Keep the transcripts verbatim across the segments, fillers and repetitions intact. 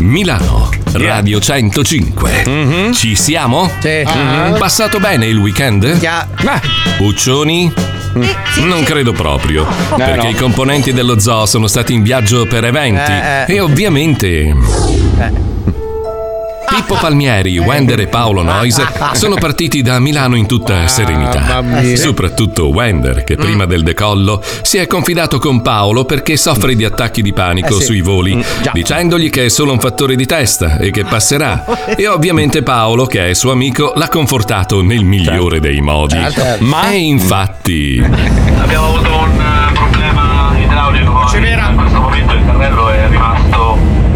Milano, Radio centocinque. Mm-hmm. Ci siamo? Sì. Mm-hmm. Passato bene il weekend? Yeah. Puccioni? Sì, sì, non sì. credo proprio, no. perché no. i componenti dello zoo sono stati in viaggio per eventi eh, eh. e ovviamente... Eh. Pippo Palmieri, Wender e Paolo Noyes sono partiti da Milano in tutta serenità. Soprattutto Wender, che prima del decollo si è confidato con Paolo perché soffre di attacchi di panico eh sì. sui voli, dicendogli che è solo un fattore di testa e che passerà. E ovviamente Paolo, che è suo amico, l'ha confortato nel migliore dei modi. Ma e infatti... Abbiamo avuto un uh, problema idraulico. In questo momento il carrello è rimasto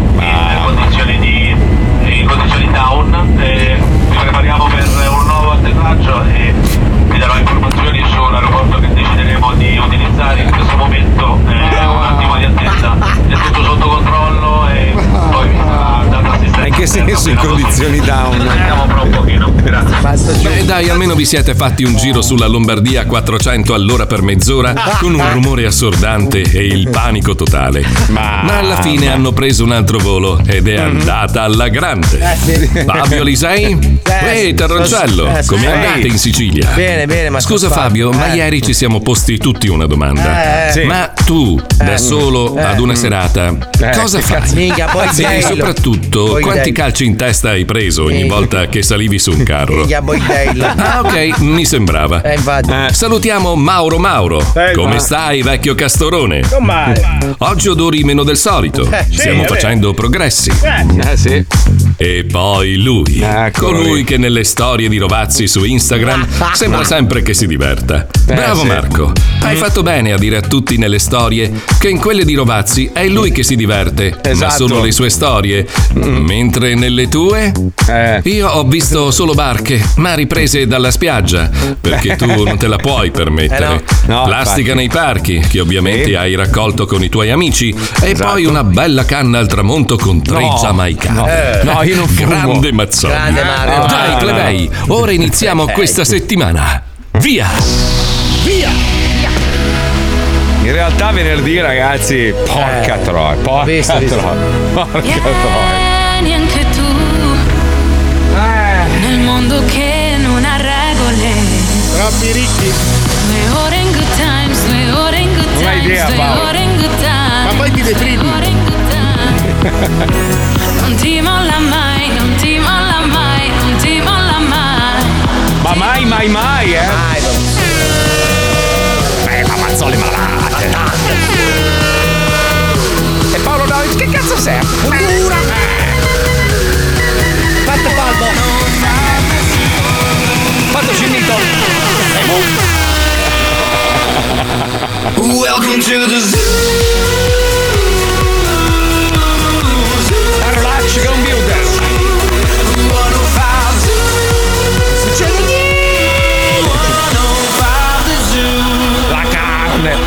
in condizioni di in condizioni down e ci prepariamo per un nuovo atterraggio e vi darò informazioni sull'aeroporto che decideremo di utilizzare. In questo momento è un attimo di attesa, è tutto sotto controllo e poi vi sarà data assistenza. In che senso in condizioni down? Andiamo fra un pochino, grazie. Beh dai, almeno vi siete fatti un giro sulla Lombardia a quattrocento all'ora per mezz'ora con un rumore assordante e il panico totale. Ma, Ma alla fine hanno preso un altro volo ed è andata alla grande. Fabio Lisei? Ehi, Terroncello, come andate in Sicilia? Bene, bene, ma scusa Fabio, ma eh. ieri ci siamo posti tutti una domanda. Eh, sì. Ma tu, da solo, eh. ad una serata, Eh, cosa che fai? cazzo- Minchia, poi E bello. soprattutto, Poi quanti bello. calci in testa hai preso ogni Minchia. volta che salivi su un carro? Minchia, poi bello. Ah, ok, mi sembrava. Eh, infatti. Eh, salutiamo Mauro Mauro. Eh, Come ma- stai, vecchio castorone? Non male. Oggi odori meno del solito. Eh, sì, Stiamo è facendo progressi. Eh sì. E poi lui, Eccolo colui lì. che nelle storie di Rovazzi su Instagram sembra sempre che si diverta. Bravo sì. Marco, hai fatto bene a dire a tutti nelle storie che in quelle di Rovazzi è lui che si diverte, ma Esatto. sono le sue storie. Mentre nelle tue? Eh. Io ho visto solo barche, ma riprese dalla spiaggia, perché tu non te la puoi permettere. Eh no. No, Plastica infatti. nei parchi, che ovviamente Sì. hai raccolto con i tuoi amici, e Esatto. poi una bella canna al tramonto con tre No. giamaicani. No. Eh. No, io non fumo. Grande Mazzoni. Grande Mario. Dai, no, plebei, ora iniziamo Eh, questa settimana. Via! Via. In realtà venerdì, ragazzi, porca Eh. troia, porca Visto, visto. troia, porca troia. Vieni anche tu nel mondo che non ha regole. Troppi ricchi. Due ore in good times, due ore in good Non hai times, idea, due Paolo. ore in good times. Ma poi ti deprimi. Due ore in good times. Non ti molla mai, non ti molla mai, non ti molla mai. Ma mai, mai, mai, eh? Dai, non- Eh, ma Mazzoli malate. E Paolo Noyes, che cazzo sei? Cultura. Fatto palmo. Fattoci il mito. Welcome to the zoo. Carolacci Computer. Succede niente. La carne.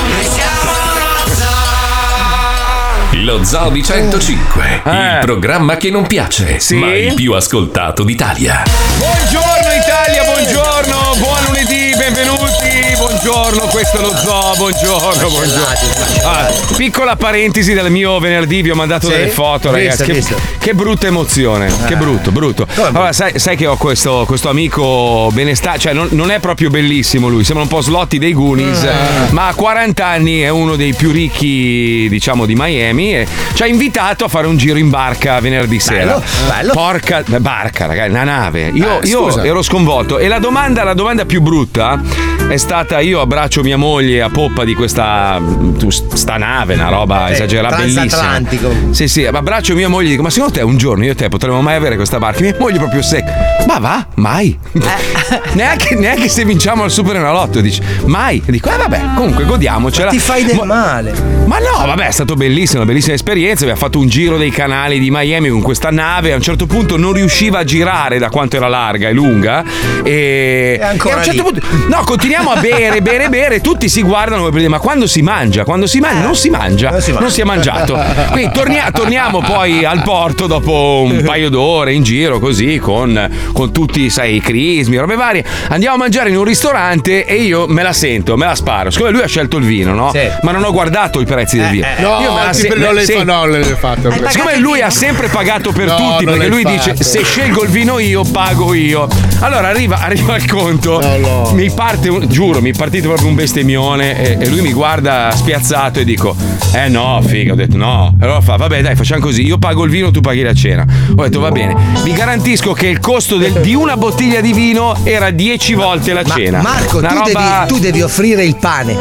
Lo Zoo di centocinque, Eh. il programma che non piace, Sì? ma il più ascoltato d'Italia. Buongiorno Italia, buongiorno, buon lunedì, benvenuti, buongiorno, questo è lo Zoo, buongiorno, buongiorno. Ah, piccola parentesi del mio venerdì, vi ho mandato Sì? delle foto, Visto, ragazzi, che, visto. che brutta emozione, che brutto, brutto. Allora, sai, sai che ho questo, questo amico benestante, cioè non, non è proprio bellissimo lui, sembra un po' Slotti dei Goonies, ma a quaranta anni è uno dei più ricchi, diciamo, di Miami e ci ha invitato a fare un giro in barca venerdì sera. Bello, bello. Porca barca, ragazzi, una nave. Io, Eh, io scusa. ero sconvolto e la domanda, la domanda più brutta è stata: io abbraccio mia moglie a poppa di questa tu, sta nave, una roba Eh, esagerata, bellissima. transatlantico. Sì, sì, abbraccio mia moglie e dico: ma secondo te un giorno io e te potremmo mai avere questa barca? Mia moglie proprio secca. Ma va, mai. neanche, neanche se vinciamo al Superenalotto, dice mai. E dico: eh vabbè, comunque godiamocela. Ti fai del Ma- male. ma no, vabbè, è stato bellissimo, una bellissima esperienza. Abbiamo fatto un giro dei canali di Miami con questa nave. A un certo punto non riusciva a girare da quanto era larga e lunga. E, È ancora e a un certo lì. punto, no, continuiamo iniziamo a bere, bere, bere, tutti si guardano come per dire, ma quando si mangia? Quando si mangia? Non si mangia, non si, non si è mangiato. Quindi tornia- torniamo poi al porto dopo un paio d'ore in giro così con, con tutti, sai, i crismi, robe varie. Andiamo a mangiare in un ristorante e io me la sento, me la sparo. Siccome lui ha scelto il vino, no? Sì. Ma non ho guardato i prezzi del vino. Eh, no, io me la se- non l'hai, fa- no, l'hai fatto. Siccome lui ha sempre pagato per No, tutti, non perché l'hai lui fatto. dice se scelgo il vino io, pago io. Allora arriva, arriva il conto, No, no. mi parte, un- giuro, mi è partito proprio un bestemmione e, e lui mi guarda spiazzato e dico, eh no, figa, ho detto no. E allora fa, vabbè dai, facciamo così, io pago il vino, tu paghi la cena. Ho detto va bene, vi garantisco che il costo del- di una bottiglia di vino era dieci volte la Ma cena. Marco, Una tu, roba- devi, tu devi offrire il pane.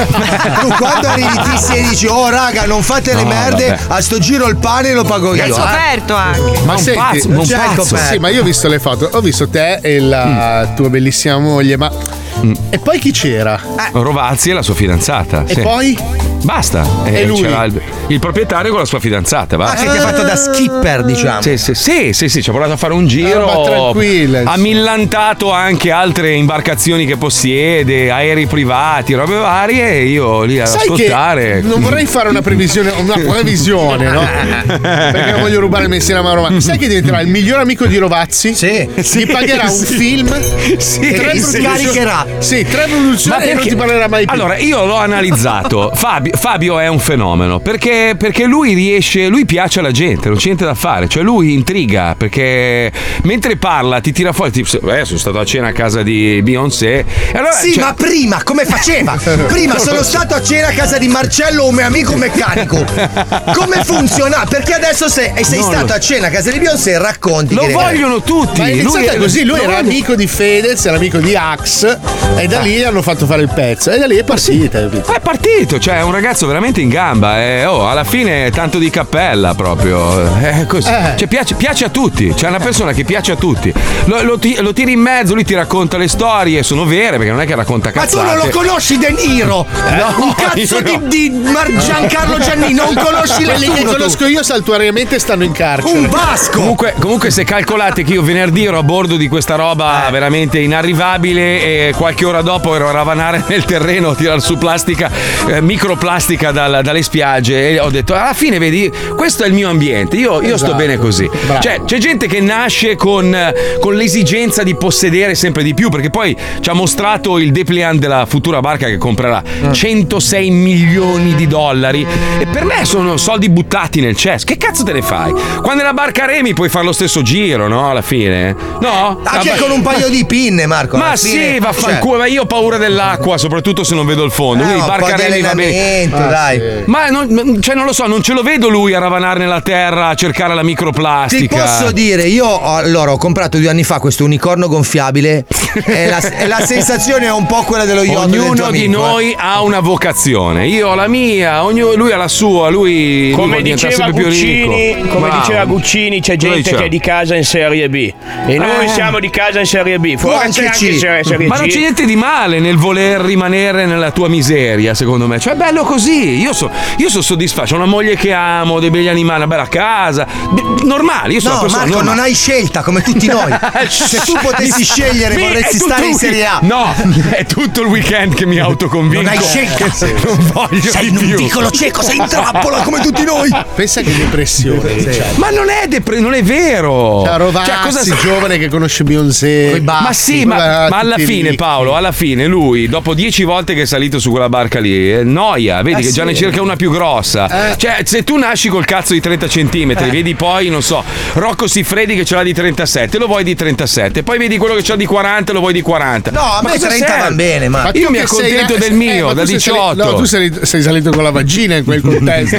Tu quando arrivi ti e dici, oh raga, non fate le No, merde, vabbè. a sto giro il pane lo pago io. È eh. sofferto anche. Ma un senti, pazzo, un c'è il pazzo. coperto. sì, ma io ho visto le foto, ho visto te e la tua bellissima moglie, ma e poi chi c'era? Rovazzi e la sua fidanzata. E sì. poi? Basta. E lui? C'era il, il proprietario con la sua fidanzata. Ah, Basta. che ti ha fatto da skipper, diciamo. Sì, sì, sì, sì, sì, ci ha portato a fare un roba giro. tranquilla, Ha insomma. millantato anche altre imbarcazioni che possiede, aerei privati, robe varie. E io lì ad Sai ascoltare. che non vorrei fare una previsione, una previsione, no? Perché non voglio rubare il mestiere a Mauro. Ma sai che diventerà il miglior amico di Rovazzi? Sì. Gli pagherà un sì. film, Sì, tre Che sì. scaricherà. Sì, tre produzioni e non ti parlerà mai più. Allora, io l'ho analizzato. Fabio, Fabio è un fenomeno perché, perché lui riesce, lui piace alla gente, non c'è niente da fare. Cioè, lui intriga perché mentre parla ti tira fuori. Tipo, eh, sono stato a cena a casa di Beyoncé. E allora, Sì, cioè- ma prima come faceva? Prima sono stato a cena a casa di Marcello, un mio amico meccanico. Come funziona? Perché adesso sei, sei No, stato lo- a cena a casa di Beyoncé e racconti. lo che- vogliono tutti. Ma è iniziata è- così, lui lo era vogliono- amico di Fedez, era amico di Axe e da lì hanno fatto fare il pezzo e da lì è partita. capito? È partito, cioè è un ragazzo veramente in gamba. E, oh, alla fine tanto di cappella proprio. È così. Eh. Cioè, piace, piace a tutti. C'è una persona che piace a tutti. Lo, lo ti- lo tiri in mezzo, lui ti racconta le storie, sono vere, perché non è che racconta Ma tu cazzate. non lo conosci De Niro? Un cazzo io di, no. di Mar- Giancarlo Giannini, non conosci Quelli che nessuno tu. conosco io saltuariamente stanno in carcere. Un Vasco. Comunque, comunque se calcolate che io venerdì ero a bordo di questa roba veramente inarrivabile e qualche ora dopo ero a ravanare nel terreno a tirar su plastica, eh, microplastica dal- dalle spiagge e ho detto alla fine vedi questo è il mio ambiente, io, io sto Esatto. bene così. Bravo. Cioè c'è gente che nasce con, con l'esigenza di possedere sempre di più perché poi ci ha mostrato il dépliant della futura barca che comprerà centosei milioni di dollari e per me sono soldi buttati nel cesso. Che cazzo te ne fai? Quando è la barca remi puoi fare lo stesso giro, no? Alla fine? No? Anche Vabbè. con un paio di pinne, Marco. Ma alla fine- sì, vaffanculo, ma io ho paura dell'acqua, soprattutto se non vedo il fondo. Cioè, eh, Quindi un po' barca di remi va bene. allenamento, Ah, dai. sì. Ma non, cioè, non lo so, non ce lo vedo lui a ravanare nella terra a cercare la Ti microplastica. posso dire, io ho- allora ho comprato due anni fa questo unicorno gonfiabile e la, e la sensazione è un po' quella dello yacht del tuo Ognuno di amico, eh. noi ha una vocazione. Io ho la mia, ognuno, lui ha la sua, lui, lui Come vuole diventare diceva sempre più Guccini, ricco. come Bravo. diceva Guccini, c'è Cosa gente diceva? che è di casa in Serie B e noi Eh. siamo di casa in Serie B. Forse anche c'è anche C. Serie, serie Ma non C. c'è niente di male nel voler rimanere nella tua miseria, secondo me. Cioè, è bello così. Io sono io so soddisfatto. Ho una moglie che amo, dei begli animali, una bella casa. Beh, normale, io sono No, una persona Marco, normale. non hai scelta come tutti noi. Se tu potessi scegliere, Mi- vorresti è tutto stare in il- Serie A. No, è tutto il weekend che mi autoconvinco. Non hai scelta. che Non voglio Sei di in un più. piccolo cieco, sei in trappola come tutti noi. Pensa che depressione. Cioè, Ma non è, depre- non è vero. Cioè, Rovazzi, Cioè, cosa- giovane che conosce Beyoncé. Coi bassi, Ma sì, ma, quella- ma alla tutti fine, ricchi. Paolo, alla fine lui, dopo dieci volte che è salito su quella barca lì, eh, noia, vedi Eh che già sì. ne cerca una più grossa. Eh. Cioè, se tu nasci col cazzo di trenta centimetri, vedi poi, non so, Rocco Siffredi che ce l'ha di trentasette, lo vuoi di trentasette, poi vedi quello che ce l'ha di quaranta, lo vuoi di quaranta. No, a Ma me cosa trenta serve? va bene, ma Ma Io tu mi che sei accontento na- del mio, ma da tu sei sali- diciotto. no, tu sei, sei salito con la vagina in quel contesto.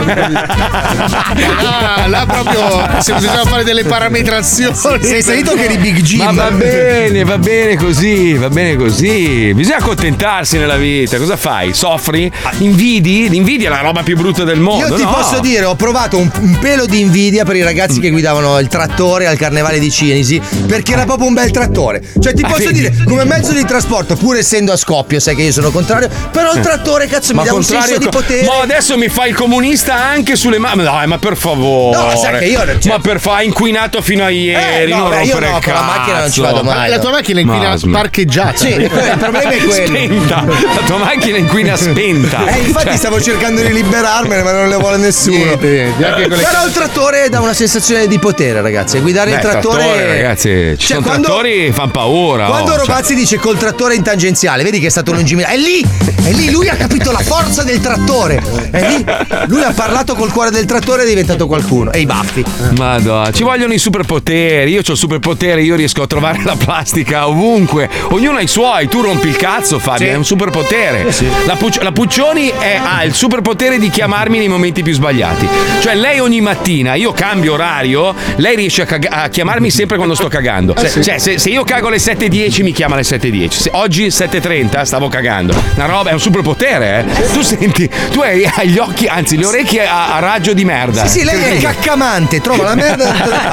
Ah, là proprio se bisognava fare delle parametrazioni. sei salito che eri Big Jim. Ma va bene, va bene così, va bene così. Bisogna accontentarsi nella vita. Cosa fai? Soffri? Invidi? L'invidia è la roba più brutta del mondo. mondo. Io ti no. posso dire, ho provato un, un pelo di invidia per i ragazzi che guidavano il trattore al carnevale di Cinisi, perché era proprio un bel trattore. Cioè ti Ah, posso vedi? dire, come mezzo di trasporto, pur essendo a scoppio, sai che io sono contrario, però il trattore cazzo mi Ma dà un senso contrario, di potere. ma adesso mi fai il comunista anche sulle mani. Dai, ma per favore. No, sai che io- cioè- Ma per fa inquinato fino a ieri. Eh, no, non beh, io rompere no, il con la macchina non ci cazzo. vado mai. La tua macchina inquina Ma sm- parcheggiata. Sì, il problema è quello. Spenta. La tua macchina inquina spenta. Eh, infatti Cioè, stavo cercando di liberarmene, ma non le vuole nessuno. Niente, niente, anche con le- Però il trattore dà una sensazione di potere, ragazzi. Guidare beh, il trattore. ragazzi, ci Cioè, sono quando- trattori fanno paura. Quando oh, cioè. Robazzi dice col trattore in tangenziale, vedi che è stato lungimirante. È lì, è lì, lui ha capito la forza del trattore. È lì, lui ha parlato col cuore del trattore e è diventato qualcuno. E i baffi. Madonna, ci vogliono i superpoteri. Io ho il superpotere, io riesco a trovare la plastica ovunque. Ognuno ha i suoi, tu rompi il cazzo, Fabio. È un superpotere. La, Pucci- la Puccioni è- ha il superpotere di chiamarmi nei momenti più sbagliati. Cioè, lei ogni mattina, io cambio orario, lei riesce a, caga- a chiamarmi sempre quando sto cagando. Cioè, se, se io cago alle sette e dieci, mi chiama alle sette e dieci. Se oggi sette e trenta stavo cagando. Una roba, è un superpotere, eh. Tu senti, tu hai, hai gli occhi, anzi, le orecchie a, a raggio di merda. Sì, sì, lei è caccamante, trova la merda.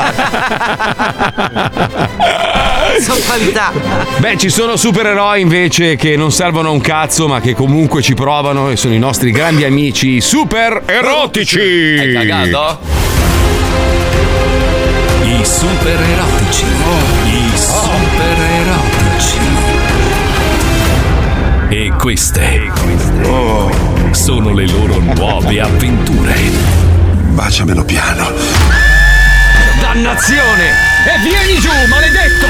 Qualità. Beh, ci sono supereroi invece che non servono a un cazzo, ma che comunque ci provano e sono i nostri grandi amici super erotici. Hai cagato? I super erotici. I super erotici. E queste sono le loro nuove avventure. Baciamelo piano. Dannazione! E vieni giù, maledetto!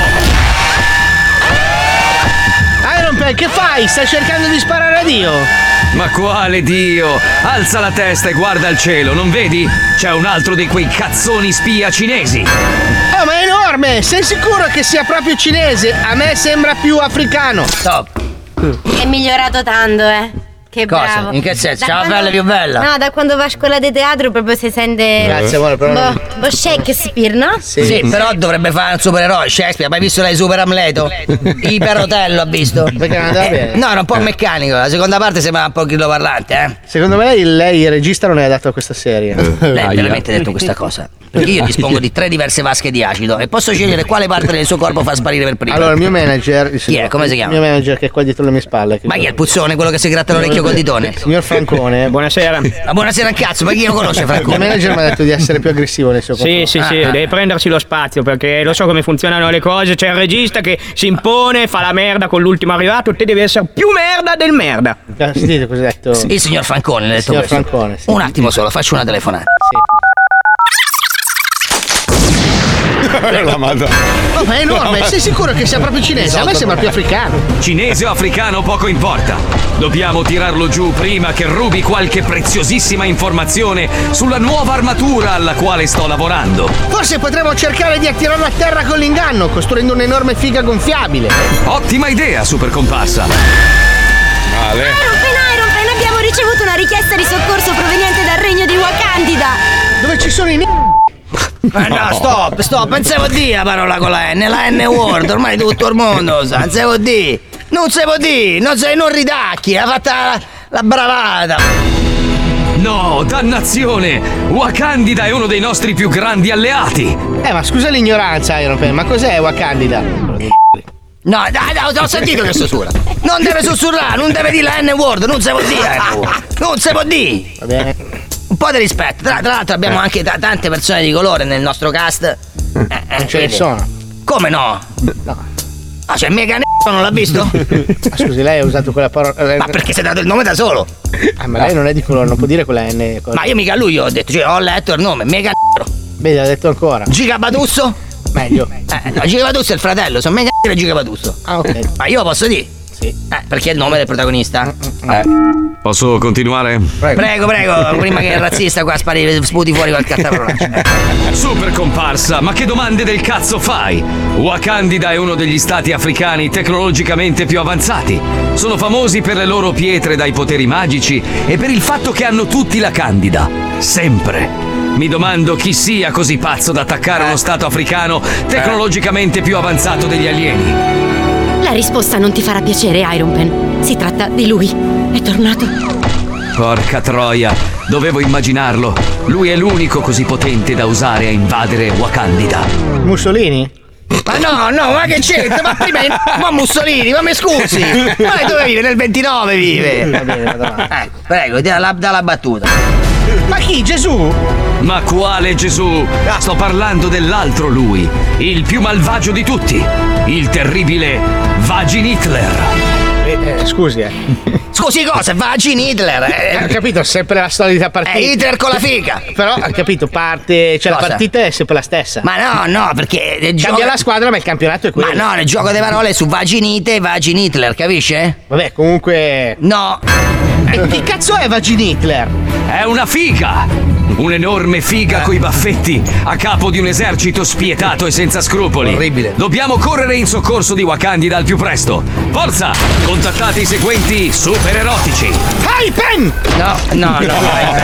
Iron Man, che fai? Stai cercando di sparare a Dio? Ma quale Dio? Alza la testa e guarda al cielo, non vedi? C'è un altro di quei cazzoni spia cinesi. Oh, ma è enorme! Sei sicuro che sia proprio cinese? A me sembra più africano. Stop. È migliorato tanto, eh. Che Cosa? bravo. In che senso? Da C'ha la quando- pelle più bella? No, da quando va a scuola di teatro proprio si sente. Grazie, amore, però non- Boh, boh Shakespeare, no? Sì, però dovrebbe fare un supereroe. Shakespeare, hai visto lei Super Amleto? Iperotello ha visto? Perché non andava bene? No, era un po' meccanico. La seconda parte sembra un po' grilloparlante, eh? Secondo me lei, lei il regista non è adatto a questa serie. Lei ha veramente detto questa cosa? Perché io dispongo di tre diverse vasche di acido e posso scegliere quale parte del suo corpo fa sparire per prima. Allora, il mio manager. il Chi è? Come si chiama? Il mio manager che è qua dietro le mie spalle. che- Ma chi è il puzzone, quello che si gratta l'orecchio col ditone? Signor Francone. Buonasera. Ma buonasera al cazzo, ma chi lo conosce Il Francone? manager mi ha detto di essere più aggressivo nei suoi Sì, confronti. sì, sì, Ah, ah. deve prendersi lo spazio perché lo so come funzionano le cose. C'è il regista che si impone, fa la merda con l'ultimo arrivato, te devi essere più merda del merda. Ah, Sentite cosa ha detto. Il signor Francone, l'ha detto Signor questo. Francone, sì. Un attimo solo, faccio una telefonata. La Madonna. Oh, ma è enorme, sei sicuro che sia proprio cinese? A me sembra più africano. Cinese o africano poco importa. Dobbiamo tirarlo giù prima che rubi qualche preziosissima informazione sulla nuova armatura alla quale sto lavorando. Forse potremmo cercare di attirarlo a terra con l'inganno, costruendo un'enorme figa gonfiabile. Ottima idea, super comparsa. Male. Iron Man, Iron Man, abbiamo ricevuto una richiesta di soccorso proveniente dal regno di Wakandida. Dove ci sono i ne- Ma no, stop, stop, pensavo di la parola con la N, la N-word, ormai tutto il mondo lo sa, non si può di. Non si può di, non sei non ridacchi, ha fatta la, la bravata. No, dannazione! Wakandida è uno dei nostri più grandi alleati. Eh, ma scusa l'ignoranza, Iron Man, ma cos'è Wakandida? No, dai, dai, ho sentito che sussurra. Non deve sussurrare, non deve dire la N-word, non si può dire. Non si può dire. Va bene. Un po' di rispetto. Tra, tra l'altro abbiamo anche ta- tante persone di colore nel nostro cast. Eh, eh, Non ce ne vedi? sono. Come no? No. Ah, c'è mega n***o, non l'ha visto? Ma scusi, lei ha usato quella parola. Ma perché si è dato il nome da solo? Ah, ma lei non è di colore, non può dire quella N. cosa. Ma io mica a lui ho detto, cioè ho letto il nome, mega n***o. Vedi, l'ha detto ancora. Giga Badusso? Meglio. Eh, no, Giga Badusso è il fratello, sono mega n***o e Giga Badusso. Ah, ok. Ma io posso dire? Sì. Eh, perché è il nome del protagonista? Eh. Posso continuare? Prego, prego, prima che il razzista qua spari, sputi fuori qualche cattaronaccio. Super comparsa, ma che domande del cazzo fai? Wakandida è uno degli stati africani tecnologicamente più avanzati. Sono famosi per le loro pietre dai poteri magici e per il fatto che hanno tutti la candida. Sempre. Mi domando chi sia così pazzo da attaccare uno stato africano tecnologicamente più avanzato degli alieni. La risposta non ti farà piacere, Iron Man. Si tratta di lui. È tornato. Porca troia, Dovevo immaginarlo. Lui è l'unico così potente da usare a invadere Wakandida. Mussolini? Ma no, no, ma che c'entra? Ma prima ma Mussolini, ma mi scusi! Ma dove vive? Nel ventinove vive! Va bene, vado avanti. Eh, prego, dalla, dalla battuta. Ma chi? Gesù? Ma quale Gesù? Sto parlando dell'altro lui, il più malvagio di tutti, il terribile Vagin Hitler. Eh, eh, scusi, eh. Scusi cosa? Vagin Hitler? Eh, Ho capito, sempre la solita partita. È Hitler con la figa. Però, ho capito, parte. Cioè, Cosa? la partita è sempre la stessa. Ma no, no, perché Cambia gioco... la squadra, ma il campionato è quello. Ma no, nel gioco delle parole su Vaginite e Vagin Hitler, capisce? Vabbè, comunque. No. E chi cazzo è Vagin Hitler? È una figa! Un'enorme figa coi baffetti a capo di un esercito spietato e senza scrupoli. Orribile. Dobbiamo correre in soccorso di Wakandida al più presto. Forza! Contattate i seguenti super erotici. Hai pen! No, no, no.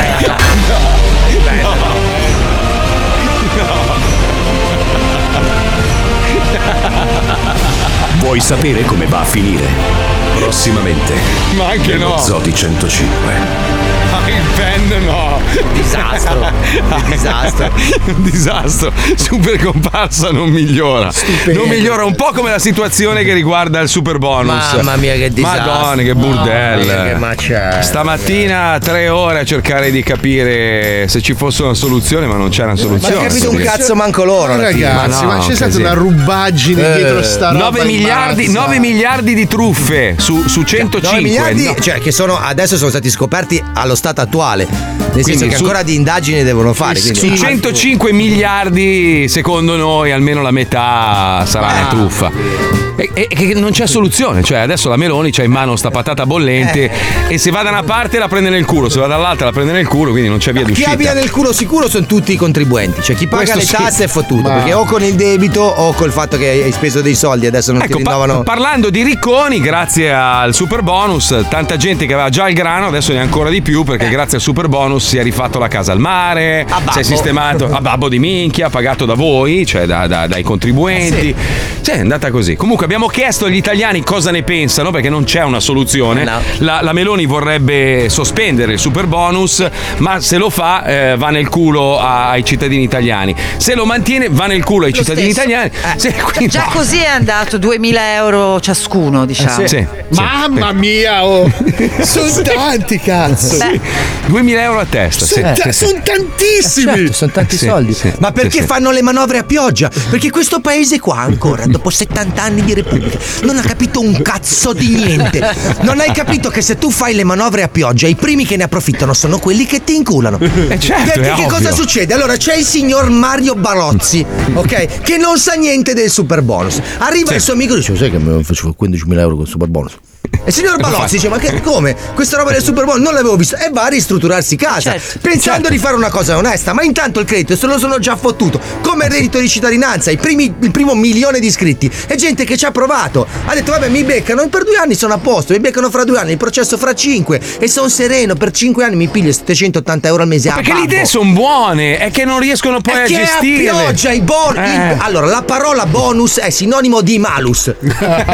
Vuoi sapere come va a finire? Prossimamente. Ma anche nello no. Zodi centocinque. Ma il pen no. Disastro. Disastro. Un disastro. Super comparsa non migliora. Stupendo. Non migliora un po' come la situazione che riguarda il super bonus. Mamma mia, che disastro. Madonna, che burdel. Mamma mia, che macello. Stamattina tre ore a cercare di capire se ci fosse una soluzione, ma non c'era una Ma soluzione. non ho capito un cazzo manco loro. Ma alla fine. ragazzi, ma, no, c'è stata casino. una rubaggine Eh, dietro sta roba. nove miliardi, imbarazzante. nove miliardi di truffe su, su centocinque. nove miliardi, No. cioè che sono adesso sono stati scoperti allo stato attuale. Nel Quindi senso che su- ancora di indagini devono fare. Sì, quindi- Su centocinque miliardi, secondo noi, almeno la metà sarà una truffa. E, e- che non c'è soluzione. Cioè, adesso la Meloni c'ha in mano sta patata bollente e se va da una parte la prende nel culo, se va dall'altra la prende nel culo, quindi non c'è via Chi d'uscita. ha via nel culo sicuro sono tutti i contribuenti, cioè chi paga Questo le sì. tasse è fottuto, Ma- perché o con il debito o col fatto che hai speso dei soldi adesso non Ecco, ti pa- rinnovano. parlando di ricconi, grazie al super bonus, tanta gente che aveva già il grano, adesso ne ha ancora di più perché grazie al super bonus si è rifatto la casa al mare, babbo. si è sistemato a babbo di minchia, pagato da voi, cioè da- da- dai contribuenti. Sì, è andata così. Comunque abbiamo chiesto agli italiani cosa ne pensano perché non c'è una soluzione. No. La, la Meloni vorrebbe sospendere il super bonus, ma se lo fa eh, va nel culo a- ai cittadini italiani. Se lo mantiene va nel culo ai Lo cittadini stesso. italiani. Sì, quindi Già no. così è andato, duemila euro ciascuno, diciamo. Sì, sì, Mamma mia, oh. Sono tanti, cazzo. Beh, duemila euro a testa. sì, Sono sì, sì. tantissimi. Certo, sono tanti Sì, soldi. sì, Ma perché sì, sì. fanno le manovre a pioggia? Perché questo paese qua ancora, dopo settanta anni di repubblica, non ha capito un cazzo di niente. Non hai capito che se tu fai le manovre a pioggia, i primi che ne approfittano sono quelli che ti inculano. Eh, certo, Perché è che ovvio. cosa succede? Allora c'è il signor Mario Barozzi, ok? Che non sa niente del super bonus. Arriva il suo amico e dice: sai che mi facevo quindicimila euro con il super bonus? E il signor Balozzi dice: ma che, come? Questa roba del super bonus non l'avevo vista. E va a ristrutturarsi casa, Certo, pensando certo. di fare una cosa onesta. Ma intanto il credito se lo sono già fottuto. Come il reddito di cittadinanza, i primi, il primo milione di iscritti. È gente che ci ha provato. Ha detto: vabbè, mi beccano per due anni, sono a posto. Mi beccano fra due anni, il processo fra cinque. E sono sereno, per cinque anni mi piglio settecentottanta euro al mese. Ma a perché babbo. le idee sono buone, è che non riescono poi È a che gestirle. a pioggia i bon- Eh. il- allora la parola bonus è sinonimo di malus. tu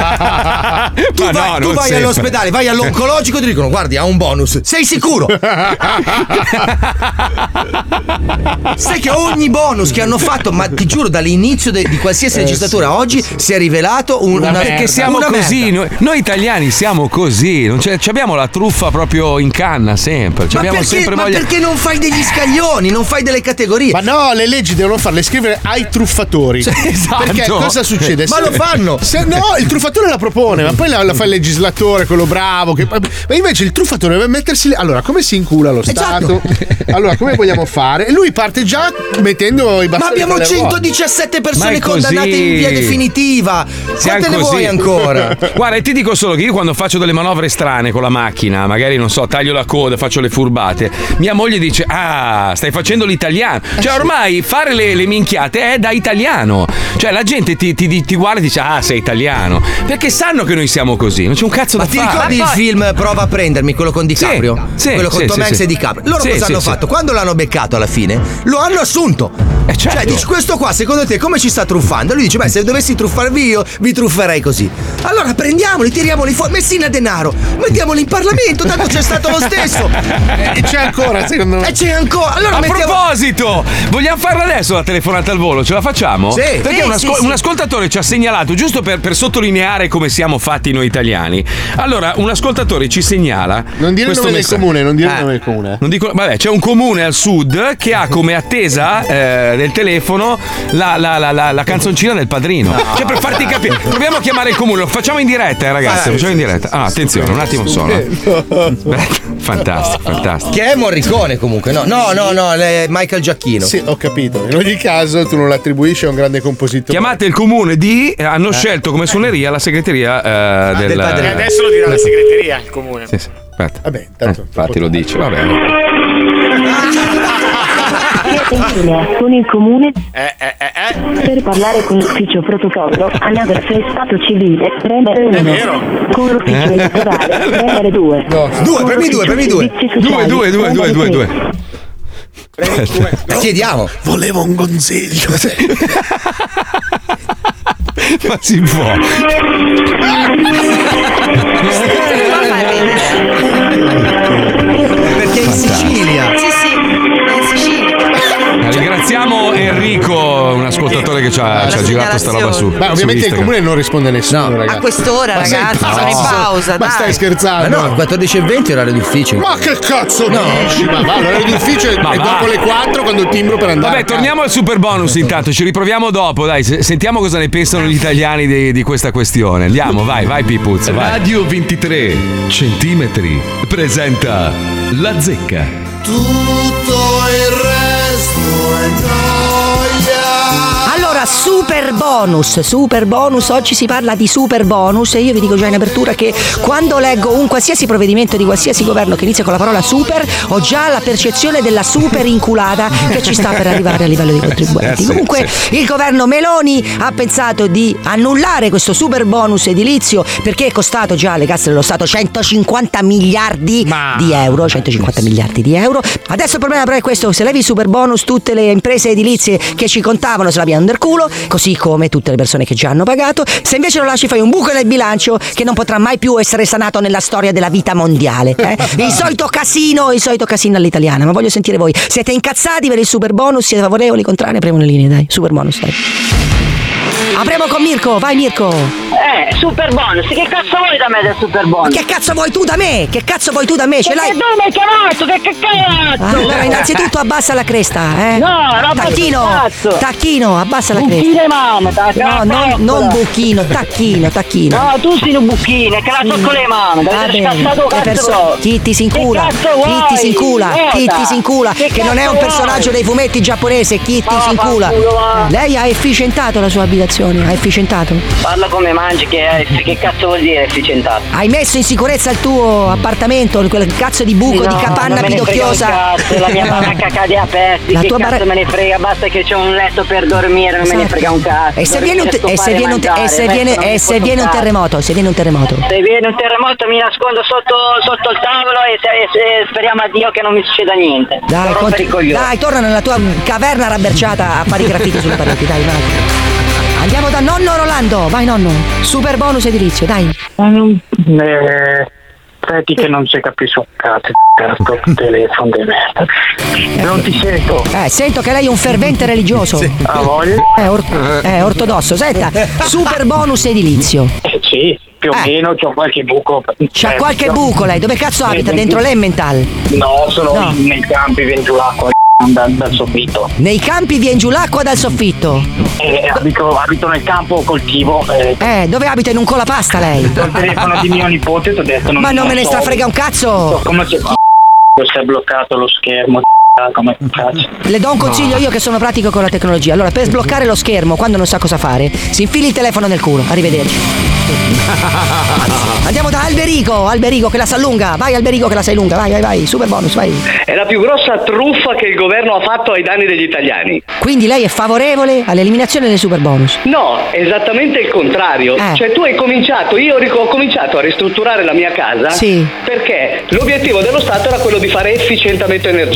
Ma vai, no, tu non vai sempre. all'ospedale, vai all'oncologico e ti dicono: guardi, ha un bonus. Sei sicuro? Sai che ogni bonus che hanno fatto, ma ti giuro, dall'inizio de- di qualsiasi Eh, legislatura a oggi si è rivelato un, una, perché siamo una così, merda. noi, noi italiani siamo così, non c'è- ci abbiamo la truffa proprio in canna sempre. Ci Ma abbiamo perché, sempre ma voglia. perché non fai degli scaglioni, non fai delle categorie? Ma no, le leggi devono farle scrivere ai truffatori. Esatto. Perché cosa succede? Ma Se- lo fanno. Se no, il truffatore la propone, ma poi la, la fa il legislatore, quello bravo. Che, ma invece il truffatore deve mettersi. Allora, come si incula lo Esatto. Stato? Allora, come vogliamo fare? E lui parte già mettendo i bastoni. Ma abbiamo tra le ruote. centodiciassette Ma persone è così. condannate in via definitiva. Siamo Quante ne così. vuoi ancora? Guarda, e ti dico solo che io quando faccio delle manovre strane con la macchina, magari non so, taglio la coda, faccio le furbate, mia moglie dice: ah, stai facendo l'italiano. Cioè, ormai fare le, le minchiate è da italiano. Cioè, la gente ti, ti- ti guarda e dice: ah, sei italiano. Perché sanno che noi siamo così, non c'è un cazzo Ma da ti fare. ricordi il film Prova a prendermi, quello con DiCaprio? Sì, sì, quello con sì, Tom sì, Hanks sì. e DiCaprio. Loro Sì, cosa sì, hanno sì. fatto? Quando l'hanno beccato alla fine, lo hanno assunto. Eh, certo. Cioè, dici, questo qua secondo te come ci sta truffando? Lui dice, beh, se dovessi truffarvi io, vi trufferei così. Allora prendiamoli, tiriamoli fuori, Messina denaro, mettiamoli in Parlamento, tanto c'è stato lo stesso. E c'è ancora, secondo me. E c'è ancora. Allora a mettiamo... proposito, vogliamo farla adesso la telefonata al volo? Ce la facciamo? Sì. Perché Sì, un, ascol- sì, sì. un ascoltatore ci ha segnalato, giusto per, per sottolineare come siamo fatti noi italiani. Allora, un ascoltatore ci segnala. Non dire il questo nome del messaggio. comune, non dire il Eh, nome del comune. Non dico, vabbè, c'è un comune al sud che ha come attesa eh, del telefono la, la, la, la, la canzoncina del padrino. No. Cioè, per farti capire, proviamo a chiamare il comune, lo facciamo in diretta, eh, ragazzi. Lo facciamo in diretta. Ah, attenzione, un attimo solo. Beh, fantastico, fantastico. Che è Morricone comunque, no? No, no, no, è Michael Giacchino. Sì, ho capito. In ogni caso, tu non l'attribuisci a un grande compositore. Chiamate il comune di. Hanno scelto come suoneria la segreteria eh, del. del padrino. E adesso lo dirà la segreteria, il comune. Sì, sì. Aspetta. Vabbè, intanto. Eh, infatti lo dice, vabbè. Siete in linea con il comune. Eh, eh, eh, Per parlare con l'ufficio protocollo anagrafe stato civile premere uno. È vero. Con l'ufficio elettorale premere due. No, due, premi due, premi due. Due, due, due, due, due, due. La chiediamo. Volevo un consiglio. Ma si può. Perché in Sicilia. Sì, sì, è in Sicilia. Ringraziamo Enrico, un ascoltatore che ci ha, ci ha girato sta roba su. Ma ovviamente il comune non risponde a nessuno, No. ragazzi. A quest'ora, Ma sei ragazzi, sono in pazzo? pausa. Ma dai. stai Ma scherzando? no, quattordici e venti orario d'ufficio. Ma che cazzo No. dici? Ma va, l'orario di ufficio è Ma è va. dopo le quattro quando il timbro per andare. Vabbè, a casa. torniamo al super bonus intanto, ci riproviamo dopo, dai, se- sentiamo cosa ne pensano gli italiani di, di questa questione. Andiamo, vai, vai Pipuzzo, vai. Radio ventitré centimetri presenta La Zecca. Tutto il resto è noia. Allora, super bonus, super bonus, oggi si parla di super bonus e io vi dico già in apertura che quando leggo un qualsiasi provvedimento di qualsiasi governo che inizia con la parola super, ho già la percezione della super inculata che ci sta per arrivare a livello di contribuenti. Eh, sì, Comunque sì. il governo Meloni ha pensato di annullare questo super bonus edilizio perché è costato già alle casse dello Stato centocinquanta miliardi di euro, centocinquanta miliardi di euro. Adesso il problema però è questo: se levi il super bonus, tutte le imprese edilizie che ci contavano se la piano del culo, così come tutte le persone che già hanno pagato. Se invece lo lasci, fai un buco nel bilancio che non potrà mai più essere sanato nella storia della vita mondiale, eh? Il solito casino, il solito casino all'italiana. Ma voglio sentire voi, siete incazzati per il super bonus? Siete favorevoli, contrari? Apriamo le linee, dai, super bonus, dai. Apriamo con Mirko, vai Mirko. Eh, super bonus, che cazzo vuoi da me del super bonus? Che cazzo vuoi tu da me? Che cazzo vuoi tu da me? Ce l'hai? Perché tu mi hai chiamato, che, che cazzo? Allora, innanzitutto abbassa la cresta, eh? No, roba Tacchino, di cazzo. tacchino, abbassa la cresta. Bucchine mamma, ta- No, non, non bucchino, tacchino, tacchino. No, tu sei un bucchino, che la so con le mani, Va dai, bene, scazzato le cazzo perso- vuoi? chi ti si incula, Che cazzo chi ti si vuoi? incula, chi Cosa? ti si incula, che, Che non è un cazzo personaggio vuoi? dei fumetti giapponese, chi ti Ma si incula. vaffanculo, va. Lei ha efficientato la sua abitazione, ha efficientato. Parla come mangi, che, che cazzo vuol dire efficientato? Hai messo in sicurezza il tuo appartamento, quel cazzo di buco No, di capanna non me ne frega un pidocchiosa. cazzo, la mia baracca cade a pezzi, La che tua cazzo baracca- me ne frega, basta che c'è un letto per dormire, non me ne frega un cazzo. E se viene un, te- e se viene un, te- e se viene, e se viene un terremoto, se viene un terremoto. Se viene un terremoto mi nascondo sotto, sotto il tavolo e, se, e se- speriamo a Dio che non mi succeda niente. Dai, Non rompere i conti- coglioni. dai, torna nella tua caverna rabberciata a fare i graffiti sulle pareti, dai, vai. Andiamo da nonno Rolando, vai nonno. Super bonus edilizio, dai. Eh, senti che non si capisce un cazzo per sto telefono di merda. Non ti sento. Eh, sento che lei è un fervente religioso. Ha voglia? È, or- è ortodosso. Senta, super bonus edilizio. Eh, sì, più o Eh. meno c'ho qualche buco. C'ha Eh, qualche no. buco lei? Dove cazzo Eh, abita? eh, Dentro l'Emmental? No, sono No. nei campi, viene giù l'acqua dal, dal soffitto. Nei campi viene giù l'acqua dal soffitto. Eh, abito, abito nel campo, coltivo. Eh, Eh, dove abita? In un colapasta lei? il telefono di mio nipote ti ho detto non Ma non me ne so. strafrega un cazzo. Come si fa? Si è bloccato lo schermo. Come cazzo? Le do un consiglio io che sono pratico con la tecnologia. Allora, per sbloccare lo schermo quando non sa cosa fare, si infili il telefono nel culo. Arrivederci. Andiamo da Alberico, Alberico che la sa lunga. Vai Alberico che la sai lunga. Vai, vai, vai. Super bonus, vai. È la più grossa truffa che il governo ha fatto ai danni degli italiani. Quindi lei è favorevole all'eliminazione del super bonus? No, esattamente il contrario. Eh. Cioè tu hai cominciato, io ho cominciato a ristrutturare la mia casa Sì. perché l'obiettivo dello Stato era quello di fare efficientamento energetico. No,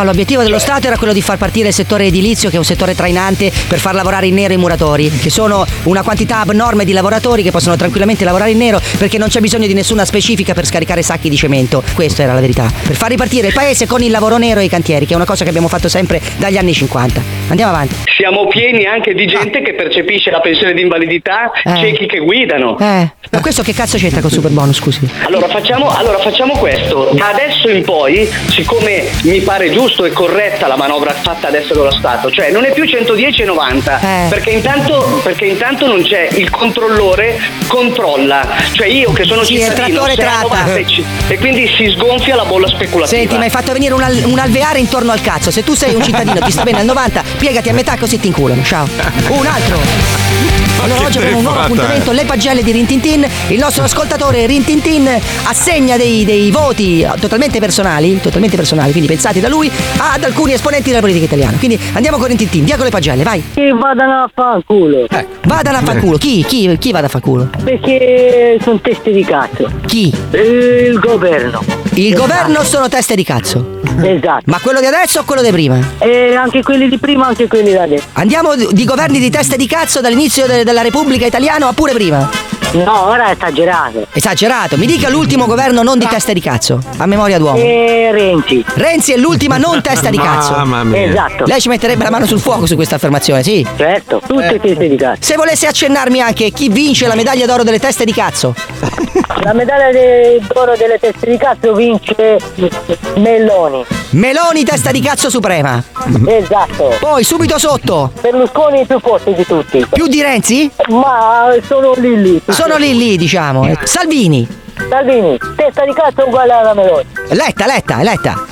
No, l'obiettivo dello Stato era quello di far partire il settore edilizio, che è un settore trainante, per far lavorare in nero i muratori, che sono una quantità abnorme di lavoratori che possono tranquillamente lavorare in nero, perché non c'è bisogno di nessuna specifica per scaricare sacchi di cemento. Questa era la verità. Per far ripartire il paese con il lavoro nero e i cantieri, che è una cosa che abbiamo fatto sempre dagli anni cinquanta. Andiamo avanti. Siamo pieni anche di gente ah. che percepisce la pensione di invalidità, eh. ciechi che guidano. Eh, ma questo che cazzo c'entra col super bonus, scusi? Allora facciamo, allora facciamo questo. Da adesso in poi, siccome mi pare giusto e corretta la manovra fatta adesso dallo Stato, cioè non è più centodieci e novanta, eh. perché intanto perché intanto non c'è il controllore controlla. Cioè io che sono sì, cittadino il tratta. E, e quindi si sgonfia la bolla speculativa. Senti, mi hai fatto venire un, al- un alveare intorno al cazzo. Se tu sei un cittadino, ti sta bene al novanta, piegati a metà così ti inculano. Ciao. Un altro. Allora oggi abbiamo un nuovo appuntamento, le pagelle di Rintintin. Il nostro ascoltatore Rintintin assegna dei, dei voti totalmente personali, totalmente personali, quindi pensati da lui, ad alcuni esponenti della politica italiana. Quindi andiamo con Rintintin, via con le pagelle, vai. Che vadano a fanculo. Eh, vadano a fanculo. Chi? Chi? Chi vada a fanculo? Perché sono teste di cazzo. Chi? Eh, il governo. Il esatto. governo sono teste di cazzo. Esatto. Ma quello di adesso o quello di prima? E anche quelli di prima, anche quelli di adesso. Andiamo di governi di teste di cazzo dall'inizio de- della Repubblica Italiana oppure prima? No, ora è esagerato. Esagerato? Mi dica l'ultimo governo non di testa di cazzo, a memoria d'uomo. E Renzi. Renzi è l'ultima non testa di cazzo. Mamma mia. Esatto. Lei ci metterebbe la mano sul fuoco su questa affermazione, sì? Certo, tutte eh. teste di cazzo. Se volesse accennarmi anche chi vince la medaglia d'oro delle teste di cazzo. La medaglia d'oro delle teste di cazzo vince Meloni. Meloni testa di cazzo suprema. Esatto. Poi subito sotto Berlusconi più forte di tutti. Più di Renzi? Ma sono lì lì. Sono lì lì, diciamo. Salvini. Salvini, testa di cazzo uguale alla Meloni. Letta, Letta, Letta.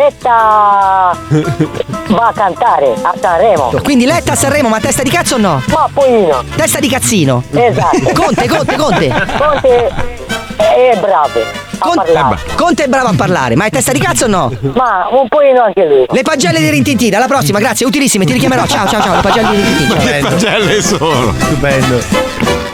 Letta va a cantare a Sanremo. Quindi Letta a Sanremo, ma testa di cazzo o no? Ma poi no. Testa di cazzino. Esatto. Conte, Conte, Conte. Conte è bravo. Conte, Conte è bravo a parlare, ma è testa di cazzo o no? Ma un po' anche lui. Le pagelle di Rintintin, alla prossima, grazie, utilissime, ti richiamerò. Ciao, ciao, ciao, le pagelle di Rintintin. Le pagelle sono. Stupendo.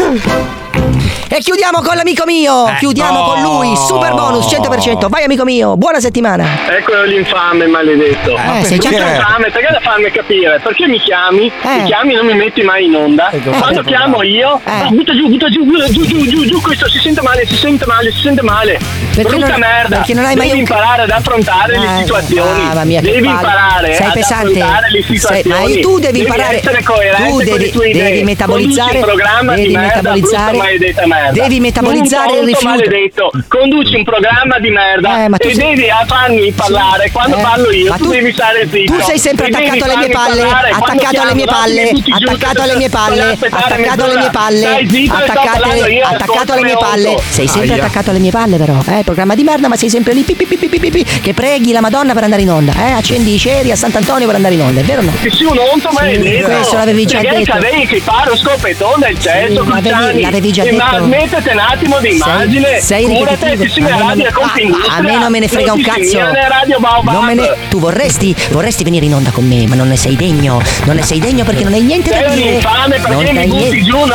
E chiudiamo con l'amico mio, eh. chiudiamo oh. con lui, super bonus cento per cento. Vai amico mio, buona settimana. Eccolo l'infame maledetto. Eh, sei perché già infame, perché da farmi capire? Perché mi chiami, eh. mi chiami e non mi metti mai in onda. Eh. Quando eh. chiamo io, eh. butta giù, butta giù, giù, giù, giù, giù, questo si sente male, si sente male, si sente male. Perché Brutta non, merda. Perché non hai devi mai imparare ad affrontare eh. le situazioni. Mamma mia, devi imparare sei ad pesante. affrontare le situazioni. Sei, ma tu devi, devi imparare. Essere coerente tu devi, con le tue idee. Devi metabolizzare. Devi metabolizzare. Devi metabolizzare il rifiuto. Maledetto, conduci un programma di merda eh, e sei... devi farmi parlare quando eh, parlo io, tu, tu devi stare zitto. Tu sei sempre attaccato alle mie palle, attaccato alle mie palle, attaccato alle mie palle, attaccato alle mie palle, attaccato alle mie palle. Sei sempre attaccato alle mie palle però, eh, programma di merda, ma sei sempre lì pi, pi, pi, pi, pi, pi, che preghi la Madonna per andare in onda, eh, accendi i ceri a Sant'Antonio per andare in onda, è vero o no? Che sì, un onto maledetto. Questo l'avevi già detto. Cadevi che fare lo scopettone del cesso, l'avevi già detto. Ma smettete un attimo di immagine. Sei ripetitivo. A me, a me non me ne frega un cazzo. Non me ne... Tu vorresti vorresti venire in onda con me, ma non ne sei degno. Non ne sei degno perché non hai niente da dire. Sei infame perché mi butti giù, no?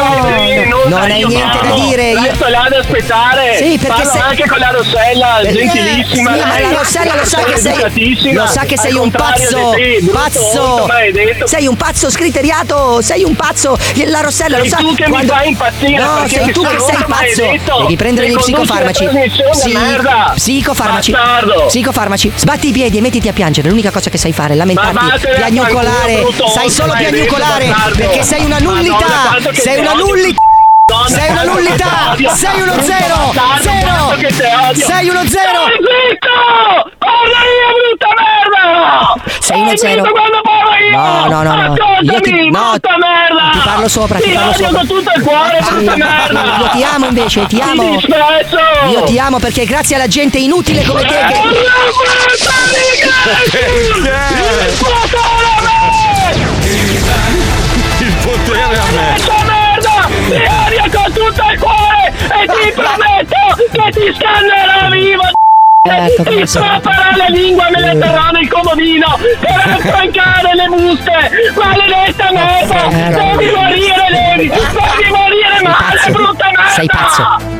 No, non hai niente da dire. Io sto là ad aspettare. Sì, perché sei anche con la Rossella, gentilissima. Sì, ma la Rossella lo sa che sei lo sa che sei un pazzo. Pazzo. Sei un pazzo scriteriato, sei un pazzo. La Rossella lo sa. Sei tu che mi fai impazzire. No, sei tu che sei pazzo. Devi prendere gli psicofarmaci. Sì, psicofarmaci. Bastardo. Psicofarmaci. Sbatti i piedi e mettiti a piangere. L'unica cosa che sai fare è lamentarti, piagnucolare. Sai solo piagnucolare perché sei una nullità. Sei una nullità. Sei una nullità. Sei uno zero. Zero. Sei uno zero. Zitto! Parla io, brutta merda! Sei uno zero. No, no, no, no. Io ti, no, ti parlo sopra, ti parlo sopra. Ti tutto il cuore, brutta merda! Io ti amo invece, ti amo. Io ti amo perché grazie alla gente inutile come te che... Il potere a me! Ti odio con tutto il cuore e ti prometto che ti scannerò vivo. Ecco, ti strapperò la lingua e me le terrò nel comodino per affrancare le buste. Maledetta merda, devi morire, devi devi morire male, brutta merda. Sei pazzo.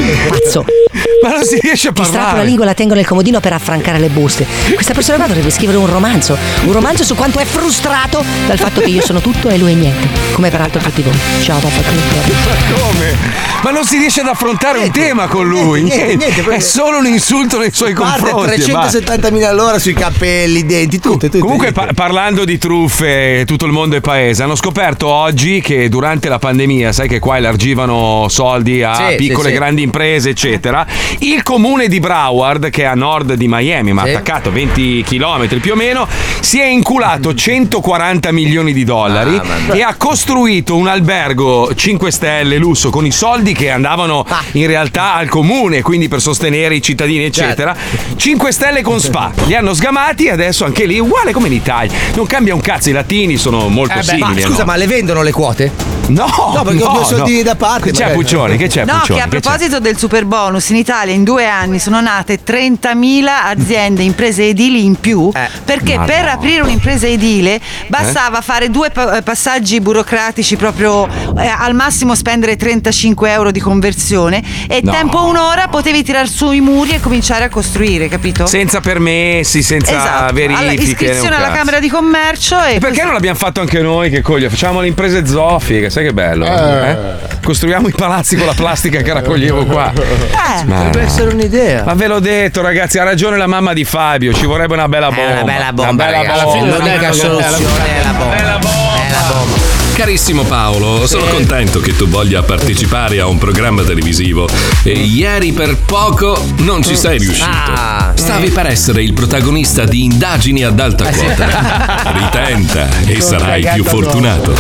Pazzo. Ma non si riesce a Ti strappo parlare. la lingua e la tengo nel comodino per affrancare le buste. Questa persona qua dovrebbe scrivere un romanzo. Un romanzo su quanto è frustrato dal fatto che io sono tutto e lui è niente. Come peraltro tutti voi. Ciao, vaffanculo. Ma come? Ma non si riesce ad affrontare un tema con lui. Niente, niente, È solo un insulto nei suoi Guarda, confronti. trecentosettantamila all'ora sui capelli, i denti, tutto, tutto. Comunque par- parlando di truffe, tutto il mondo è paese. Hanno scoperto oggi che durante la pandemia, sai che qua elargivano soldi a Sì, piccole sì, e sì. grandi imprese, eccetera. Il comune di Broward, che è a nord di Miami, ma Sì. attaccato venti chilometri più o meno, si è inculato centoquaranta milioni di dollari Ah, e ha costruito un albergo cinque stelle lusso con i soldi che andavano Ah. in realtà al comune, quindi per sostenere i cittadini, eccetera. cinque stelle con spa. Li hanno sgamati e adesso anche lì uguale come in Italia. Non cambia un cazzo, i latini sono molto Eh beh, simili. ma scusa, no? ma le vendono le quote? No, No, perché ho due soldini no. da parte, Che c'è magari. Puccioni? Che c'è No, Puccioni? che a Che c'è? proposito del super bonus, in Italia in due anni sono nate trentamila aziende, imprese edili in più, perché Madonna. per aprire un'impresa edile bastava fare due pa- passaggi burocratici, proprio eh, al massimo spendere trentacinque euro di conversione e No. tempo un'ora potevi tirar su i muri e cominciare a costruire, capito? Senza permessi, senza Esatto. verifiche. Alla iscrizione un alla cazzo. Camera di Commercio e, E perché non l'abbiamo fatto anche noi? Che coglio? Facciamo le imprese zoofiche, sai che bello? Eh. eh? Costruiamo i palazzi con la plastica che raccoglievo qua. Eh, Ma- Potrebbe essere un'idea. Ma ve l'ho detto, ragazzi, ha ragione la mamma di Fabio. Ci vorrebbe una bella bomba. una bella bomba, Una bella ragazzi. bomba. Alla fine l'unica Una soluzione è la bomba. Bella bomba. Carissimo Paolo, sono contento che tu voglia partecipare a un programma televisivo e ieri per poco non ci sei riuscito. Ah. Stavi per essere il protagonista di indagini ad alta quota. Ritenta e sarai più fortunato.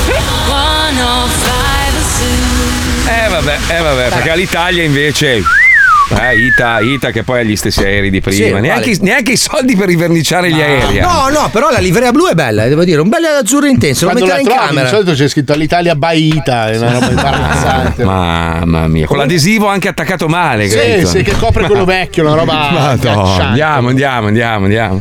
Eh vabbè, eh vabbè, perché all'Italia invece. Eh, Ita, Ita che poi ha gli stessi aerei di prima. Sì, neanche, vale. neanche i soldi per riverniciare gli aerei. eh. No, no, però la livrea blu è bella, eh, devo dire, un bel azzurro intenso, lo Quando la metterai in trovi, di camera. solito c'è scritto all'Italia Baita, è una roba imbarazzante. Mamma mia, con l'adesivo anche attaccato male. Sì, capito? sì, che copre quello vecchio, una roba Madonna, agghiacciante. andiamo, andiamo, andiamo, andiamo.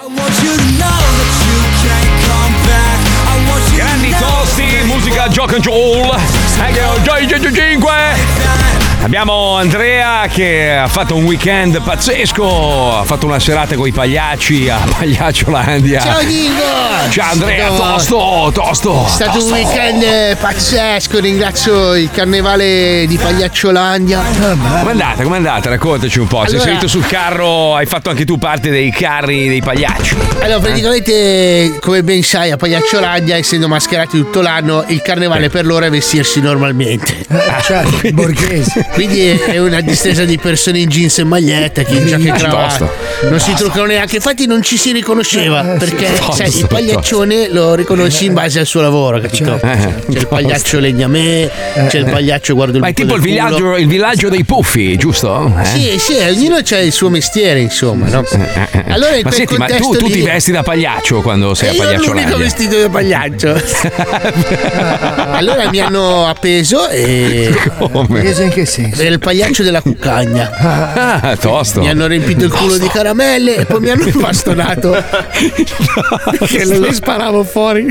Grandi tosti, musica Jock and Joel. J cinque. Abbiamo Andrea che ha fatto un weekend pazzesco, ha fatto una serata con i pagliacci a Pagliacciolandia. Ciao Dingo! Ciao Andrea, È stato- tosto, tosto. È stato tosto. un weekend eh, pazzesco, ringrazio il carnevale di Pagliacciolandia. Com'è andata? Com'è andata? Raccontaci un po'. Sei Allora- salito sul carro, hai fatto anche tu parte dei carri dei pagliacci. Allora, praticamente, come ben sai, a Pagliacciolandia, essendo mascherati tutto l'anno, il carnevale per loro è vestirsi normalmente. Ah, certo, borghese. Quindi è una distesa di persone in jeans e maglietta, che in giacca e cravatta. Tosto. Non si truccano neanche, infatti non ci si riconosceva, perché Tosto, sai, il pagliaccione lo riconosci in base al suo lavoro, capito? C'è il pagliaccio legname, c'è il pagliaccio guardo il Ma è buco tipo il del culo. villaggio, il villaggio dei puffi, giusto? Eh? Sì, sì, ognuno ha il suo mestiere, insomma, no? Allora in Ma quel senti, ma tu, contesto tu lì- ti vesti da pagliaccio quando sei E a io l'unico Pagliacciolandia? vestito da pagliaccio. Allora mi hanno appeso e. Come? in che senso? Il pagliaccio della cuccagna. Ah, tosto. Mi hanno riempito il culo di caramelle e poi mi hanno bastonato. Che non le sparavo fuori.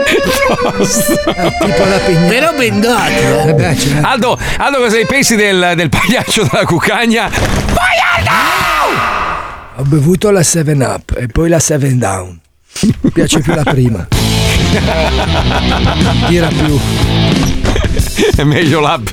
Tipo la pigna. Però bendato. Eh. Aldo, Aldo, cosa ne pensi del, del pagliaccio della cuccagna? Ho bevuto la seven up e poi la seven down. Mi piace più la prima. Tira più. È meglio l'app.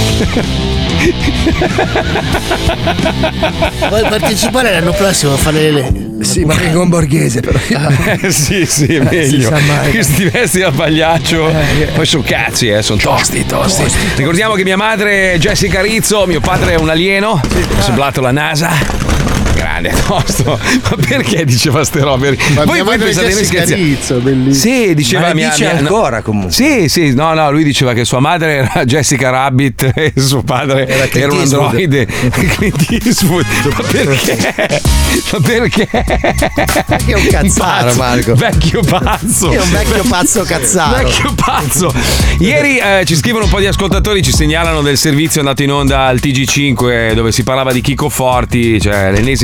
Vuoi partecipare l'anno prossimo a fare le. Sì, ma vengo in borghese però. Eh, sì, sì, è Eh, si meglio. sa mai. Questi vesti da pagliaccio. Poi sono cazzi, eh, sono tosti, tosti. Ricordiamo che mia madre è Jessica Rizzo, mio padre è un alieno. Ho seblato la NASA. Grande, tosto. Ma perché diceva ste robe? Ma Voi, mia voi madre è pensate che noi Jessica scherziamo? Rizzo, bellissimo. Sì, diceva Ma le mia, dice mia- ancora, no. comunque. Sì, sì, no, no, lui diceva che sua madre era Jessica Rabbit e suo padre Era era, Clint un Eastwood. androide. Clint Eastwood. Ma perché? Ma perché? Che è un cazzaro, Pazzo, Marco. Vecchio pazzo. È un vecchio pazzo cazzaro. Vecchio pazzo. Ieri eh, ci scrivono un po' di ascoltatori, ci segnalano del servizio andato in onda al T G cinque dove si parlava di Chico Forti, cioè l'ennesimo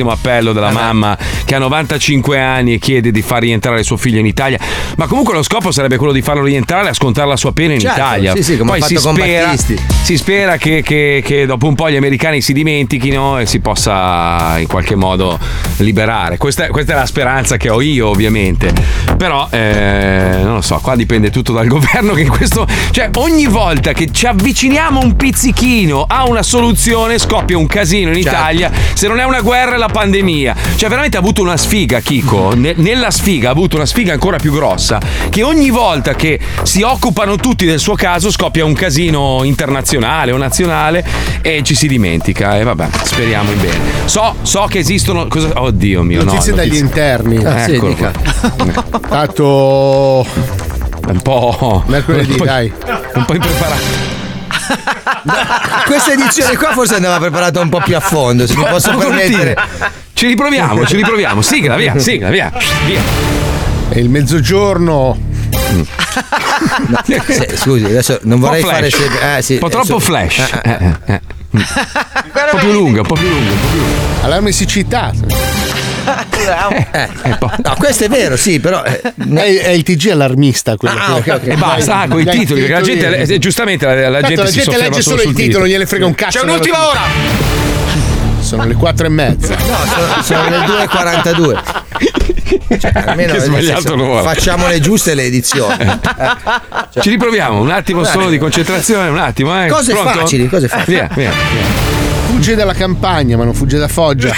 l'ultimo appello della mamma che ha novantacinque anni e chiede di far rientrare suo figlio in Italia. Ma comunque lo scopo sarebbe quello di farlo rientrare e a scontare la sua pena in Certo, Italia. sì, sì, come Poi ha si fatto con spera, Battisti. si spera che, che, che dopo un po' gli americani si dimentichino e si possa in qualche modo liberare. Questa, questa è la speranza che ho io, ovviamente. Però eh, non lo so, qua dipende tutto dal governo che in questo, cioè ogni volta che ci avviciniamo un pizzichino a una soluzione scoppia un casino in Certo. Italia. Se non è una guerra è la pandemia. Cioè veramente ha avuto una sfiga Chico, ne- nella sfiga ha avuto una sfiga ancora più grossa, che ogni volta che si occupano tutti del suo caso scoppia un casino internazionale o nazionale e ci si dimentica. E vabbè, speriamo in bene. So, so che esistono cosa, oddio mio, Notizie no, dagli interni. Ah, sì, Eccolo dica. qua. Dato un po' mercoledì, un po', dai. Un po' impreparato. Questa edizione qua forse andava preparata un po' più a fondo, se mi posso permettere. Ci riproviamo, ci riproviamo. Sigla, via, sigla, via. Via. È il mezzogiorno. No, se- scusi, adesso non vorrei flash. fare se- eh, sì, un po' troppo adesso- flash. eh, Eh, eh, eh. Un po' più lunga, un po' più lunga, un po' più lunga. Allarme siccità. eh, no, questo è vero, sì, però eh, È, è il T G allarmista quello. Ah, ok, ok. E basta, ah, con i Dai titoli, perché la titoli. gente, eh, giustamente la, la Tanto gente la si gente sofferma legge solo il sul titolo, non gliene frega un cazzo. C'è un'ultima della ora! Sono le quattro e mezza. no, sono, sono le due e quarantadue. Cioè, almeno Che nel sbagliato senso, l'ora. facciamo le giuste le edizioni. Eh, cioè, Ci riproviamo, un attimo solo di concentrazione, un attimo, eh. Cose Pronto? facili, cose facili. Via, via, via. Fugge dalla campagna, ma non fugge da Foggia.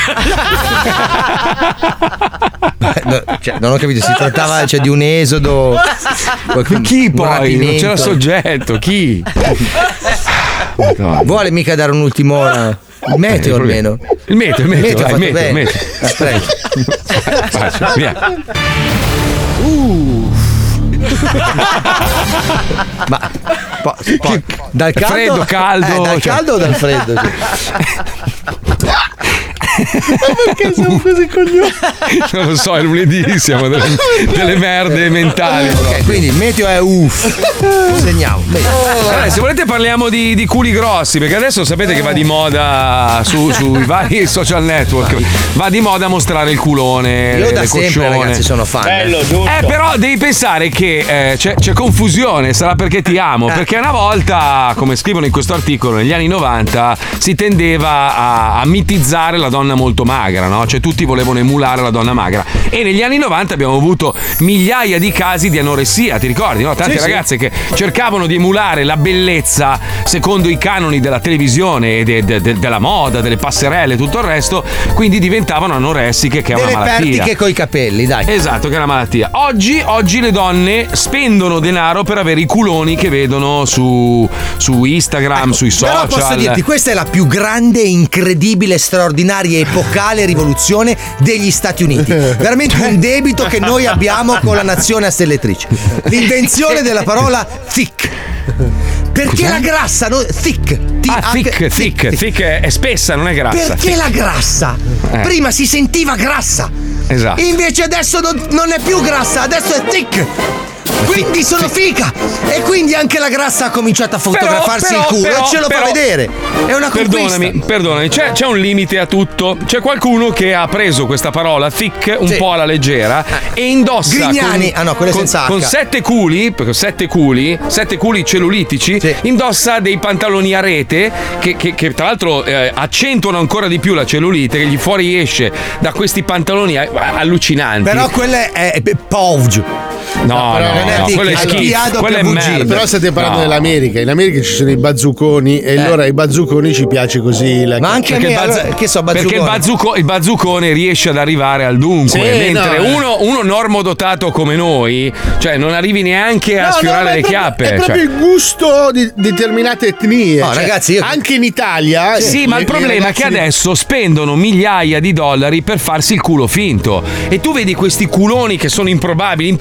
No, cioè, non ho capito, si trattava cioè, di un esodo. Chi un poi? Non rapimento. c'era soggetto, chi? Vuole mica dare un'ultima ora? Il meteo Eh, almeno. Il meteo, il meteo, ha dai, il fatto meteo, bene. il meteo. Eh, prego. Faccio, via. Uh. Ma po- po- dal caldo, Freddo, caldo, eh, dal cioè- caldo o dal freddo? Perché siamo così coglioni? Non lo so, è lunedì, siamo delle, delle merde mentali. Ok, quindi il meteo è uff. Segniamo. Allora, se volete parliamo di, di culi grossi, perché adesso sapete che va di moda su, sui vari social network, va di moda mostrare il culone, Io le, da le sempre, coscione. ragazzi, sono fan. Bello, giusto. Eh, però devi pensare che eh, c'è, c'è confusione, sarà perché ti amo, perché una volta, come scrivono in questo articolo, negli anni novanta si tendeva a, a mitizzare la donna molto magra, no? Cioè tutti volevano emulare la donna magra e negli anni novanta abbiamo avuto migliaia di casi di anoressia, ti ricordi, no? Tante Sì, sì. ragazze che cercavano di emulare la bellezza secondo i canoni della televisione e de- de- de- della moda, delle passerelle e tutto il resto, quindi diventavano anoressiche, che è Delle una malattia. pertiche coi capelli, dai. Esatto, che è una malattia. Oggi, oggi le donne spendono denaro per avere i culoni che vedono su, su Instagram, sui social. Però posso dirti, questa è la più grande, incredibile, straordinaria, epocale rivoluzione degli Stati Uniti. Veramente un debito che noi abbiamo con la nazione astelletrice. L'invenzione della parola thick. Perché Cos'è? la grassa, no? Thick. T- Ah, thick, H- thick, thick è, è spessa, non è grassa. Perché Thick. la grassa? Eh. Prima si sentiva grassa. Esatto. Invece adesso non, non è più grassa, adesso è thick. Quindi sono fica. E quindi anche la grassa ha cominciato a fotografarsi Però, il culo però, e ce lo però, fa vedere. È una conquista. Perdonami, perdonami, c'è, c'è un limite a tutto. C'è qualcuno che ha preso questa parola thick un Sì. po' alla leggera e indossa Grignani. con, Ah, no, quella con, senza H. con sette culi, perché sette culi, sette culi cellulitici, Sì. indossa dei pantaloni a rete che, che- che tra l'altro eh, accentuano ancora di più la cellulite che gli fuoriesce da questi pantaloni eh, allucinanti. Però quella è, è Povg. no, però no, non è no, thick, quello è è schifo, P A W G. quello è merda. Però state parlando No. dell'America. In America ci sono i bazzuconi e allora ai bazzuconi ci piace così la Ma anche a Perché, me, il, bazzu- allora, che so, perché il, bazzucone. bazzuco- il bazzucone riesce ad arrivare al dunque, Sì, mentre no, eh. uno, uno normodotato come noi, cioè non arrivi neanche a No, sfiorare no, ma le è proprio- chiappe. È cioè. proprio il gusto di determinate etnie. No, Cioè, ragazzi, io- anche in Italia. Sì, eh, ma i- il i problema è ragazzi che di- adesso spendono migliaia di dollari per farsi il culo finto. E tu vedi questi culoni che sono improbabili, impossibili.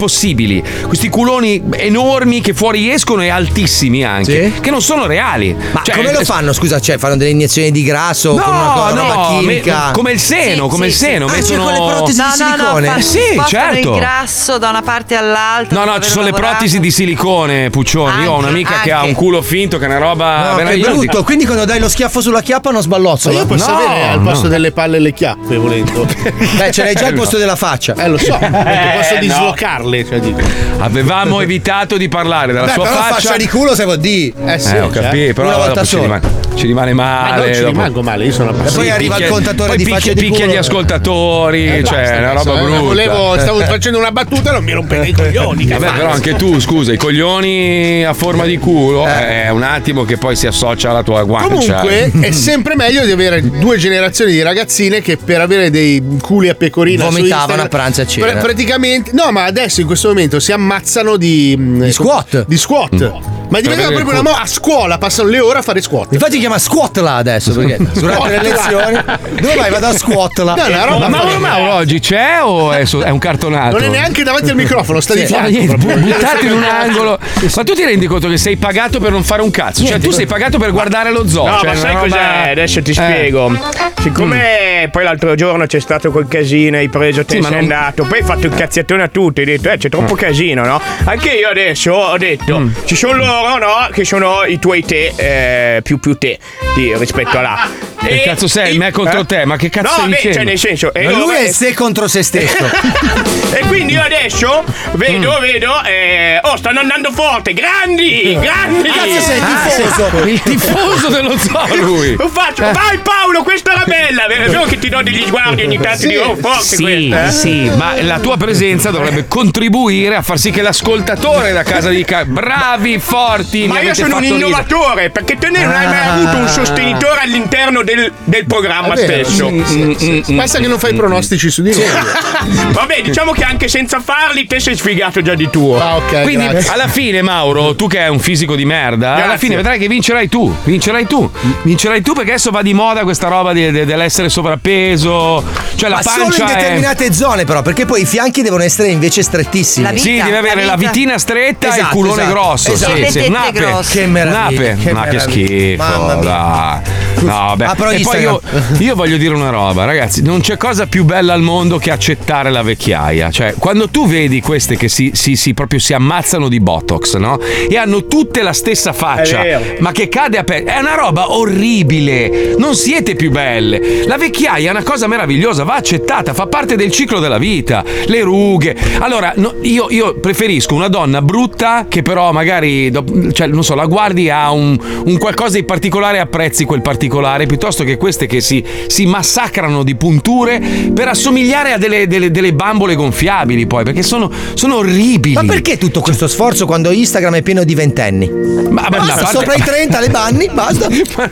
incredibili, questi culoni enormi che fuoriescono e altissimi anche, Sì? che non sono reali. Ma Cioè, come lo fanno? Scusa, cioè fanno delle iniezioni di grasso No, con una cosa, no, roba chimica? me- come il seno, Sì, come sì, il seno, sì. Ah, mettono cioè con le protesi No, di no, no, silicone? fa- Eh sì, spostano certo. il grasso da una parte all'altra. No, no, dopo ci sono aver le lavorato. protesi di silicone, Puccioni. Io ho Anche, un'amica che ha anche. un culo finto, che è una roba No, che veramente brutto, quindi quando dai lo schiaffo sulla chiappa non sballozzola. Ma io posso No, avere al posto no. delle palle le chiappe volendo. Beh, ce l'hai già al posto della faccia. Eh lo so, perché posso no. dislocarle, cioè dico. Avevamo evitato di parlare della Beh, sua però faccia. faccia di culo se vuol dire. Eh sì, Eh, ho cioè. capito, però Una volta dopo ci sola. rimane, ci rimane Ma male. non ci dopo. rimango male, io sono una E persona. poi arriva il Picchia- contatore poi di picchia, facce di picchia culo. gli ascoltatori, Eh, cioè basta è una adesso, roba eh, brutta. volevo, stavo facendo una battuta e non mi rompete i coglioni. che Vabbè, fai? però anche tu, scusa, i coglioni a forma di culo è un attimo che poi si associa alla tua guancia. Comunque è sempre meglio di avere due generazioni di ragazzine che per avere dei culi a pecorina su Vomitavano Instagram, a pranzo e a cena. pra- praticamente no, ma adesso in questo momento si ammazzano di Di squat. di squat. Ma è diventata avere proprio il una mo- a scuola passano le ore a fare squat. Infatti si chiama squat là adesso perché durante le lezioni dove vai? Vado a squat là. No, è una roba Ma Mauro Mauro oggi c'è o è, so- è un cartonato? Non è neanche davanti al microfono, sta di No, fianco. niente, proprio. buttati in un angolo. Ma tu ti rendi conto che sei pagato per non fare un cazzo? Cioè, tu sei pagato per guardare lo zoo. No, cioè, ma sai una roba- cos'è? Adesso ti Eh. spiego. Siccome poi l'altro giorno c'è stato quel casino, hai preso, te Sì, ma sei non- andato, poi hai fatto il cazziatone a tutti, hai detto, eh, c'è troppo casino, no? Anche io adesso ho detto, ci sono loro, no? Che sono i tuoi te, eh, più più te, di- rispetto a là. Che cazzo sei? Il me contro te? Ma che cazzo no, stai beh, dicendo? cioè nel senso, e Ma loro- lui è il sé contro se stesso. e quindi io adesso vedo, vedo, eh, oh, stanno andando forte, grandi, grandi. Cazzo sei Ah, tifoso. Il tifoso dello zoo lui. Lo faccio, Eh. vai Paolo, questa era bella, vero che ti do degli sguardi ogni tanto, dico, oh, forte Sì, questa, eh? sì, ma la tua presenza dovrebbe contribuire a far sì che l'ascoltatore da casa dica bravi, forti. Ma mi io avete sono un fatto ridere." innovatore, perché te ne non hai mai Ah. avuto un sostenitore all'interno del, del programma È vero, stesso. sì, sì, sì, sì. Basta che non fai pronostici su di noi. Vabbè, diciamo che anche senza farli te sei sfigato già di tuo. Ah, ok. Quindi grazie. alla fine, Mauro, tu che hai un fisico di merda, alla Grazie. fine vedrai che vincerai tu. Vincerai tu. Vincerai tu perché adesso va di moda questa roba di- de- dell'essere sovrappeso. Cioè la Ma solo pancia in è. determinate zone però, perché poi i fianchi devono essere invece strettissimi. La vita, Sì, deve avere la la, vita. vitina stretta e il Esatto, culone esatto. grosso. Esatto. Sì, Le sì. tette Nape. grosse. Che meraviglia, Nape. che Ma che meraviglia. schifo. Mamma mia. dai. No, vabbè. Apro E poi io, Instagram. io voglio dire una roba, ragazzi. Non c'è cosa più bella al mondo che accettare la vecchiaia. Cioè, quando tu vedi queste che si, si, si proprio si ammazzano di botox, no? E hanno tutte la stessa faccia, È vero. ma che cade a pezzi. È una roba orribile. Non siete più belle. La vecchiaia è una cosa meravigliosa, va accettata, fa parte del ciclo della vita. Le rughe. Allora, no, io, io preferisco una donna brutta che però magari, dop- cioè, non so, la guardi ha un, un qualcosa di particolare e apprezzi quel particolare, piuttosto che queste che si, si massacrano di punture per assomigliare a delle, delle- delle bambole gonfiabili poi, perché sono, sono orribili. Ma perché tutto questo sforzo quando Instagram è pieno di ventenni? Ma, ma- Basta, a parte- sopra i trenta le banni, basta.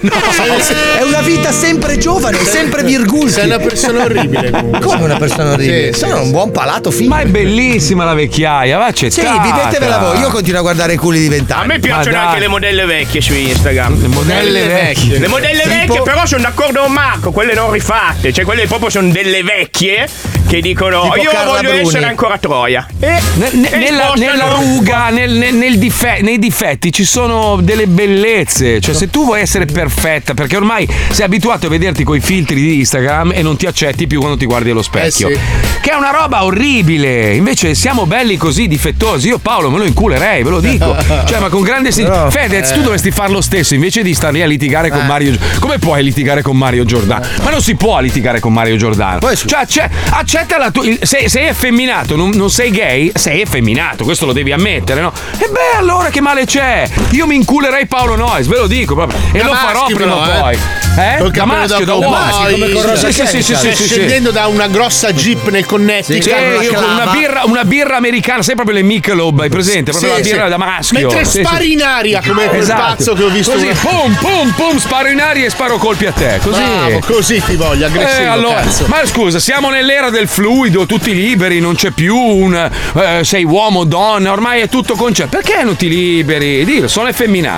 È una vita sempre giovane, sempre virgulti. Sei una persona orribile. comunque. Come una persona orribile? Sì, Sono sì, un buon palato figo. Ma è bellissima la vecchiaia, va Sì, accettata. vivetevela voi. Io continuo a guardare i culi di A vent'anni. me piacciono Ma dai. anche le modelle vecchie su Instagram. Le modelle vecchie. Le modelle Tipo? vecchie però sono d'accordo con Marco, quelle non rifatte, cioè quelle proprio sono delle vecchie che dicono Tipo io Carla voglio Bruni. essere ancora Troia. E, Ne- ne- e nella, spostano- nella ruga, nel, nel- nel dife- nei difetti ci sono delle bellezze. Cioè, se tu vuoi essere perfetta, perché ormai sei abituato a vederti coi filtri di Instagram e non ti accetti più quando ti guardi allo specchio. Eh sì. Che è una roba orribile. Invece siamo belli così, difettosi. Io Paolo me lo inculerei, ve lo dico. Cioè, ma con grande sen- No. Fedez, tu dovresti fare lo stesso invece di star lì a litigare Eh. con Mario. Come puoi litigare con Mario Giordano? Ma non si può litigare con Mario Giordano. Poi su- Cioè, acce- accetta la tua. il- Se sei effeminato, non, non sei gay, sei effeminato, questo lo devi ammettere, no? E beh, allora che male c'è? Io mi inculerei Paolo Noyes, ve lo dico proprio. E Da lo farò maschio prima o però, eh. poi. Eh? Col Da cappello maschio, da da uomo. cowboy, come con Rosa Sì, sì, sì, sì, sì, sì, sì. scendendo da una grossa jeep nel Connecticut. Sì, io con una birra, una birra americana, sai proprio le Michelob, hai presente? Proprio Sì, la birra sì. da maschio. Mentre Sì, spari sì. in aria come quel Esatto. pazzo che ho visto. Così, una- pum, pum, pum, sparo in aria e sparo colpi a te. Così. Bravo, così ti voglio, aggressivo. Eh, allora, cazzo. ma scusa, siamo nell'era del fluido, tutti liberi, non c'è più un eh, sei uomo, donna, ormai è tutto concesso. Perché non ti liberi? Dillo, sono effeminato.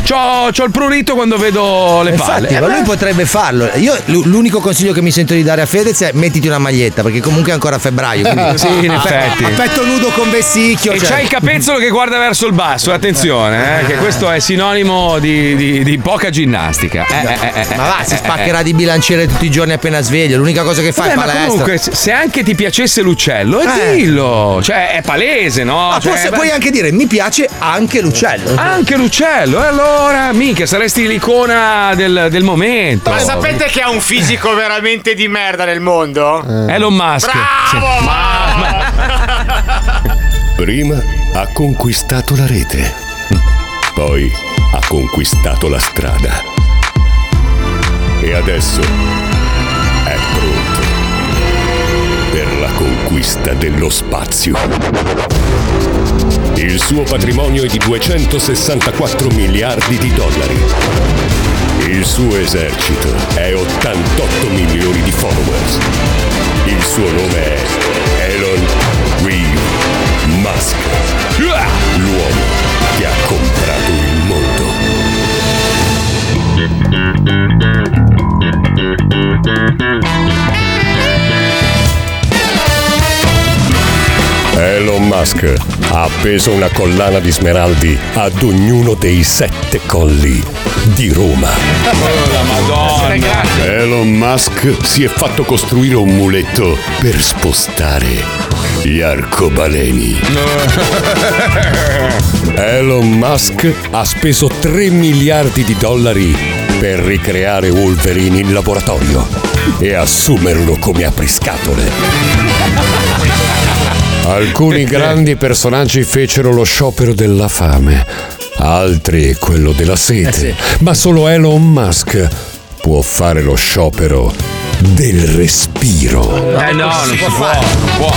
c'ho, c'ho il prurito quando vedo le Infatti, palle. ma lui potrebbe farlo. Io l- l'unico consiglio che mi sento di dare a Fedez è mettiti una maglietta, perché comunque è ancora febbraio. Quindi... Sì, in effetti. A petto nudo con vesticchio. E cioè... c'hai il capezzolo che guarda verso il basso, attenzione, eh, che questo è sinonimo di, di, di poca ginnastica. Eh, eh, eh, ma va, si eh, spaccherà eh. di bilanciere tutti i giorni appena sveglio. L'unica cosa che fa Vabbè, è ma palestra. comunque, se se anche ti piacesse l'uccello, Eh. dillo. Cioè, è palese, no? Ma Cioè, forse beh, puoi anche dire mi piace anche l'uccello. anche l'uccello, e allora, mica, saresti l'icona del, del momento. Ma sapete che ha un fisico veramente di merda nel mondo? Elon Musk. Bravo! Prima ha conquistato la rete, poi ha conquistato la strada e adesso è pronto per la conquista dello spazio. Il suo patrimonio è di duecentosessantaquattro miliardi di dollari. Il suo esercito è ottantotto milioni di followers. Il suo nome è Elon Reeve Musk, l'uomo che ha comprato il mondo. Elon Musk ha appeso una collana di smeraldi ad ognuno dei sette colli di Roma. Oh, la Madonna. Elon Musk si è fatto costruire un muletto per spostare gli arcobaleni. Elon Musk ha speso tre miliardi di dollari per ricreare Wolverine in laboratorio e assumerlo come apriscatole. Alcuni grandi personaggi fecero lo sciopero della fame, altri quello della sete, eh sì. Ma solo Elon Musk può fare lo sciopero del respiro. Eh no, non si può fare, non può.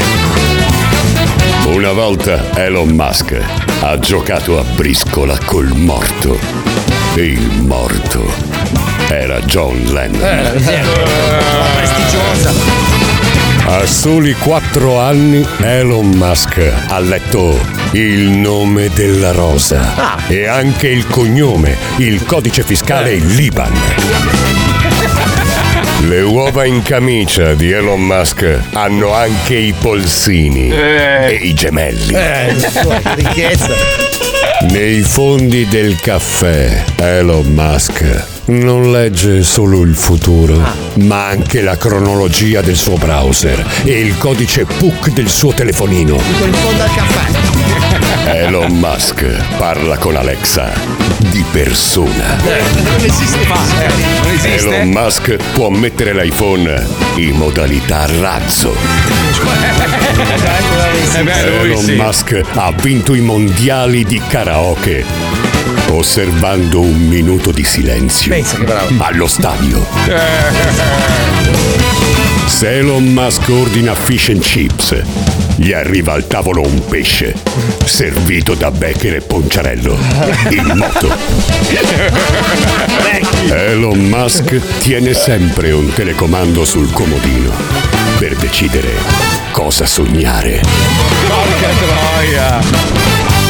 Una volta Elon Musk ha giocato a briscola col morto. E il morto era John Lennon. Eh, prestigiosa. A soli quattro anni Elon Musk ha letto il nome della rosa ah. e anche il cognome, il codice fiscale in Liban. Le uova in camicia di Elon Musk hanno anche i polsini eh. e i gemelli. Eh, sua ricchezza. Nei fondi del caffè Elon Musk non legge solo il futuro, ah. ma anche la cronologia del suo browser e il codice P U C del suo telefonino. Tutto in fondo al caffè. Elon Musk parla con Alexa di persona. Eh, non esiste eh, non esiste. Elon Musk può mettere l'iPhone in modalità razzo. Eh beh, lui Elon sì. Musk ha vinto i mondiali di karaoke osservando un minuto di silenzio Pensa che bravo. allo stadio. Se Elon Musk ordina fish and chips, gli arriva al tavolo un pesce servito da Becker e Ponciarello in moto. Elon Musk tiene sempre un telecomando sul comodino per decidere cosa sognare. Porca troia!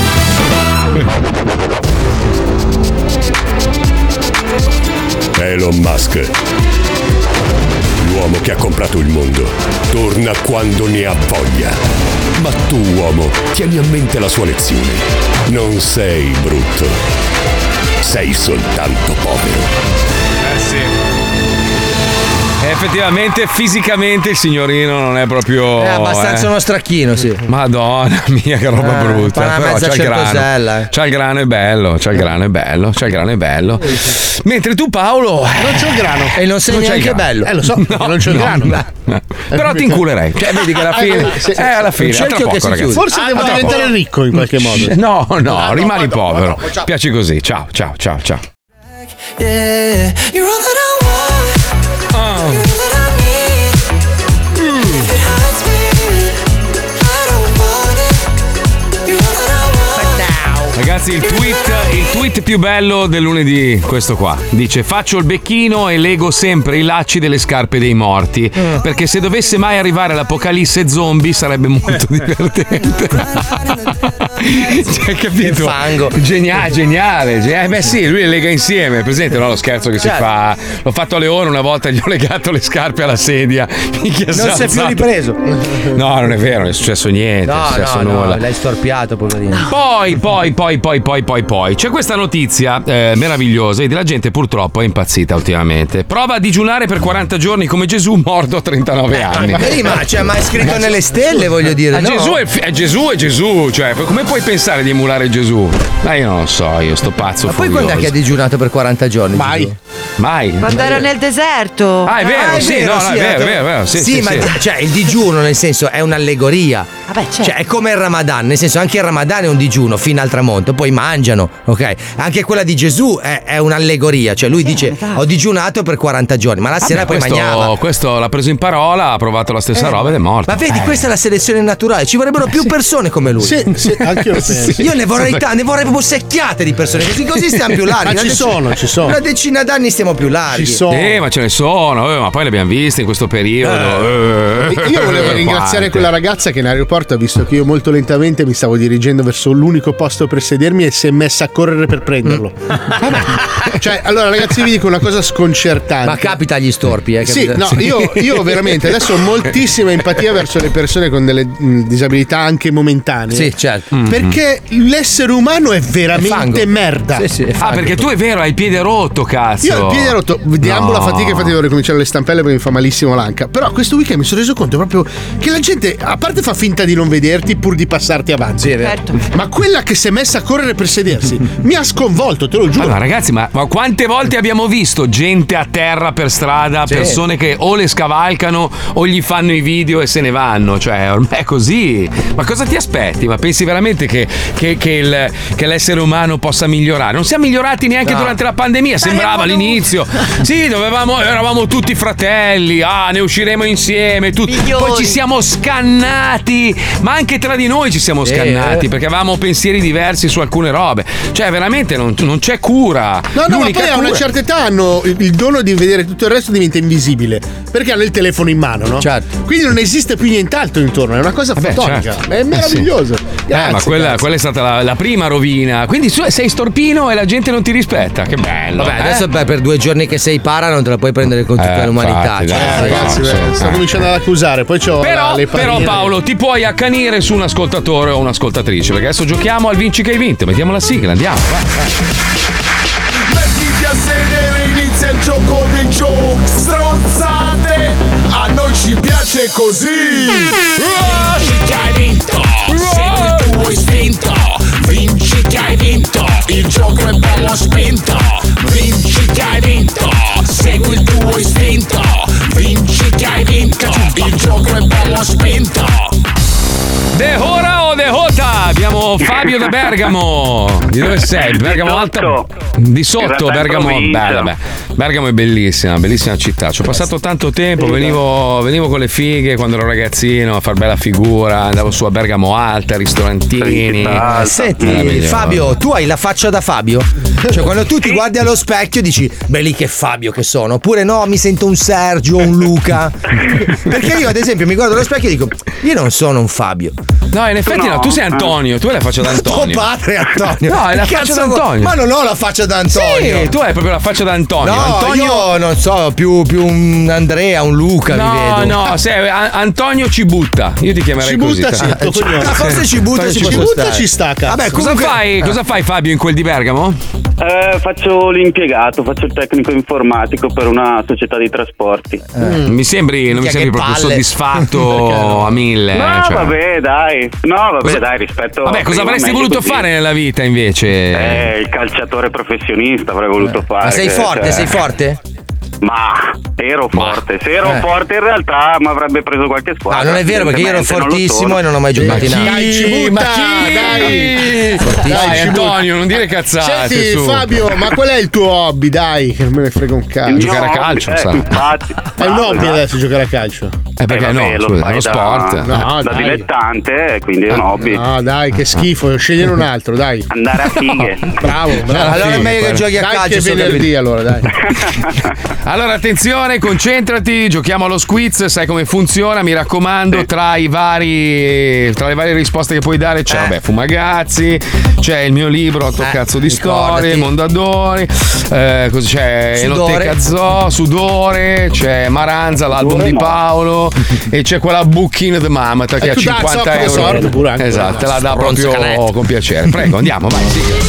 Elon Musk, l'uomo che ha comprato il mondo, torna quando ne ha voglia. Ma tu, uomo, tieni a mente la sua lezione. Non sei brutto, sei soltanto povero. Eh sì. Effettivamente, fisicamente il signorino non è proprio. È abbastanza eh. uno stracchino, sì. Madonna mia, che roba Eh, brutta. fa una Però mezza c'ha il grano. certosella, eh. C'ha il grano è bello, c'ha il grano è bello, c'ha il grano è bello. Mentre tu, Paolo. Non c'ho il grano. E non sei Non c'è neanche il grano. bello. Eh, lo so, No, non c'ho il no, grano. no, no. Però ti inculerei. Cioè, vedi che alla fine. Eh, sì, sì, eh, alla sì. fine. Un a tra cerchio che poco, si ragazzi. chiude. Forse A devo tra diventare poco. ricco in qualche modo. No, no, Ah, no, rimani dopo, povero. dopo, ciao. Piaci così. Ciao, ciao, ciao, ciao. Yeah, you're all that I want. Oh. You're all that I need. Mm. If it hurts me, I don't want it. You're all that I want. Ragazzi, il tweet, il tweet più bello del lunedì, questo qua. Dice: faccio il becchino e lego sempre i lacci delle scarpe dei morti. Mm. Perché se dovesse mai arrivare l'apocalisse zombie sarebbe molto divertente. Cioè, capito? Fango. Geniale, geniale. Eh, beh, sì, lui le lega insieme. Presente, no? Lo scherzo che Certo. si fa. L'ho fatto a Leone una volta, gli ho legato le scarpe alla sedia. Minchia, Non si si è è più alzato. ripreso. No, non è vero, non è successo niente. No, non è successo no, nulla. no, l'hai storpiato, poverino. Poi, poi, poi, poi, poi, poi, poi. C'è questa notizia eh, meravigliosa. Vedi, la gente purtroppo è impazzita ultimamente. Prova a digiunare per quaranta giorni come Gesù, morto a trentanove anni. Vedi, ma, cioè, ma è scritto nelle stelle, voglio dire. Ah, no? Gesù è, è Gesù è Gesù, cioè come puoi pensare di emulare Gesù? Ma io non lo so, io sto pazzo. Ma poi furioso. quando è che ha digiunato per quaranta giorni? Mai. Gesù? Mai. Quando era nel deserto. Ah, è vero, Ah, sì, no, no, è vero, è vero, è vero, sì, sì, ma sì. cioè il digiuno nel senso è un'allegoria. Vabbè, certo. Cioè è come il Ramadan, nel senso anche il Ramadan è un digiuno fino al tramonto, poi mangiano, ok? Anche quella di Gesù è, è un'allegoria, cioè lui dice ho digiunato per quaranta giorni, ma la sera Vabbè, poi questo, mangiava. Questo l'ha preso in parola, ha provato la stessa Eh, roba ed è morto. Ma vedi, Eh. questa è la selezione naturale, ci vorrebbero più persone come lui. Sì, sì, anche io lo penso. Io ne vorrei ta- ne vorrei proprio secchiate di persone, così così stiamo più larghi. Ma Una ci dec- sono, ci sono. Una decina d'anni stiamo più larghi. Ci sono. Eh, ma ce ne sono, eh, ma poi le abbiamo viste in questo periodo. Eh. Io volevo ringraziare Quante. quella ragazza che in aeroporto ha visto che io molto lentamente mi stavo dirigendo verso l'unico posto per sedermi e si è messa a correre per prenderlo. Cioè, allora ragazzi, vi dico una cosa sconcertante. Ma capita agli storpi, eh? Sì, capita- no, io, io veramente adesso ho moltissima empatia verso le persone con delle mh, disabilità anche momentanee. Sì, certo. Perché l'essere umano è veramente È fango. merda. Sì, sì, è Ah, fango. perché tu è vero, hai il piede rotto, cazzo. Io ho il piede rotto, deambulo No. a fatica, infatti devo ricominciare le stampelle perché mi fa malissimo l'anca. Però questo weekend mi sono reso conto proprio che la gente, a parte fa finta di non vederti pur di passarti avanti. Sì, è vero. Certo. Ma quella che si è messa a correre per sedersi mi ha sconvolto, te lo giuro. Allora, ragazzi, ma, ma quante volte abbiamo visto gente a terra per strada, Sì. persone che o le scavalcano o gli fanno i video e se ne vanno? Cioè, ormai è così. Ma cosa ti aspetti? Ma pensi veramente che, che- che il- che l'essere umano possa migliorare? Non siamo migliorati neanche No. durante la pandemia, sembrava all'inizio. Sì, dovevamo, eravamo tutti fratelli, ah, ne usciremo insieme. tutti. Migliori. Poi ci siamo scannati, ma anche tra di noi ci siamo Sì, scannati eh. perché avevamo pensieri diversi su alcune robe. Cioè, veramente non, non c'è cura. No, no, ma L'unica poi a una cura- certa età hanno il il dono di vedere tutto il resto, diventa invisibile. Perché hanno il telefono in mano, no? Certo. Quindi non esiste più nient'altro intorno, è una cosa Vabbè, fotonica. certo. È meraviglioso. Eh, Grazie, ma quella, grazie. quella è stata la, la prima rovina. Quindi su- sei storpino e la gente non ti rispetta. Che bello. Vabbè, eh? adesso beh, per due giorni che sei para non te la puoi prendere con tutta Eh, l'umanità. infatti, cioè. dai. Eh, ragazzi, no, beh, sì, sto eh. cominciando ad accusare. Poi c'ho Però, la- le però pannine. Paolo, ti puoi accanire su un ascoltatore o un'ascoltatrice. Perché adesso giochiamo al vinci che hai vinto. Mettiamo la sigla, andiamo. vai, vai. Mettiti a sedere, inizia il gioco dei giochi. Stronzate, a noi ci piace così. Vinci che hai vinto, segui il tuo istinto. Vinci che hai vinto, il gioco è bello spinto. Vinci che hai vinto, segui il tuo istinto. Vinci che hai vinto, il gioco è bello spinto. De Hora o De Hota? Abbiamo Fabio da Bergamo. Di dove sei? Bergamo Alta? Di sotto, In realtà è Bergamo. provincia. Bella, beh. Bergamo è bellissima, bellissima città. Ci ho passato tanto tempo, venivo, venivo con le fighe quando ero ragazzino a far bella figura, andavo su a Bergamo Alta, ristorantini. Senti, Meraviglioso. Fabio, tu hai la faccia da Fabio? Cioè, quando tu ti guardi allo specchio dici, beh, lì che Fabio che sono. Oppure no, mi sento un Sergio, un Luca. Perché io, ad esempio, mi guardo allo specchio e dico, io non sono un Fabio. No, in effetti no, tu sei Antonio, tu hai la faccia da Antonio. Tuo padre è Antonio. No, hai la Che faccia cazzo da vuoi? Antonio. Ma non ho la faccia da Antonio. Sì, tu hai proprio la faccia da Antonio. No, Antonio... io non so, più, più un Andrea, un Luca mi No, vedo. no, sei A- Antonio ci butta. Io ti chiamerei Ci così. butta, sì, Ah, tuo cognome. Ma forse ci butta, Antonio ci, Ci può butta, stare. ci sta, cazzo. Vabbè, Cosa comunque- fai, cosa fai Fabio in quel di Bergamo? Eh, faccio l'impiegato, faccio il tecnico informatico per una società di trasporti. Mm, Mi sembri, non mi Minchia, sembri che proprio palle. soddisfatto a mille. No, eh, cioè. vabbè, dai. No, vabbè, Cosa- dai, rispetto Vabbè, a cosa prima, avresti meglio voluto così. fare nella vita invece? Eh, il calciatore professionista avrei voluto fare. Ma sei forte, cioè- sei forte? Ma ero forte, se ero Eh. forte in realtà mi avrebbe preso qualche squadra. Ah, non è vero, perché io ero Evidentemente non lo fortissimo sono. e non ho mai giocato in Dai, A. ci butta, ma chi? dai. Dai, ci Antonio, butta. non dire cazzate. Senti, su. Fabio, ma qual è il tuo hobby? Dai, che non me ne frega un cazzo. Il mio Giocare a hobby, calcio, eh, sa. infatti. È un Bravo, hobby esatto. adesso giocare a calcio. Eh, perché Eh, no? vabbè, lo Scusa, fai è uno da- sport. No, da dai. dilettante, quindi è un hobby. No, dai, che schifo. Scegliere un altro, dai. Andare a fighe. Bravo, bravo. Allora è meglio che giochi a Dai, calcio. che se ho venerdì capito. allora, dai. Allora, attenzione, concentrati, giochiamo allo squiz, sai come funziona, mi raccomando, tra i vari tra le varie risposte che puoi dare c'è, vabbè, Fumagazzi, c'è il mio libro, otto cazzo di storie, ricordati. Mondadori, eh, così c'è Sudore. Enoteca Zoo, Sudore, c'è Maranza, l'album Sudore di no. Paolo e c'è quella Booking the Mamata che E a tu dai, cinquanta zocco, euro. sordo pure anche. Esatto, te la dà Stronzo proprio canetto. con piacere. Prego, andiamo, vai.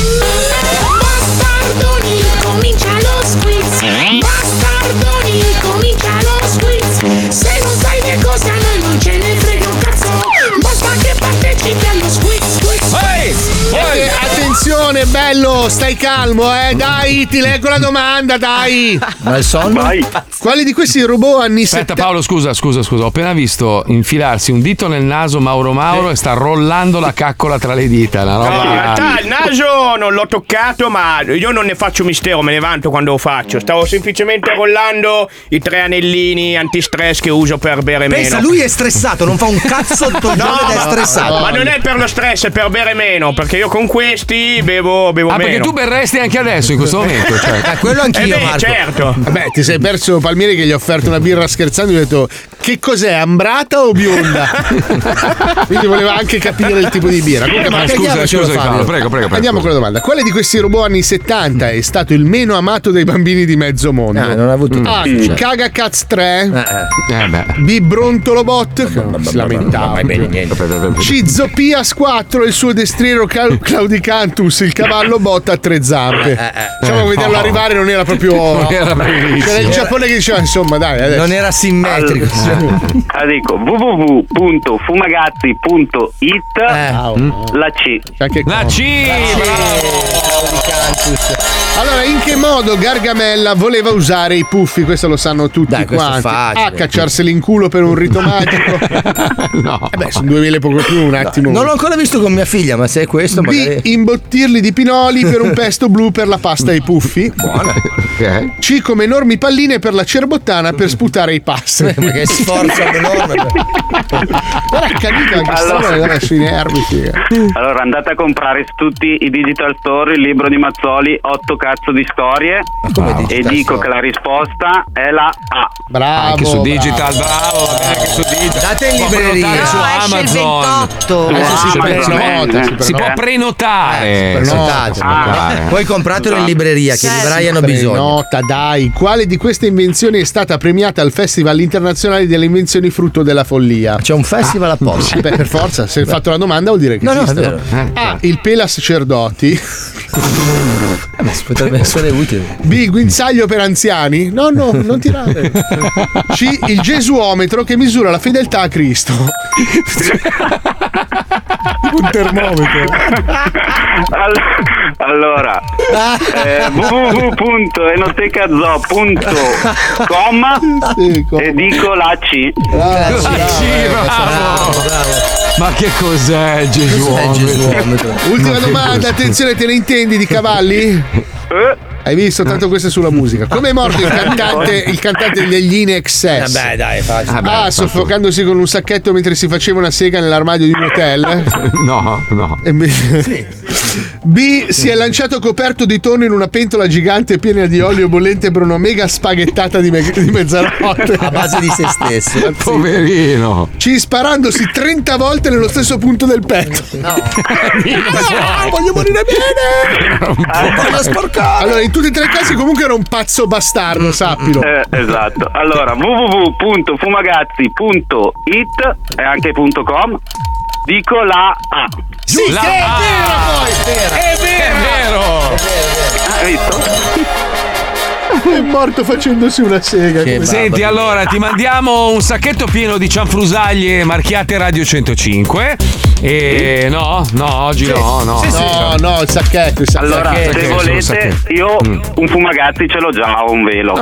Bastardoni, comincia lo squiz. Bastardoni, comincia lo squiz. Se non sai le cose a noi non ce ne frega un cazzo. Basta che partecipi allo squiz, squiz. Ehi, Eh, attenzione, bello, stai calmo, eh. Dai, ti leggo la domanda, dai. Ma il sonno? Vai. Quali di questi robot anni Aspetta settanta? Paolo, scusa, scusa, scusa, ho appena visto infilarsi un dito nel naso Mauro Mauro e sta rollando la caccola tra le dita. Una No, roba in realtà il naso non l'ho toccato, ma io non ne faccio mistero, me ne vanto quando lo faccio. Stavo semplicemente rollando i tre anellini antistress che uso per bere Pensa, meno. lui è stressato, non fa un cazzo il No, toglione ed è ma- stressato. ma non è per lo stress, è per bere meno, perché io con questi bevo, bevo Ah, meno. perché tu berresti anche adesso in questo momento? Cioè. Eh, quello anch'io, Eh beh, Marco. certo. Vabbè, ti sei perso Palmieri che gli ha offerto una birra scherzando e gli ha detto che cos'è, ambrata o bionda? Quindi voleva anche capire il tipo di birra. Comunque, ma ma che Scusa, chiamacelo, scusa, Fabio. Paolo, prego, prego, prego. Andiamo con la domanda. Quale di questi robot anni settanta è stato il meno amato dai bambini di mezzo mondo? Ah, non ha avuto A. tutto, cioè. Caga Cats tre. Eh, Eh beh. B. Brontolobot che non si lamentava. C. Zopias quattro, il suo destriero Clau- Claudicantus, il cavallo botta a tre zampe. Diciamo che vederlo arrivare non era proprio. Non era bellissimo. C'era il Giappone che diceva insomma dai adesso. non era simmetrico. Ah, dico w w w punto fumagazzi punto it Eh. la C. C'è anche La C! Allora, in che modo Gargamella voleva usare i puffi? Questo lo sanno tutti Dai, questo è quanti. facile. A. Cacciarseli in culo per un rito magico. No. Eh beh, sono due mele poco più, un attimo. Non l'ho ancora visto con mia figlia, ma se è questo B. magari. Imbottirli di pinoli per un pesto blu per la pasta ai puffi. Buona. Ok. C. Come enormi palline per la cerbottana per sputare i passi. Ma che sforzo enorme. Guarda che canita anche Allora. storia, guarda sui nervi, figa. Allora andate a comprare su tutti i digital store il libro di Mazzoli, otto cazzo di storie, come e digital dico store? che la risposta è la A. Bravo. Anche su Digital, bravo. bravo, anche su Digital. Date in Può libreria. prenotare su No, esce il Amazon. ventotto. Adesso si Ah, prenota, bene. si Si può prenota. prenotare. Eh, prenotate. Si può prenotare. Poi compratelo in libreria, che i librai hanno bisogno. Nota, dai. Quale di queste invenzioni è stata premiata al Festival internazionale delle invenzioni frutto della follia? C'è un festival apposta. Beh, per forza, se hai fatto la domanda vuol dire che No, no, è esistono. vero. A. Il pela sacerdoti. Eh, ma potrebbe essere utile. B. Guinzaglio per anziani. No, no, non tirare. C. Il gesuometro che misura la fedeltà a Cristo. Un termometro. All- Allora, eh, w w w punto enotecazoo punto com Sì, com- e dico la C. Bravo, Sì, bravo. Ma che cos'è Gesù? Ultima domanda, attenzione, te ne intendi di cavalli? Eh? Hai visto? Tanto questa è sulla musica. Come è morto il cantante, il cantante degli In Excess? Vabbè, dai, facile. A. Soffocandosi con un sacchetto mentre si faceva una sega nell'armadio di un hotel. No, no. E B. B. Si è lanciato coperto di tonno in una pentola gigante piena di olio bollente per una mega spaghettata di, me- di mezzanotte. A base di se stesso. Poverino. C. Sparandosi trenta volte nello stesso punto del petto. No. Ah, voglio morire bene. Voglio sporcare. Allora, in tutti e tre i casi comunque era un pazzo bastardo, sappilo. Eh, esatto. Allora, w w w punto fumagazzi punto it e anche .com dico la A. Sì, La che è A. vero poi! È vero. Hai visto? È morto facendosi una sega. come- Senti, allora ti mandiamo un sacchetto pieno di cianfrusaglie marchiate Radio centocinque. E no, no, oggi no, no. Sì, sì. No, no, il sacchetto, il sacchetto. Allora, Sacchetto, se solo volete, sacchetto. io Mm. un fumagazzi ce l'ho già, ho un velo.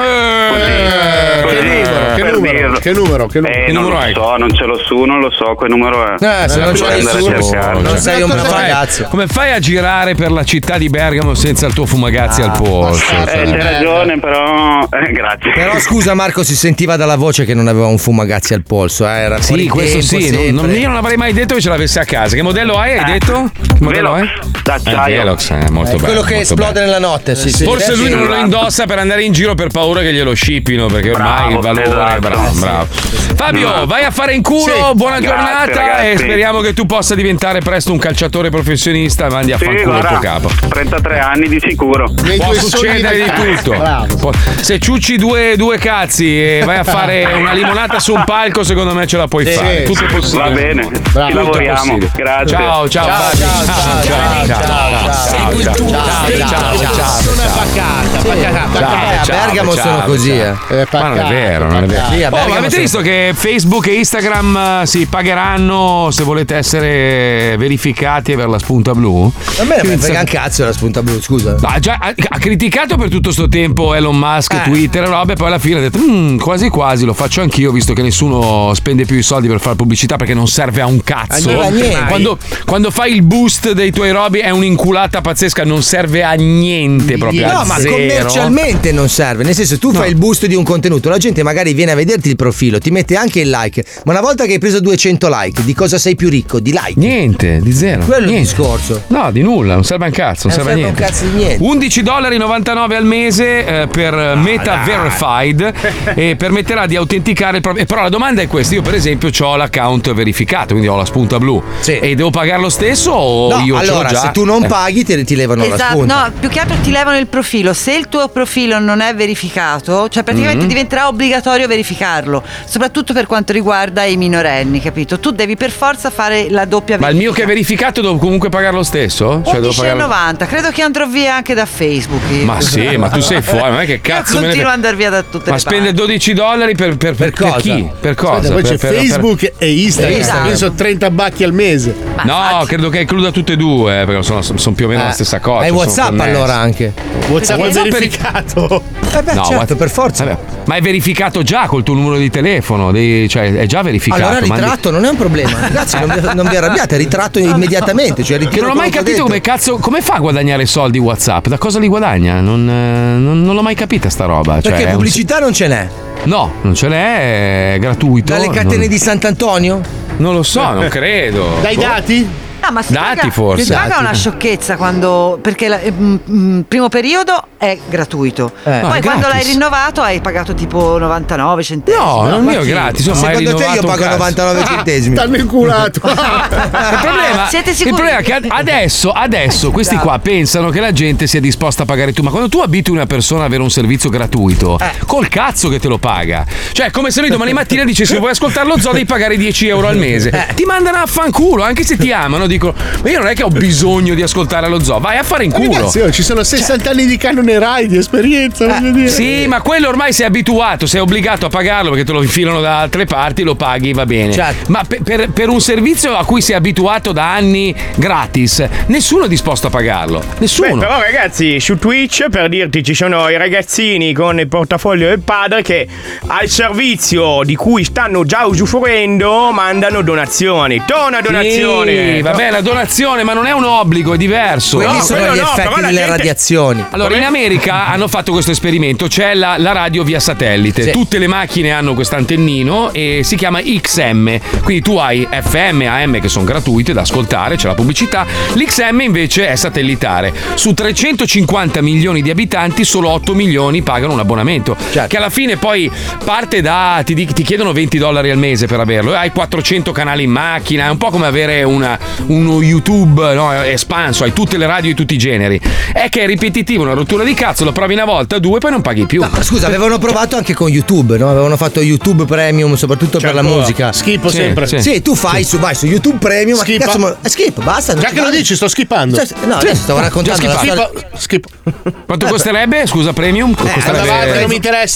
Eh, Così, che numero, che per numero, dirlo. che numero, che numero? Eh, Che non numero lo hai? so, non ce l'ho su, non lo so, che numero è. Eh, se non Devo c'è andare a nessuno, cercarlo. non sei un Come fai- ragazzo. Come fai a girare per la città di Bergamo senza il tuo fumagazzi al polso? Eh, Cioè, c'hai ragione, però. Eh, grazie. Però scusa Marco, si sentiva dalla voce che non aveva un fumagazzi al polso, eh? Era Sì, fuori questo tempo sì, non, sempre. non- io non avrei mai detto che ce l'avesse a casa. Che modello hai? Hai detto? Che modello Velox, è? d'acciaio. Eh, Velox, è molto È bello. quello che molto esplode bello. nella notte, sì, sì. Forse Eh, lui sì, non lo esatto. indossa per andare in giro per paura che glielo scippino, perché ormai Bravo, il valore è esatto. bravo, Eh, sì. bravo. Fabio, No. vai a fare in culo, Sì. buona Grazie, giornata ragazzi. e speriamo che tu possa diventare presto un calciatore professionista e mandi a Sì, fanculo il guarda, tuo capo. trentatré anni di sicuro. Può succedere di tutto. Può- Se ciucci due, due cazzi e vai a fare una limonata su un palco, secondo me ce la puoi Sì, fare. sì, Tutto è sì. possibile. Va bene, ci Tutto è lavoriamo. possibile. Grazie. Ciao, ciao, Ciao, Fabio. ciao, ciao, ciao, ciao, ciao, ciao, ciao, ciao, Sono pacata, pacata, pacata. a Bergamo sono così, eh. Ma non è vero, non è vero. Sì, a Oh, ma Bergamo avete sono- visto che Facebook e Instagram eh, si pagheranno se volete essere verificati e avere la spunta blu? A me me frega un cazzo la spunta blu, scusa. No, già, ha, ha criticato per tutto sto tempo Elon Musk, Eh. Twitter e robe, poi alla fine ha detto "Mm, quasi quasi lo faccio anch'io, visto che nessuno spende più i soldi per fare pubblicità perché non serve a un cazzo. Ah, non a niente. Quando, quando fai il boost dei tuoi robi è un'inculata pazzesca, non serve a niente proprio. No, a ma zero. commercialmente non serve. Nel senso, tu fai il boost di un contenuto, la gente magari viene a vederti il profilo, ti mette anche il like. Ma una volta che hai preso duecento like, di cosa sei più ricco? Di like. Niente, di zero. Quello è il Niente. discorso. No, di nulla, non serve un cazzo, non Eh, serve a serve niente. un cazzo di niente. undici virgola novantanove al mese eh, per Meta dai. Verified e permetterà di autenticare il proprio. Però la domanda è questa: io, per esempio, ho l'account verificato, quindi ho la spunta blu. E devo pagare lo stesso o No, io ce l'ho allora, già? se tu non Eh. paghi, ti, ti levano la Esatto, spunta. no, più che altro ti levano il profilo. Se il tuo profilo non è verificato, cioè praticamente Mhm. diventerà obbligatorio verificarlo, soprattutto per quanto riguarda i minorenni, capito? Tu devi per forza fare la doppia Ma il verifica. mio che è verificato devo comunque pagare lo stesso? Cioè devo undici e pagare. novanta, credo che andrò via anche da Facebook. io. Ma sì, ma tu sei fuori, non è che cazzo me ne Continuo frega. ad andare via da tutte Ma le spende dodici dollari per, per, per, per cosa? chi? Per cosa? Aspetta, poi Per- c'è per- per- Facebook e Instagram. Esatto. Penso trenta bacchi al mese. No, credo che includa tutte e due, eh, perché sono, sono più o meno Eh, la stessa cosa. hai sono WhatsApp connessi. allora anche. WhatsApp WhatsApp è per- verificato. Eh beh, No, certo, what- per forza. Vabbè, ma è verificato già col tuo numero di telefono, dei- cioè è già verificato. Allora mandi- ritratto non è un problema. Ragazzi, non vi, non vi arrabbiate, ritratto immediatamente. Cioè, Che ritiro non ho mai quello che capito ho come detto. cazzo. Come fa a guadagnare soldi WhatsApp? Da cosa li guadagna? Non, eh, non- non l'ho mai capita sta roba. Perché cioè, è un- pubblicità non ce n'è. No, non ce n'è, è gratuito. Dalle catene non, di Sant'Antonio? non lo so, non credo. Dai Boh. dati? No, ma si Dati paga, forse. si paga Dati. una sciocchezza quando. Perché il primo periodo è gratuito. Eh. Poi No, è quando gratis. l'hai rinnovato hai pagato tipo novantanove centesimi. No, non Ma io chi? gratis. Ho mai Secondo te rinnovato io un pago cazzo. novantanove centesimi? T'hanno inculato. Il problema, Siete il sicuri? problema è che ad- adesso, adesso questi qua pensano che la gente sia disposta a pagare tu, ma quando tu abitui una persona ad avere un servizio gratuito, col cazzo che te lo paga. Cioè, è come se noi domani mattina dicessimo vuoi ascoltare lo zoo devi pagare dieci euro al mese. Ti mandano a fanculo, anche se ti amano, dicono ma io non è che ho bisogno di ascoltare lo zoo, vai a fare in culo. Ragazzi, oh, ci sono sessanta anni di canone Rai, di esperienza, voglio dire. Sì, ma quello ormai sei abituato, sei obbligato a pagarlo perché te lo infilano da altre parti, lo paghi, va bene. Certo. Ma per, per- per un servizio a cui sei abituato da anni gratis, nessuno è disposto a pagarlo. Nessuno. Beh, però ragazzi, su Twitch, per dirti, ci sono i ragazzini con il portafoglio del padre che al servizio di cui stanno già usufruendo mandano donazioni. Tona donazione. Sì, vabbè, la donazione, ma non è un obbligo, è diverso. Quelli No, sono quello gli no, effetti però la delle gente- radiazioni. Allora, in America hanno fatto questo esperimento, c'è la, la radio via satellite. Sì. Tutte le macchine hanno questo antennino e si chiama X M. Quindi tu hai F M, A M che sono gratuite da ascoltare, c'è la pubblicità. L'X M invece è satellitare. Su trecentocinquanta milioni di abitanti, solo otto milioni pagano un abbonamento. Certo. Che alla fine poi parte da. Ti, di- ti chiedono venti dollari al mese per averlo. E hai quattrocento canali in macchina. È un po' come avere una, uno YouTube, no, espanso, hai tutte le radio di tutti i generi. È che è ripetitivo, una rottura di cazzo, lo provi una volta, due, poi non paghi più. No, ma scusa, avevano provato anche con YouTube, no? Avevano fatto YouTube Premium, soprattutto per la musica. Schippo Sì, sempre. sì. Sì, tu fai su, vai su YouTube Premium, ma che Schippa. cazzo, ma- eh, skip, basta. non Già ti che lo vale. dici, sto skippando. Cioè, no, adesso stavo raccontando la storia. Schippo. Schippo. Quanto costerebbe? Scusa, premium? Eh, Costerebbe- andavate, non mi interessa.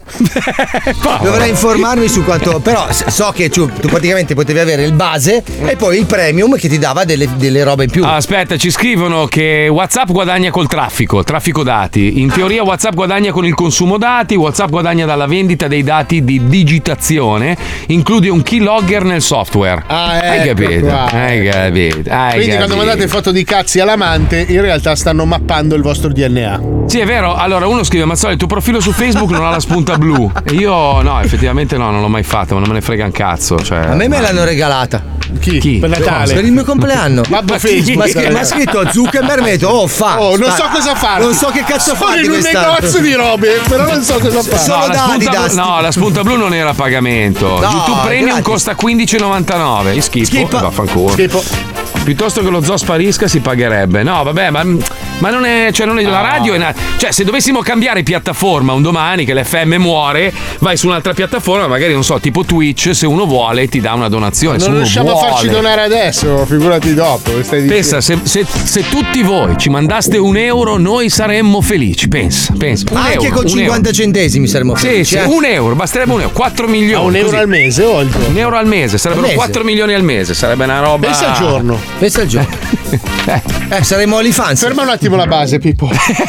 Dovrei informarmi su quanto. Però so che tu, tu praticamente potevi avere il base e poi il premium che ti dava delle, delle robe in più. Aspetta, ci scrivono che WhatsApp guadagna col traffico, traffico dati. In teoria WhatsApp guadagna con il consumo dati, WhatsApp guadagna dalla vendita dei dati di digitazione, include un keylogger nel software. Ah, Hai ecco capito? qua. Hai capito? Hai Quindi quando capito. mandate foto di cazzi all'amante, in realtà stanno mappando il vostro D N A. Sì, è vero. Allora uno scrive: Mazzoli, il tuo profilo su Facebook non ha la spunta blu. E io no, effettivamente no, non l'ho mai fatto, ma non me ne frega un cazzo. Cioè, A me me l'hanno regalata. Chi? Chi? Per Natale? Per il mio compleanno. Babbo Ma Facebook. chi- Ma ha scritto Zuckerberg, mi ha detto, oh fa. Oh, non sta- so cosa fare. Non so che cazzo Sono fare in un quest'anno. negozio di robe, però non so cosa fare. Sono No, la da spunta, Adidas. No, YouTube Premium gratis. costa quindici e novantanove. Io schifo. Schifo. Eh, Vaffanculo. Schifo. Piuttosto che lo zoo sparisca si pagherebbe. No, vabbè, ma, ma non è. Cioè, non è la radio è una, cioè, se dovessimo cambiare piattaforma un domani che l'F M muore, vai su un'altra piattaforma, magari non so, tipo Twitch, se uno vuole ti dà una donazione. se Non uno riusciamo vuole. a farci donare adesso, figurati dopo. Che stai dicendo? Pensa, se, se, se tutti voi ci mandaste un euro, noi saremmo felici. Pensa, pensa. Un Anche euro, con un cinquanta euro. centesimi saremmo Sì, felici. sì, eh. un euro, basterebbe un euro, quattro milioni. A un euro così. al mese o al giorno? Un euro al mese, sarebbero Al mese. quattro milioni al mese, sarebbe una roba. Pensa al giorno. Pensa al giorno. Eh, saremo OnlyFans. Ferma un attimo la base, Pippo.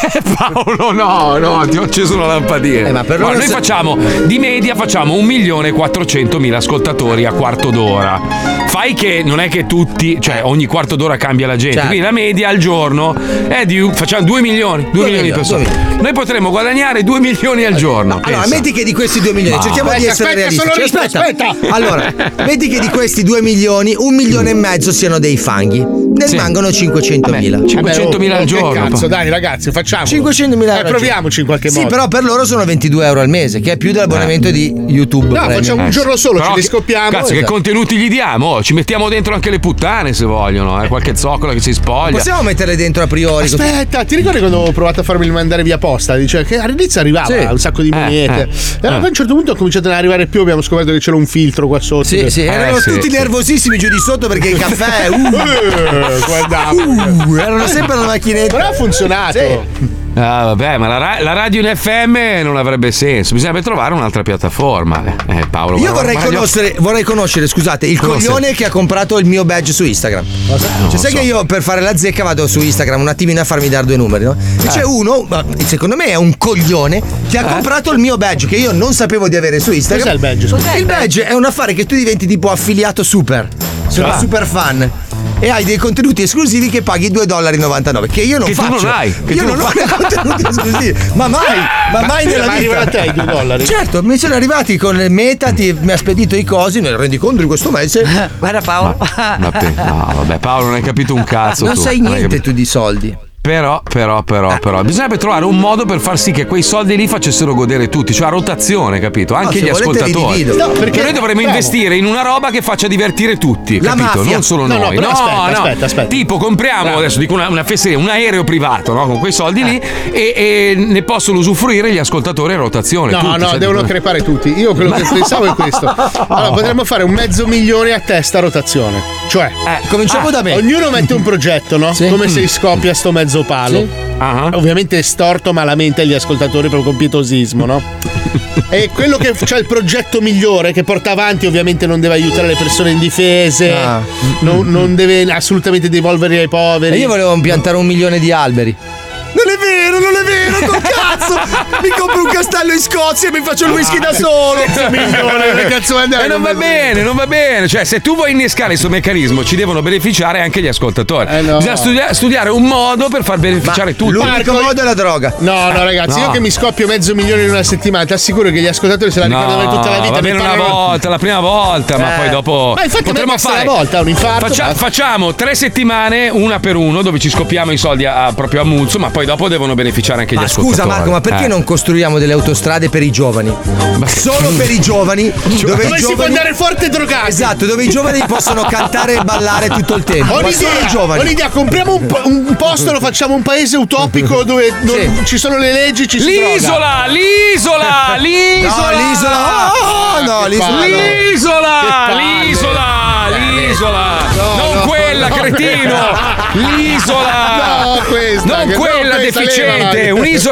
Paolo, no, no, ti ho acceso una lampadina. Eh, ma per Guarda, loro noi se- facciamo di media facciamo un milione e quattrocentomila ascoltatori a quarto d'ora. Fai che non è che tutti, cioè ogni quarto d'ora cambia la gente. Certo. Quindi la media al giorno è di un- facciamo due milioni, due Due milioni di milioni, persone. due Noi potremmo guadagnare due milioni al giorno. Allora, pensa. metti che di questi due milioni, Ma- cerchiamo di Aspetta, essere aspetta, realistici. sono ricco, aspetta. Allora, metti che di questi due milioni, un milione e mezzo siano dei fanghi. Ne Sì. rimangono cinquecentomila. Vabbè, cinquecentomila al Che giorno. cazzo, dai ragazzi, facciamo. cinquecentomila Eh, euro. proviamoci in qualche Sì, modo. però per loro sono ventidue euro al mese, che è più dell'abbonamento di YouTube. No, Premium. facciamo un Eh, giorno solo, però ce li che- scoppiamo. Cazzo, che esatto. contenuti gli diamo? Oh, ci mettiamo dentro anche le puttane se vogliono, eh, qualche zoccola che si spoglia. Possiamo metterle dentro a priori? così? Aspetta, ti ricordi quando ho provato a farmi mandare via posta? Dice che all'inizio arrivava Sì. un sacco di Eh, monete. eh, e allora eh. a un certo punto ho cominciato ad arrivare più. Abbiamo scoperto che c'era un filtro qua sotto. Sì, sì, erano sì, tutti sì. nervosissimi giù di sotto perché il caffè. Uh, Eh, guardavo. uh, erano sempre una macchinetta. Però ha funzionato. Sì. Ah, vabbè, ma la, ra- la radio in F M non avrebbe senso. Bisognerebbe trovare un'altra piattaforma. Eh, eh, Paolo. Io guarda, vorrei guarda, conoscere, vorrei conoscere, scusate, il Conoscere. coglione che ha comprato il mio badge su Instagram. Non Cioè, sai so. che io per fare la zecca vado su Instagram un attimino a farmi dare due numeri, no? E c'è uno, ma secondo me è un coglione, che ha comprato il mio badge che io non sapevo di avere su Instagram. Cos'è il badge? Cos'è il badge? È un affare che tu diventi tipo affiliato super. Sono Ah. super fan. E hai dei contenuti esclusivi che paghi due virgola novantanove dollari, che io non Che tu faccio. non hai, che io tu non non ho dei contenuti esclusivi. Ma mai, ma mai nella ma vita. arrivano a te i due dollari? Certo, mi sono arrivati con il Meta, ti- mi ha spedito i cosi, nel rendiconto di questo mese. Guarda Paolo. Ma pe- no, vabbè, Paolo, non hai capito un cazzo. Non tu. sai hai niente capito. tu di soldi. Però, però, però, però, bisognerebbe trovare un modo per far sì che quei soldi lì facessero godere tutti, cioè a rotazione, capito? Anche se gli volete ascoltatori. ridivido. No, perché- Che noi dovremmo bravo. investire in una roba che faccia divertire tutti, La capito? mafia. Non solo No, no, noi. però aspetta, aspetta, aspetta. Tipo, compriamo Bravo. adesso dico una, una fesseria, un aereo privato, no? Con quei soldi lì e, e ne possono usufruire gli ascoltatori a rotazione. No, tutti, no, cioè, devono dico- crepare tutti. Io quello che pensavo è questo. Allora, potremmo fare un mezzo milione a testa a rotazione. Cioè, Eh, Cominciamo ah, da me. ognuno mette un progetto, no? Sì. Come se scoppia sto mezzo palo. ah, Ovviamente storto malamente agli ascoltatori proprio con pietosismo, no? E quello che c'ha il progetto migliore che porta avanti ovviamente non deve aiutare le persone indifese, Ah. non, non deve assolutamente devolverli ai poveri. E io volevo piantare un milione di alberi. Non è vero, non è vero, col cazzo! Mi compro un castello in Scozia e mi faccio il whisky da solo! milione, che cazzo vuoi andare? E non va bene, non va bene. Cioè, se tu vuoi innescare il suo meccanismo, ci devono beneficiare anche gli ascoltatori. Eh no. Bisogna studia- studiare un modo per far beneficiare tutti. L'unico Marco, modo è la droga. No, no, ragazzi, No. io che mi scoppio mezzo milione in una settimana, ti assicuro che gli ascoltatori se la ricordano tutta la vita. va mi bene una parlano- volta, la prima volta, ma Eh. poi dopo Ma infatti a me potremmo basta fare una volta, un infarto, Faccia- basta. facciamo tre settimane, una per uno, dove ci scoppiamo i soldi a, a- proprio a Muzzo, ma poi dopo devono beneficiare anche gli Ma ascoltatori. scusa Marco, ma perché Eh. non costruiamo delle autostrade per i giovani? Solo per i giovani, dove, Dove i si può giovani andare forte e drogati. Esatto, dove i giovani possono cantare e ballare tutto il tempo. Ho Ma solo un'idea, i giovani. ho un'idea, compriamo un, po- un posto, lo facciamo un paese utopico dove non- Sì. ci sono le leggi, ci si droga. L'isola, l'isola, l'isola. No, l'isola. Oh, no, l'isola. L'isola, Che palle. l'isola, l'isola. Non no, quella, no, cretino. quella. L'isola. No, questa, Non che- quella no, questa, deficiente. levala. Un'isola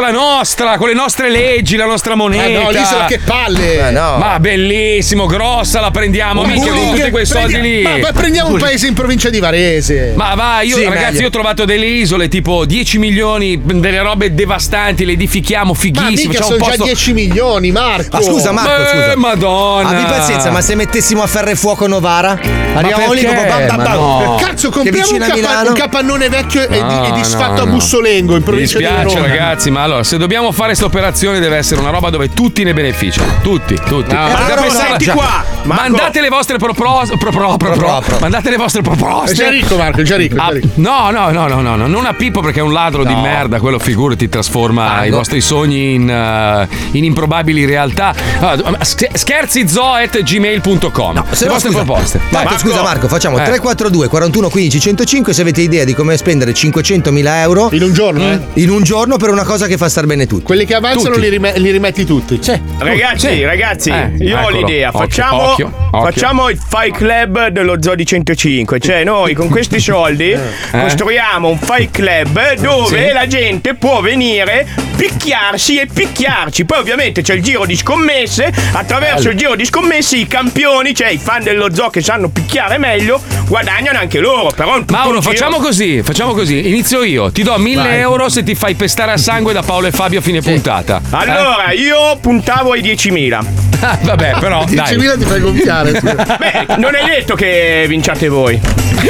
casa nostra, con le nostre leggi, la nostra moneta. Eh no, l'isola che palle. Eh no. Ma bellissimo, grossa la prendiamo, mica con tutti quei soldi lì. Ma, ma prendiamo un paese in provincia di Varese. Ma va, io Sì, ragazzi, meglio. io ho trovato delle isole tipo dieci milioni, delle robe devastanti, le edifichiamo Ma fighissime. mica C'è sono un già posto... dieci milioni, Marco. Ma scusa Marco, Beh, scusa. Madonna. Abbi pazienza, ma se mettessimo a ferro e fuoco Novara? Arriviamo lì perché? proprio bam, bam, Ma bam. no. Cazzo, Che compriamo un, vicino a capa- Milano? un capannone vecchio e, di- No, e disfatto no, a no. Bussolengo in Mi provincia di dispiace Verona. ragazzi, ma allora se dobbiamo fare questa operazione deve essere una roba dove tutti ne beneficiano. Tutti, tutti. No, Perché Marco, pensare- senti già- qua, Marco. Mandate le vostre proposte. Pro, pro, pro, pro, pro. Mandate le vostre proposte. È già ricco, Marco, è già ricco. è già Ah, ricco. no, no, no, no, no, no, non a Pippo perché è un ladro di merda, quello figurati trasforma Ah, i no. vostri sogni in, eh, in improbabili realtà. Allora, sch- scherzizoo at gmail punto com. No, se le no, vostre scusa. proposte. Vai. Marco, scusa Marco, facciamo Eh. tre quattro due quarantuno quindici centocinque se avete idea di come spendere cinquecentomila euro In un giorno, eh? in un giorno per una cosa che fa star bene tutti. Quelli che avanzano Tutti. li, rime- li rimetti tutti. Sì. Ragazzi, Sì. ragazzi, Eh, io ho eccolo. l'idea. Occhio, Facciamo, occhio, occhio. facciamo il Fight Club dello Zoo di centocinque. Cioè, noi con questi soldi costruiamo un Fight Club dove Sì. la gente può venire, picchiarsi e picchiarci. Poi, ovviamente, c'è il giro di scommesse. Attraverso il giro di scommesse, i campioni, cioè i fan dello zoo che sanno picchiare meglio, guadagnano anche loro. Però un tutto Mauro, un giro- facciamo così, facciamo così. Inizio io. Ti do mille euro se ti fai pestare a sangue da Paolo e Fabio a fine puntata. Allora, io puntavo ai diecimila. Eh? Vabbè, però. dai. diecimila ti fai gonfiare. Beh, non è detto che vinciate voi.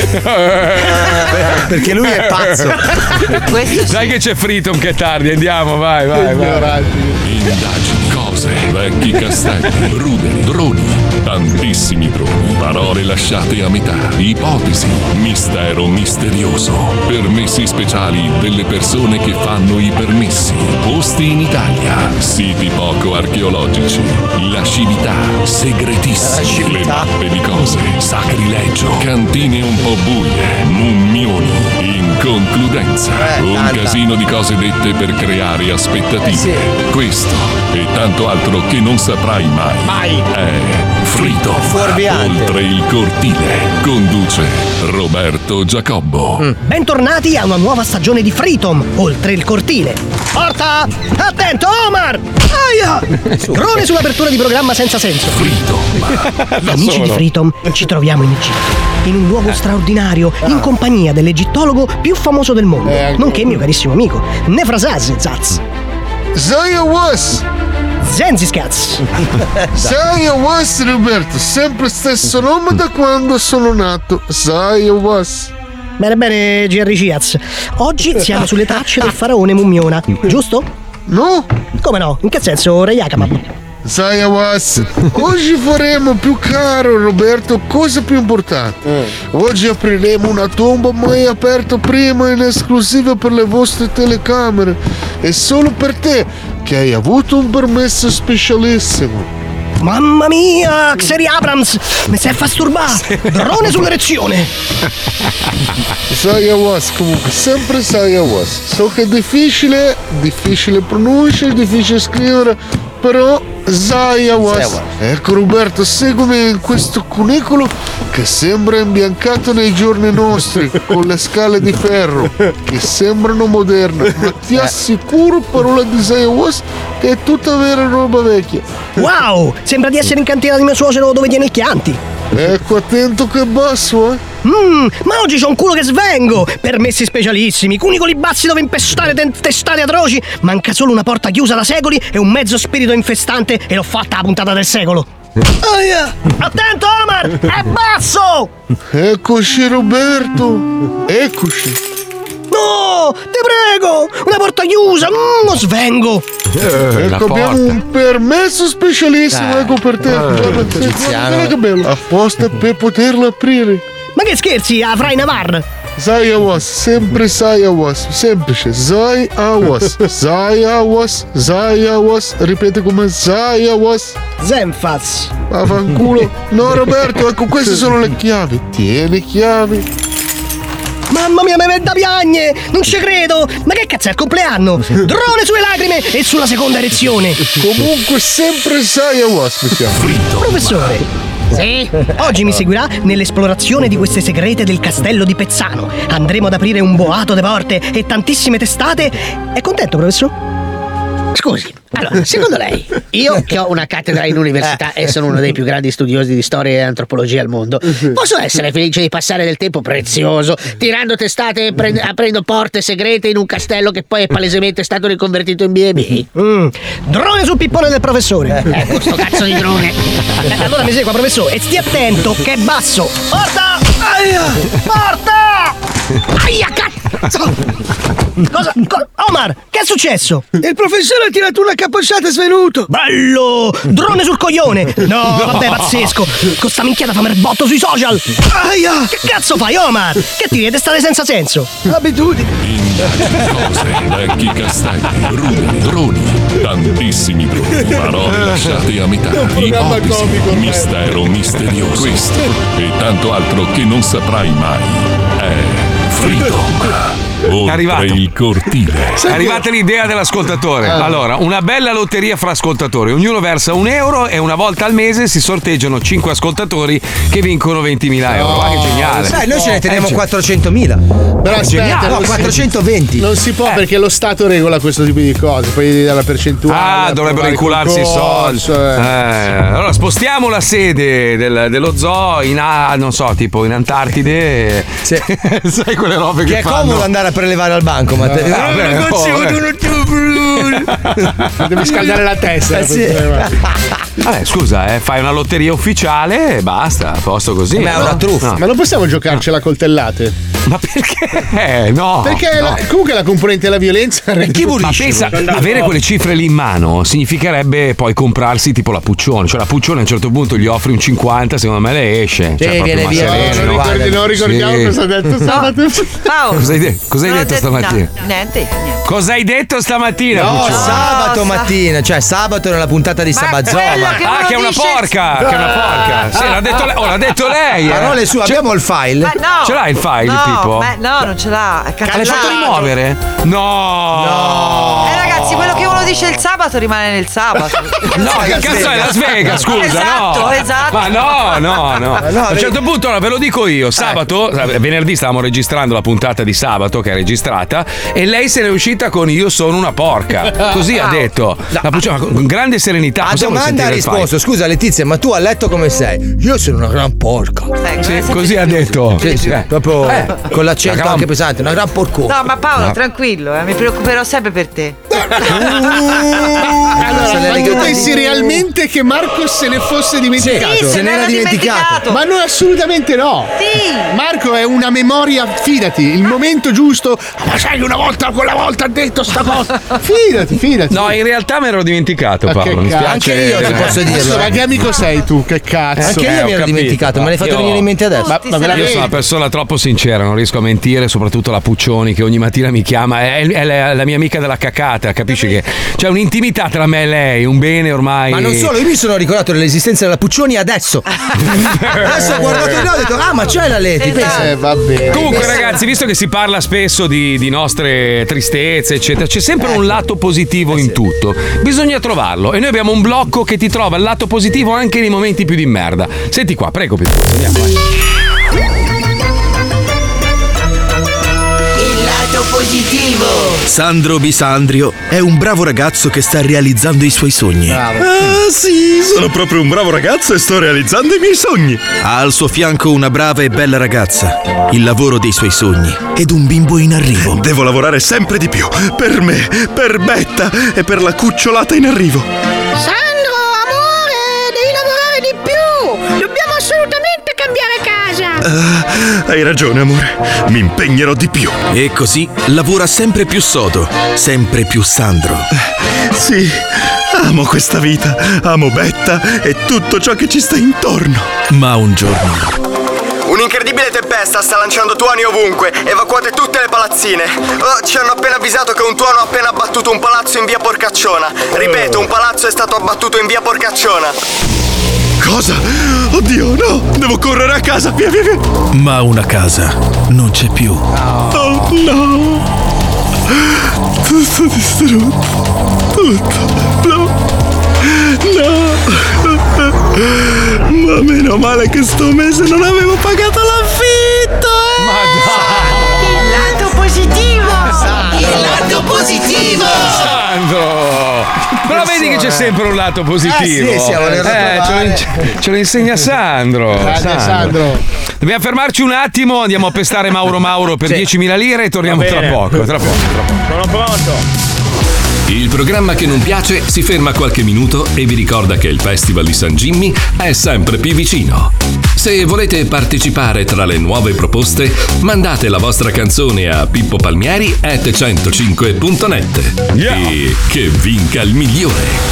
Perché lui è pazzo. Dai che c'è Freedom che è tardi, andiamo, vai, vai, vai. Indagini, cose, vecchi castelli, ruderi, droni, tantissimi droni, parole lasciate a metà, ipotesi, mistero misterioso, permessi speciali delle persone che fanno i permessi, posti in Italia, siti poco archeologici, lascività, segretissimi, le mappe di cose, sacrilegio, cantine un po' buie, mummioni, inconcludenza, Eh, un tanta. casino di cose dette per creare aspettative. Questo e tanto altro che non saprai mai. Mai. È Frito. Fuorviante. Oltre il cortile. Conduce Roberto Giacobbo. Bentornati a una nuova stagione di Freedom, oltre il cortile. Porta! Attento, Omar! Aia! Drone sull'apertura di programma senza senso. Amici di Freedom, ci troviamo in Egitto, in un luogo straordinario, in compagnia dell'egittologo più famoso del mondo, nonché mio carissimo amico, Nefrasaz Zaz. Zaya was! Zenziscaz. Zaya was, Roberto, sempre stesso nome da quando sono nato. Zaya was. Bene, bene, G R Ciaz. Oggi siamo sulle tracce del faraone Mummiona, giusto? No? Come no? In che senso, Re Yakamab? Zaya was. Oggi faremo più caro, Roberto, cosa più importante. Oggi apriremo una tomba mai aperta prima in esclusiva per le vostre telecamere. E solo per te, che hai avuto un permesso specialissimo. Mamma mia, Xeri Abrams, mi sei a far sturbare. Drone sull'erezione. Zaya was, comunque, sempre Zaya was. So che è difficile, difficile pronuncia, difficile scrivere, però Zaya was. Ecco Roberto, seguimi in questo cunicolo che sembra imbiancato nei giorni nostri, con le scale di ferro, che sembrano moderne, ma ti assicuro, parola di Zaya was, che è tutta vera roba vecchia. Wow, sembra di essere in cantina di mio suocero dove tiene il Chianti. Ecco, attento che basso, eh. Mmm, ma oggi c'ho un culo che svengo! Permessi specialissimi, cunicoli bassi dove impestare ten- testate atroci. Manca solo una porta chiusa da secoli e un mezzo spirito infestante e l'ho fatta la puntata del secolo. Aia! Attento, Omar! È basso! Eccoci Roberto, eccoci. No! Ti prego! Una porta chiusa! Mmm, lo svengo! Ecco, abbiamo un permesso specialissimo, ecco per te. Guarda, guarda, guarda che bello. Apposta per poterlo aprire. Ma che scherzi, a Frai Navar? Zai Awas, sempre Zai Awas, semplice. Zai Awas, Zai Awas, Zai Awas. Ripete come Zai Awas. Zenfaz. Vaffanculo. No Roberto, ecco queste sono le chiavi. Tieni chiavi. Mamma mia, mi viene da piagne! Non ci credo! Ma che cazzo è il compleanno? Drone sulle lacrime e sulla seconda erezione! Comunque sempre Zai Awas, mi chiamo. Professore! Sì? Oggi mi seguirà nell'esplorazione di queste segrete del castello di Pezzano. Andremo ad aprire un boato de porte e tantissime testate. È contento, professore? scusi, allora, secondo lei, io che ho una cattedra in università e sono uno dei più grandi studiosi di storia e antropologia al mondo, posso essere felice di passare del tempo prezioso tirando testate e pre- aprendo porte segrete in un castello che poi è palesemente stato riconvertito in B and B? Mm. Drone sul pippone del professore. Eh, Ecco sto cazzo di drone. Eh, allora mi segua, professore, e stia attento che è basso. Porta! Aia! Porta! Aia, cazzo! Cosa? Co- Omar, che è successo? Il professore ha tirato una capocciata e è svenuto. Bello! Drone sul coglione! No, vabbè, pazzesco! Con sta minchiata fa merbotto sui social! Aia! Che cazzo fai, Omar? Che ti vede stare senza senso? Abitudini. Cose, vecchi castelli, ruderi, droni, tantissimi droni, parole lasciate a metà, ipotesi, mistero misterioso. Questo e tanto altro che non saprai mai è Freedom. Oltre arrivato. il cortile. È arrivata l'idea dell'ascoltatore. Allora, una bella lotteria fra ascoltatori. Ognuno versa un euro e una volta al mese si sorteggiano cinque ascoltatori che vincono ventimila euro. Ma che geniale! Sai, noi ce ne teniamo Eh, quattrocentomila. Però aspetta, no, non si- quattrocentoventi. Non si può Eh. perché lo Stato regola questo tipo di cose. Poi gli dà la percentuale. Ah, dovrebbero incularsi i soldi. Eh, allora, spostiamo la sede del- dello zoo in A, non so, tipo in Antartide. Sai quelle robe che, Che è fanno? comodo andare a prelevare al banco, ma te... Eh, vabbè, oh, eh. Devi scaldare la testa. Eh, sì. Vabbè, scusa, eh, fai una lotteria ufficiale e basta, a posto così. Ma è una truffa. Ma non possiamo giocarcela a coltellate. Ma perché? Eh, no. Perché no. la- comunque la componente della violenza Ma pensa, avere quelle cifre lì in mano significherebbe poi comprarsi tipo la Puccione. Cioè la Puccione a un certo punto gli offri un cinquanta, secondo me le esce. Cioè, proprio viene ma via. sereno, Non no? ricordi- non ricordiamo Sì. cosa ha detto sabato. Paolo. Cosa hai, de- cosa hai Non ho detto detto- stamattina? no, niente, niente. Cosa hai detto stamattina? No, Puccione? sabato sa- mattina, cioè sabato nella puntata di Sabazoma. che Ah, uno che è una dice- porca! Che è una porca! Sì, l'ha detto lei, oh, l'ha detto lei! eh. Parole sue, Ce- abbiamo il file. Ma no. Ce l'hai il file, no, Pippo? beh, no, non ce l'ha. È L'hai cancellato. fatto rimuovere? No! No! Eh ragazzi, quello che uno dice il sabato rimane nel sabato. No, che cazzo è Las Vegas, scusa, Esatto, no. esatto. Ma no, no, no. no, A un certo punto, allora, ve lo dico io, sabato, venerdì stavamo registrando la puntata di sabato che è registrata e lei se ne è uscita con io sono una porca. Così ha detto. La Puccione, con grande serenità. A Possiamo domanda ha sentire il file? risposto: scusa Letizia, ma tu a letto come sei? Io sono una gran porca. Sì, così ha detto. Sì, sì, Eh. proprio Eh. con l'accento La gran- anche pesante, una gran porcona. No, ma Paolo, No. tranquillo, eh, mi preoccuperò sempre per te. Allora, ma tu pensi realmente che Marco se ne fosse dimenticato? Sì, se n'era dimenticato. Ma noi assolutamente no. Sì. Marco è una memoria, fidati, il momento giusto. Ma sai, una volta, quella volta ha detto sta cosa. Fidati, fidati. No, in realtà mi ero dimenticato, Ma Paolo. che Mi cazzo. spiace. Anche io ti posso dirlo. Adesso, ma che amico sei tu? Che cazzo? Anche io Eh, ho mi ero capito. dimenticato, me l'hai fatto Io- venire in mente adesso. Ma, ma Io veramente? sono una persona troppo sincera, non riesco a mentire, soprattutto la Puccioni che ogni mattina mi chiama, è, è la, la mia amica della cacata, capisci che c'è un'intimità tra me e lei, un bene ormai. Ma non solo, io mi sono ricordato dell'esistenza della Puccioni adesso. Adesso ho guardato il video e ho detto, ah, ma c'è la Leti, pensa. Eh, vabbè. Comunque ragazzi, visto che si parla spesso di, di nostre tristezze eccetera, c'è sempre un lato positivo in tutto, bisogna trovarlo e noi abbiamo un blocco che ti trova il lato positivo anche nei momenti più di merda. Senti qua, prego Pippo, andiamo, vai. Il lato positivo. Sandro Bisandrio è un bravo ragazzo che sta realizzando i suoi sogni. Ah sì, sono proprio un bravo ragazzo e sto realizzando i miei sogni. Ha al suo fianco una brava e bella ragazza, il lavoro dei suoi sogni ed un bimbo in arrivo. Devo lavorare sempre di più, per me, per Betta e per la cucciolata in arrivo. Sandro, amore, devi lavorare di più. Dobbiamo assolutamente cambiare casa. Ah, hai ragione amore, mi impegnerò di più. E così lavora sempre più sodo, sempre più Sandro. Sì, amo questa vita, amo Betta e tutto ciò che ci sta intorno. Ma un giorno Un'incredibile tempesta sta lanciando tuoni ovunque. Evacuate tutte le palazzine. Oh, ci hanno appena avvisato che un tuono ha appena abbattuto un palazzo in via Porcacciona. Ripeto, un palazzo è stato abbattuto in via Porcacciona. Cosa? Oddio, no! Devo correre a casa, via via via! Ma una casa non c'è più. Oh no! Tutto distrutto. Tutto. No. No. Ma meno male che sto mese non avevo pagato l'affitto. Eh? Il lato positivo. Il lato positivo. Sandro! Però vedi che c'è sempre un lato positivo. Eh, sì, sì, a voler eh, ce, lo, in- ce lo insegna Sandro. Grande Sandro. Dobbiamo fermarci un attimo, andiamo a pestare Mauro Mauro per Sì. diecimila lire e torniamo Va tra bene. poco, tra poco, tra poco. Sono pronto. Il programma che non piace si ferma qualche minuto e vi ricorda che il Festival di San Jimmy è sempre più vicino. Se volete partecipare tra le nuove proposte, mandate la vostra canzone a pippopalmieri at centocinque punto net e che vinca il migliore.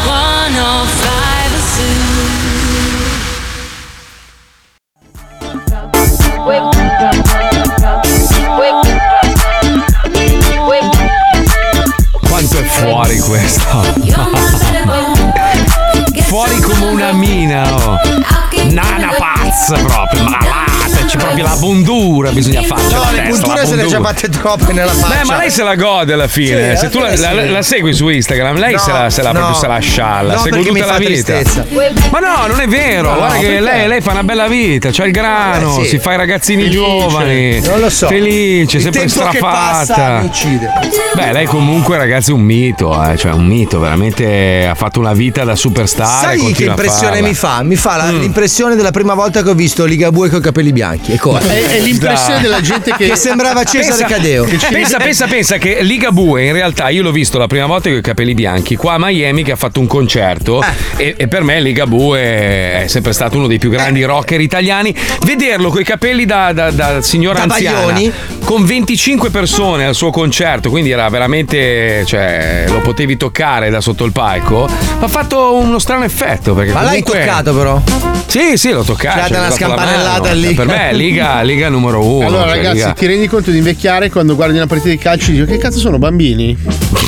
Quanto è fuori questo? Fuori come una mina, oh. Nana pazza proprio, malata, c'è proprio la bondura, bisogna farci. No, la le testa, punture la se le ha già bondura. fatte troppe nella faccia. Beh, ma lei se la gode alla fine. Sì, se tu la, alla fine la- sì. la segui su Instagram, lei No, se la, se la no. proprio se la scialla, No, segue perché mi tutta fa la vita. tristezza. Ma no, non è vero. No, Guarda che perché? lei, lei fa una bella vita, c'ha il grano, Eh, sì. si fa i ragazzini Felice. giovani. Non lo so. Felice, Il sempre tempo che passa strafatta. mi uccide. Beh, lei comunque, ragazzi, è un mito, eh, cioè un mito, veramente ha fatto una vita da superstar. e Sai che continua a impressione farla. mi fa? Mi fa la- Mm. l'impressione della prima volta che ho visto Ligabue con i capelli bianchi. E cosa? È, è l'impressione Dai. della gente che, Che sembrava Cesare Cadeo. Pensa, pensa, pensa che Ligabue in realtà io l'ho visto la prima volta con i capelli bianchi qua a Miami che ha fatto un concerto Eh. e, e per me Ligabue è sempre stato uno dei più grandi rocker italiani. Vederlo con i capelli da, da, da signora Da anziana baglioni. con venticinque persone al suo concerto, quindi era veramente, cioè lo potevi toccare da sotto il palco, ha fatto uno strano effetto perché Ma l'hai comunque- toccato però? Sì, sì, l'ho toccato. C'è ci ho una dato la scampanellata mano. lì. Per me è Liga, Liga numero uno. Allora, cioè, ragazzi, Liga- ti rendi conto di invecchiare quando guardi una partita di calcio e dici: che cazzo sono bambini?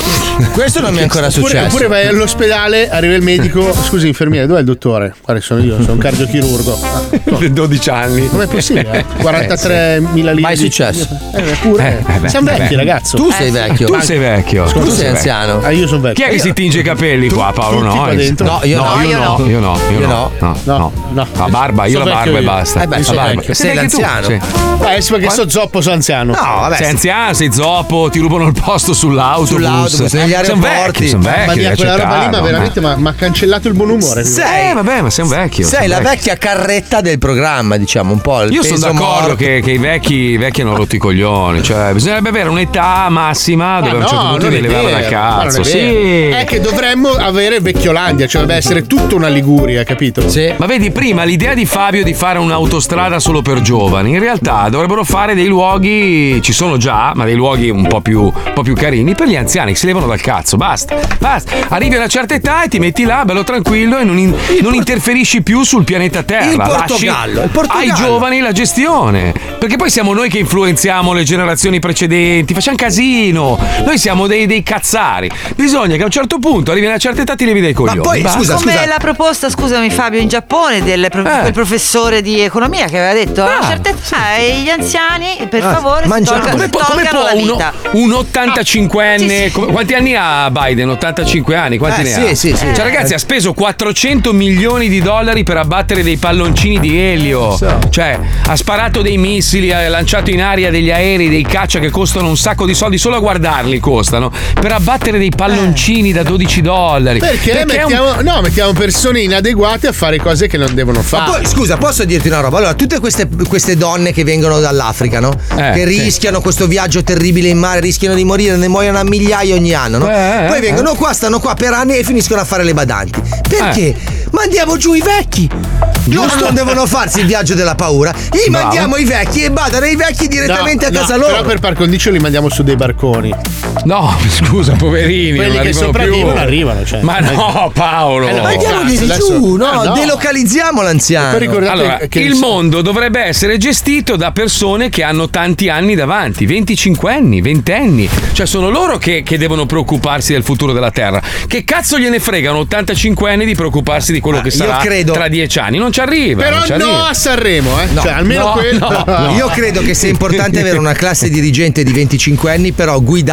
Questo non mi è ancora Oppure, successo. oppure vai all'ospedale, arriva il medico. Scusi, infermiere, dov'è il dottore? Guarda, sono io, sono un cardiochirurgo. Ah, dodici anni. com'è possibile? quarantatremila lire. Mai di- successo. Eh, pure. Eh, beh, Siamo eh, vecchi, beh. ragazzo. Tu sei vecchio. Tu sei vecchio. Tu Tu sei sei anziano. Ah, io sono vecchio. Chi è che si tinge i capelli qua, Paolo? tutti No, qua dentro. No, io no. io no, io no, io no, no, no, no. La barba, io Sono la vecchio barba e io. basta. Eh beh, La sono barba. vecchio. Sei Sei vecchio tu? l'anziano. Sì. Eh, adesso perché so zoppo, sono anziano. No, vabbè. Sei anziano, sei zoppo, ti rubano il posto sull'autobus. Sull'autobus, negli Siamo vecchi, aeroporti. sono Mamma vecchi. mia, devi quella roba lì, ma accettarlo, veramente mi ha cancellato il buon umore. Sei, Eh, vabbè, ma sei un vecchio. sei sei la un vecchio. vecchia carretta del programma, diciamo, un po'. Il Io sono peso d'accordo morto. che, che i vecchi, i vecchi hanno rotto i coglioni. Cioè, bisognerebbe avere un'età massima dove a un certo punto non devi è levare vero, da ma non cazzo. è Sì. vero. È che dovremmo avere Vecchiolandia, cioè dovrebbe essere tutta una Liguria, capito? Sì. Ma vedi, prima l'idea di Fabio di fare un'autostrada solo per giovani, in realtà dovrebbero fare dei luoghi, ci sono già, ma dei luoghi un po' più, un po' più carini per gli anziani che si levano dal cazzo. Basta, basta. Arrivi a una certa età e ti metti là, bello tranquillo, e non, in- non interferisci più sul pianeta Terra. Il Lasci Portogallo, il Portogallo. ai giovani la gestione. Perché poi siamo noi che influenziamo le generazioni precedenti, facciamo casino. Noi siamo dei, dei cazzari. Bisogna che a un certo punto arrivi a una certa età e ti levi dai coglioni. poi, Basta. scusa, Come la proposta, scusami Fabio, in Giappone del pro- Eh. quel professore di economia che aveva detto a Ah. una certa età e gli anziani per Ah, favore si mangiate. tolga- Come si può, come tolgano può la uno, vita. un ottantacinquenne? Sì, sì. come- quanti anni ha Biden? ottantacinque anni? Quanti Eh, ne sì, ha? sì, sì. Cioè, ragazzi, ha speso quattrocento milioni di dollari per abbattere dei palloncini di elio. So. Cioè, ha sparato dei missili, ha lanciato in aria degli aerei, dei caccia che costano un sacco di soldi, solo a guardarli costano, per abbattere dei palloncini da dodici dollari. Perché, è un- mettiamo, no, mettiamo persone inadeguate a fare cose che non devono Ma fare. poi, scusa, posso dirti una roba? Allora, tutte queste, queste donne che vengono dall'Africa, no? Eh, che sì. rischiano questo viaggio terribile in mare, rischiano di morire, ne muoiono a migliaia ogni anno, no? Eh, Poi eh, vengono qua, stanno qua per anni e finiscono a fare le badanti. Perché? Eh. Mandiamo giù i vecchi. Giusto, non devono farsi il viaggio della paura. Gli Bravo. mandiamo i vecchi e badano i vecchi direttamente No, a casa no, loro. Però per par condicio li mandiamo su dei barconi. No, scusa, poverini. Quelli non che arrivano sopravvivono più. arrivano, cioè. Ma no, Paolo. Eh, no, Mandiamoli cazzo, adesso- giù, no, ah, no. delocalizziamo l'anziano. Poi ricordate Allora, che il mondo dovrebbe essere gestito da persone che hanno tanti anni davanti, venticinque anni, venti anni. Cioè sono loro che, che devono preoccuparsi del futuro della Terra. Che cazzo gliene fregano ottantacinque anni di preoccuparsi di quello Ah, che io sarà credo- tra dieci anni? Non ci arriva. Però non ci no arriva. a Sanremo, eh. No, cioè, almeno no, quello. no, no. Io credo che sia importante avere una classe dirigente di venticinque anni, però guidata da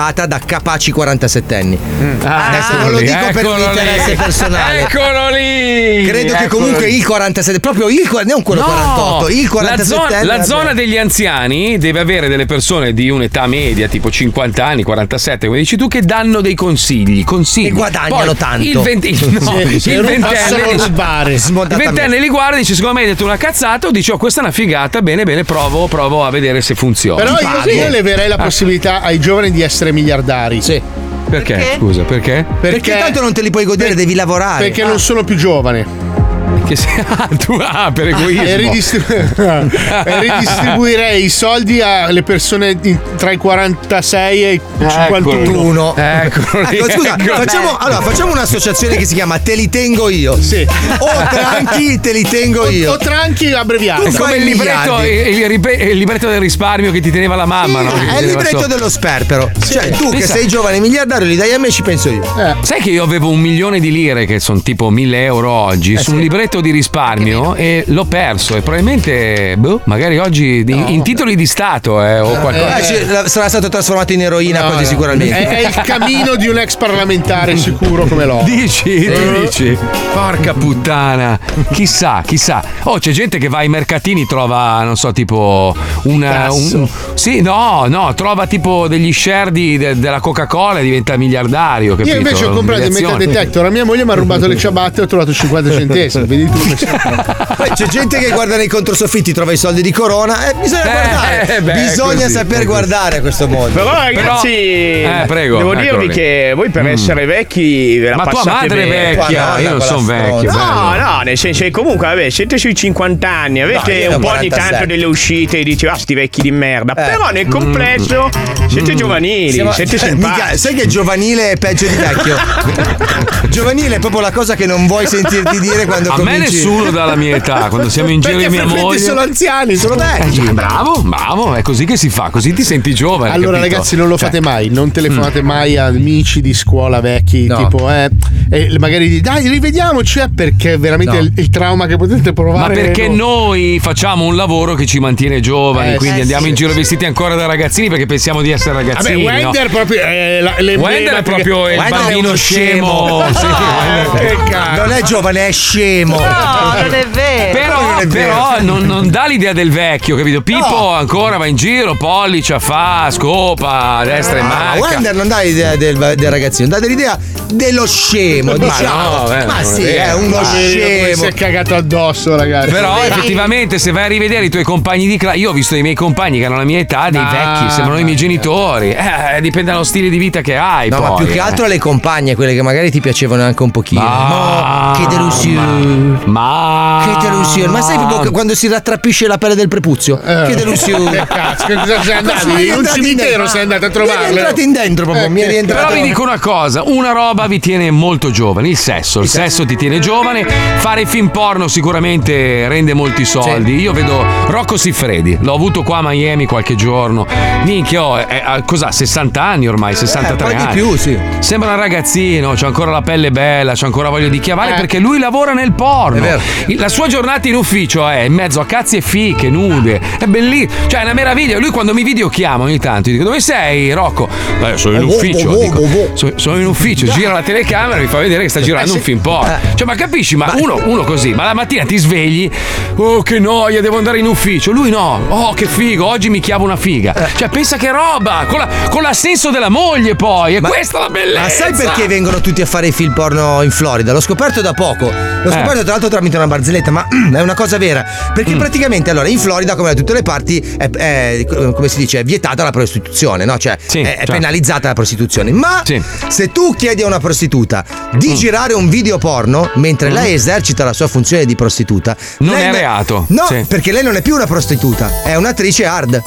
capaci quarantasettenni. Ah, Adesso non lo lì, dico per un eccolo interesse lì. personale. Eccolo lì! Credo che Eccolo comunque lì. il quarantasette, proprio il non quello No, quarantotto, il quarantasette. La, zona, la zona degli anziani deve avere delle persone di un'età media, tipo cinquanta anni, quarantasette, come dici tu, che danno dei consigli. Consigli. E guadagnano Poi tanto. Il, venti, no, Sì, sì, il non ventenne possono dice- rubare. il ventenne li guarda e dice: secondo me hai detto una cazzata, o dice: oh, questa è una figata, bene, bene, provo, provo a vedere se funziona. Però Ti io, pago. io leverei la Ah. possibilità ai giovani di essere miliardari. Sì. Perché? Perché? Scusa, perché? Perché tanto non te li puoi godere, devi lavorare. Perché Ah. non sono più giovane. Che se... ah, tu, ah, per egoismo. E, ridistribu- e ridistribuirei i soldi alle persone in- tra i quarantasei e i cinquantuno. Eccolo lì, Ecco, scusa, ecco. facciamo, allora, facciamo un'associazione che si chiama Te li tengo io. Sì. O Tranchi, te li tengo io. O Tranchi abbreviato. Tu È come fai il libretto, miliardi. il, ripe- il libretto del risparmio che ti teneva la mamma, no? Che ti È il teneva libretto sopra. dello sperpero. Cioè, tu che Pensa- sei giovane miliardario, li dai a me, ci penso io. Sai che io avevo un milione di lire, che sono tipo mille euro oggi, Eh, su sì. un libretto di risparmio e l'ho perso. E probabilmente, boh, magari oggi in, in titoli di Stato eh, o qualcosa. Eh, ci- la- sarà stato trasformato in eroina No, quasi no. sicuramente. È, è il camino di un ex parlamentare sicuro come l'ho. Dici, Eh. tu dici. Porca puttana. Chissà, chissà. Oh, c'è gente che va ai mercatini, trova, non so, tipo una. Un, Cazzo. sì, no, no, trova tipo degli share di- de- della Coca-Cola e diventa miliardario. Capito? Io invece ho comprato il Delle metal azioni. detector. La mia moglie mi ha rubato le ciabatte e ho trovato cinquanta centesimi. Vedi tu come si Poi c'è gente che guarda nei controsoffitti, trova i soldi di Corona. Eh, bisogna Eh, guardare. eh, beh, bisogna così, saper così. guardare a questo mondo. Però ragazzi, eh, prego, devo eccolo dirvi lì. che voi per Mm. essere vecchi ve la Ma tua passate madre è bene. vecchia, Guarda, io non quella sono vecchio. No, bello. no, nel senso che comunque vabbè, siete sui cinquanta anni, avete No, io un ho po' ogni quarantasette. tanto delle uscite e dici ah sti vecchi di merda. Eh. Però nel complesso siete Mm. giovanili, Siamo- siete eh, simpatici. mica- sai che giovanile è peggio di vecchio? Giovanile è proprio la cosa che non vuoi sentirti dire quando A cominci. me nessuno dalla mia età, quando siamo in giro Perché io e mia frequenti moglie. solo anziani, sono vecchi. Eh, bravo, bravo, è così che si fa, così ti senti giovane. Allora, capito? ragazzi, non lo Cioè, fate mai. Non telefonate mai a amici di scuola vecchi. No. Tipo, eh, e magari di dai, rivediamoci. eh, Perché è veramente No. il, il trauma che potete Ma provare. perché no. noi facciamo un lavoro che ci mantiene giovani, Eh, quindi sì, andiamo sì. in giro vestiti ancora da ragazzini perché pensiamo di essere Vabbè, ragazzini. no? Wender proprio è la, l'emblema Wender è perché- proprio il Wender è bambino uno scemo. scemo. Sì, Wender- Che cazzo. Non è giovane, è scemo. No, non è vero. Però, Non è vero. però non, non dà l'idea del vecchio, capito? Pippo ancora va in giro, pollice, fa, scopa, a destra e Ah, manca. Wender non dà l'idea del, del ragazzino, dà l'idea dello scemo. Ma Diciamo. no, eh, Ma non è sì, vero. è uno Ah, vedi, come scemo. si è cagato addosso, ragazzi. Però effettivamente se vai a rivedere i tuoi compagni di classe, io ho visto dei miei compagni che hanno la mia età, dei Ah, vecchi, sembrano i miei genitori. Eh, dipende dallo stile di vita che hai. No, poi, ma più che eh. altro le compagne, quelle che magari ti piacevano anche un pochino. Ma- Mo, che delusione. Ma Che delusione. Ma sai proprio che quando si rattrappisce la pelle del prepuzio? Eh. Che delusione. Che cazzo, che cosa sei andato? Sono In un rientrati in cimitero dentro. sei andato a Mi trovarle. è rientrato in dentro proprio, Eh, mi è che- rientrato. Però vi dico una cosa, una roba vi tiene molto giovani, il sesso, il sesso ti tiene giovane, fare film porno sicuramente rende molti soldi. Io vedo Rocco Siffredi, l'ho avuto qua a Miami qualche giorno. Minchia, oh, è- è- cos'ha? sessanta anni ormai, sessantatré Eh, un po' di anni. più, sì. Sembra un ragazzino, c'ha ancora la pelle bella, c'ha ancora voglia di chiavare Eh. perché lui lavora nel porno. È vero. La sua giornata in ufficio è in mezzo a cazzi e fiche, nude. È bellissimo, cioè è una meraviglia. Lui quando mi videochiama ogni tanto dico dove sei Rocco? Eh, sono in ufficio. Dico, "So- sono in ufficio, gira la telecamera e mi fa vedere che sta girando un film porno. Cioè, ma capisci? Ma uno, uno così, ma la mattina ti svegli, oh che noia, devo andare in ufficio. Lui no, oh che figo, oggi mi chiavo una figa. Cioè, pensa che roba, con, la, con l'assenso della moglie poi. E Ma- questa è la bellezza. Ma sai perché vengono tutti a fare i film porno in Florida? L'ho scoperto da poco. L'ho Eh. scoperto tra l'altro tramite una barzelletta, ma è una cosa vera. Perché Mm. praticamente allora in Florida, come da tutte le parti, è, è- come si dice, è vietata la prostituzione, no? Cioè Sì, è, è certo. penalizzata la prostituzione. Ma Sì. se tu chiedi a una prostituta di Mm. girare un video porno mentre lei esercita la sua funzione di prostituta, Non lei è ne- reato. No, Sì. perché lei non è più una prostituta, è un'attrice hard.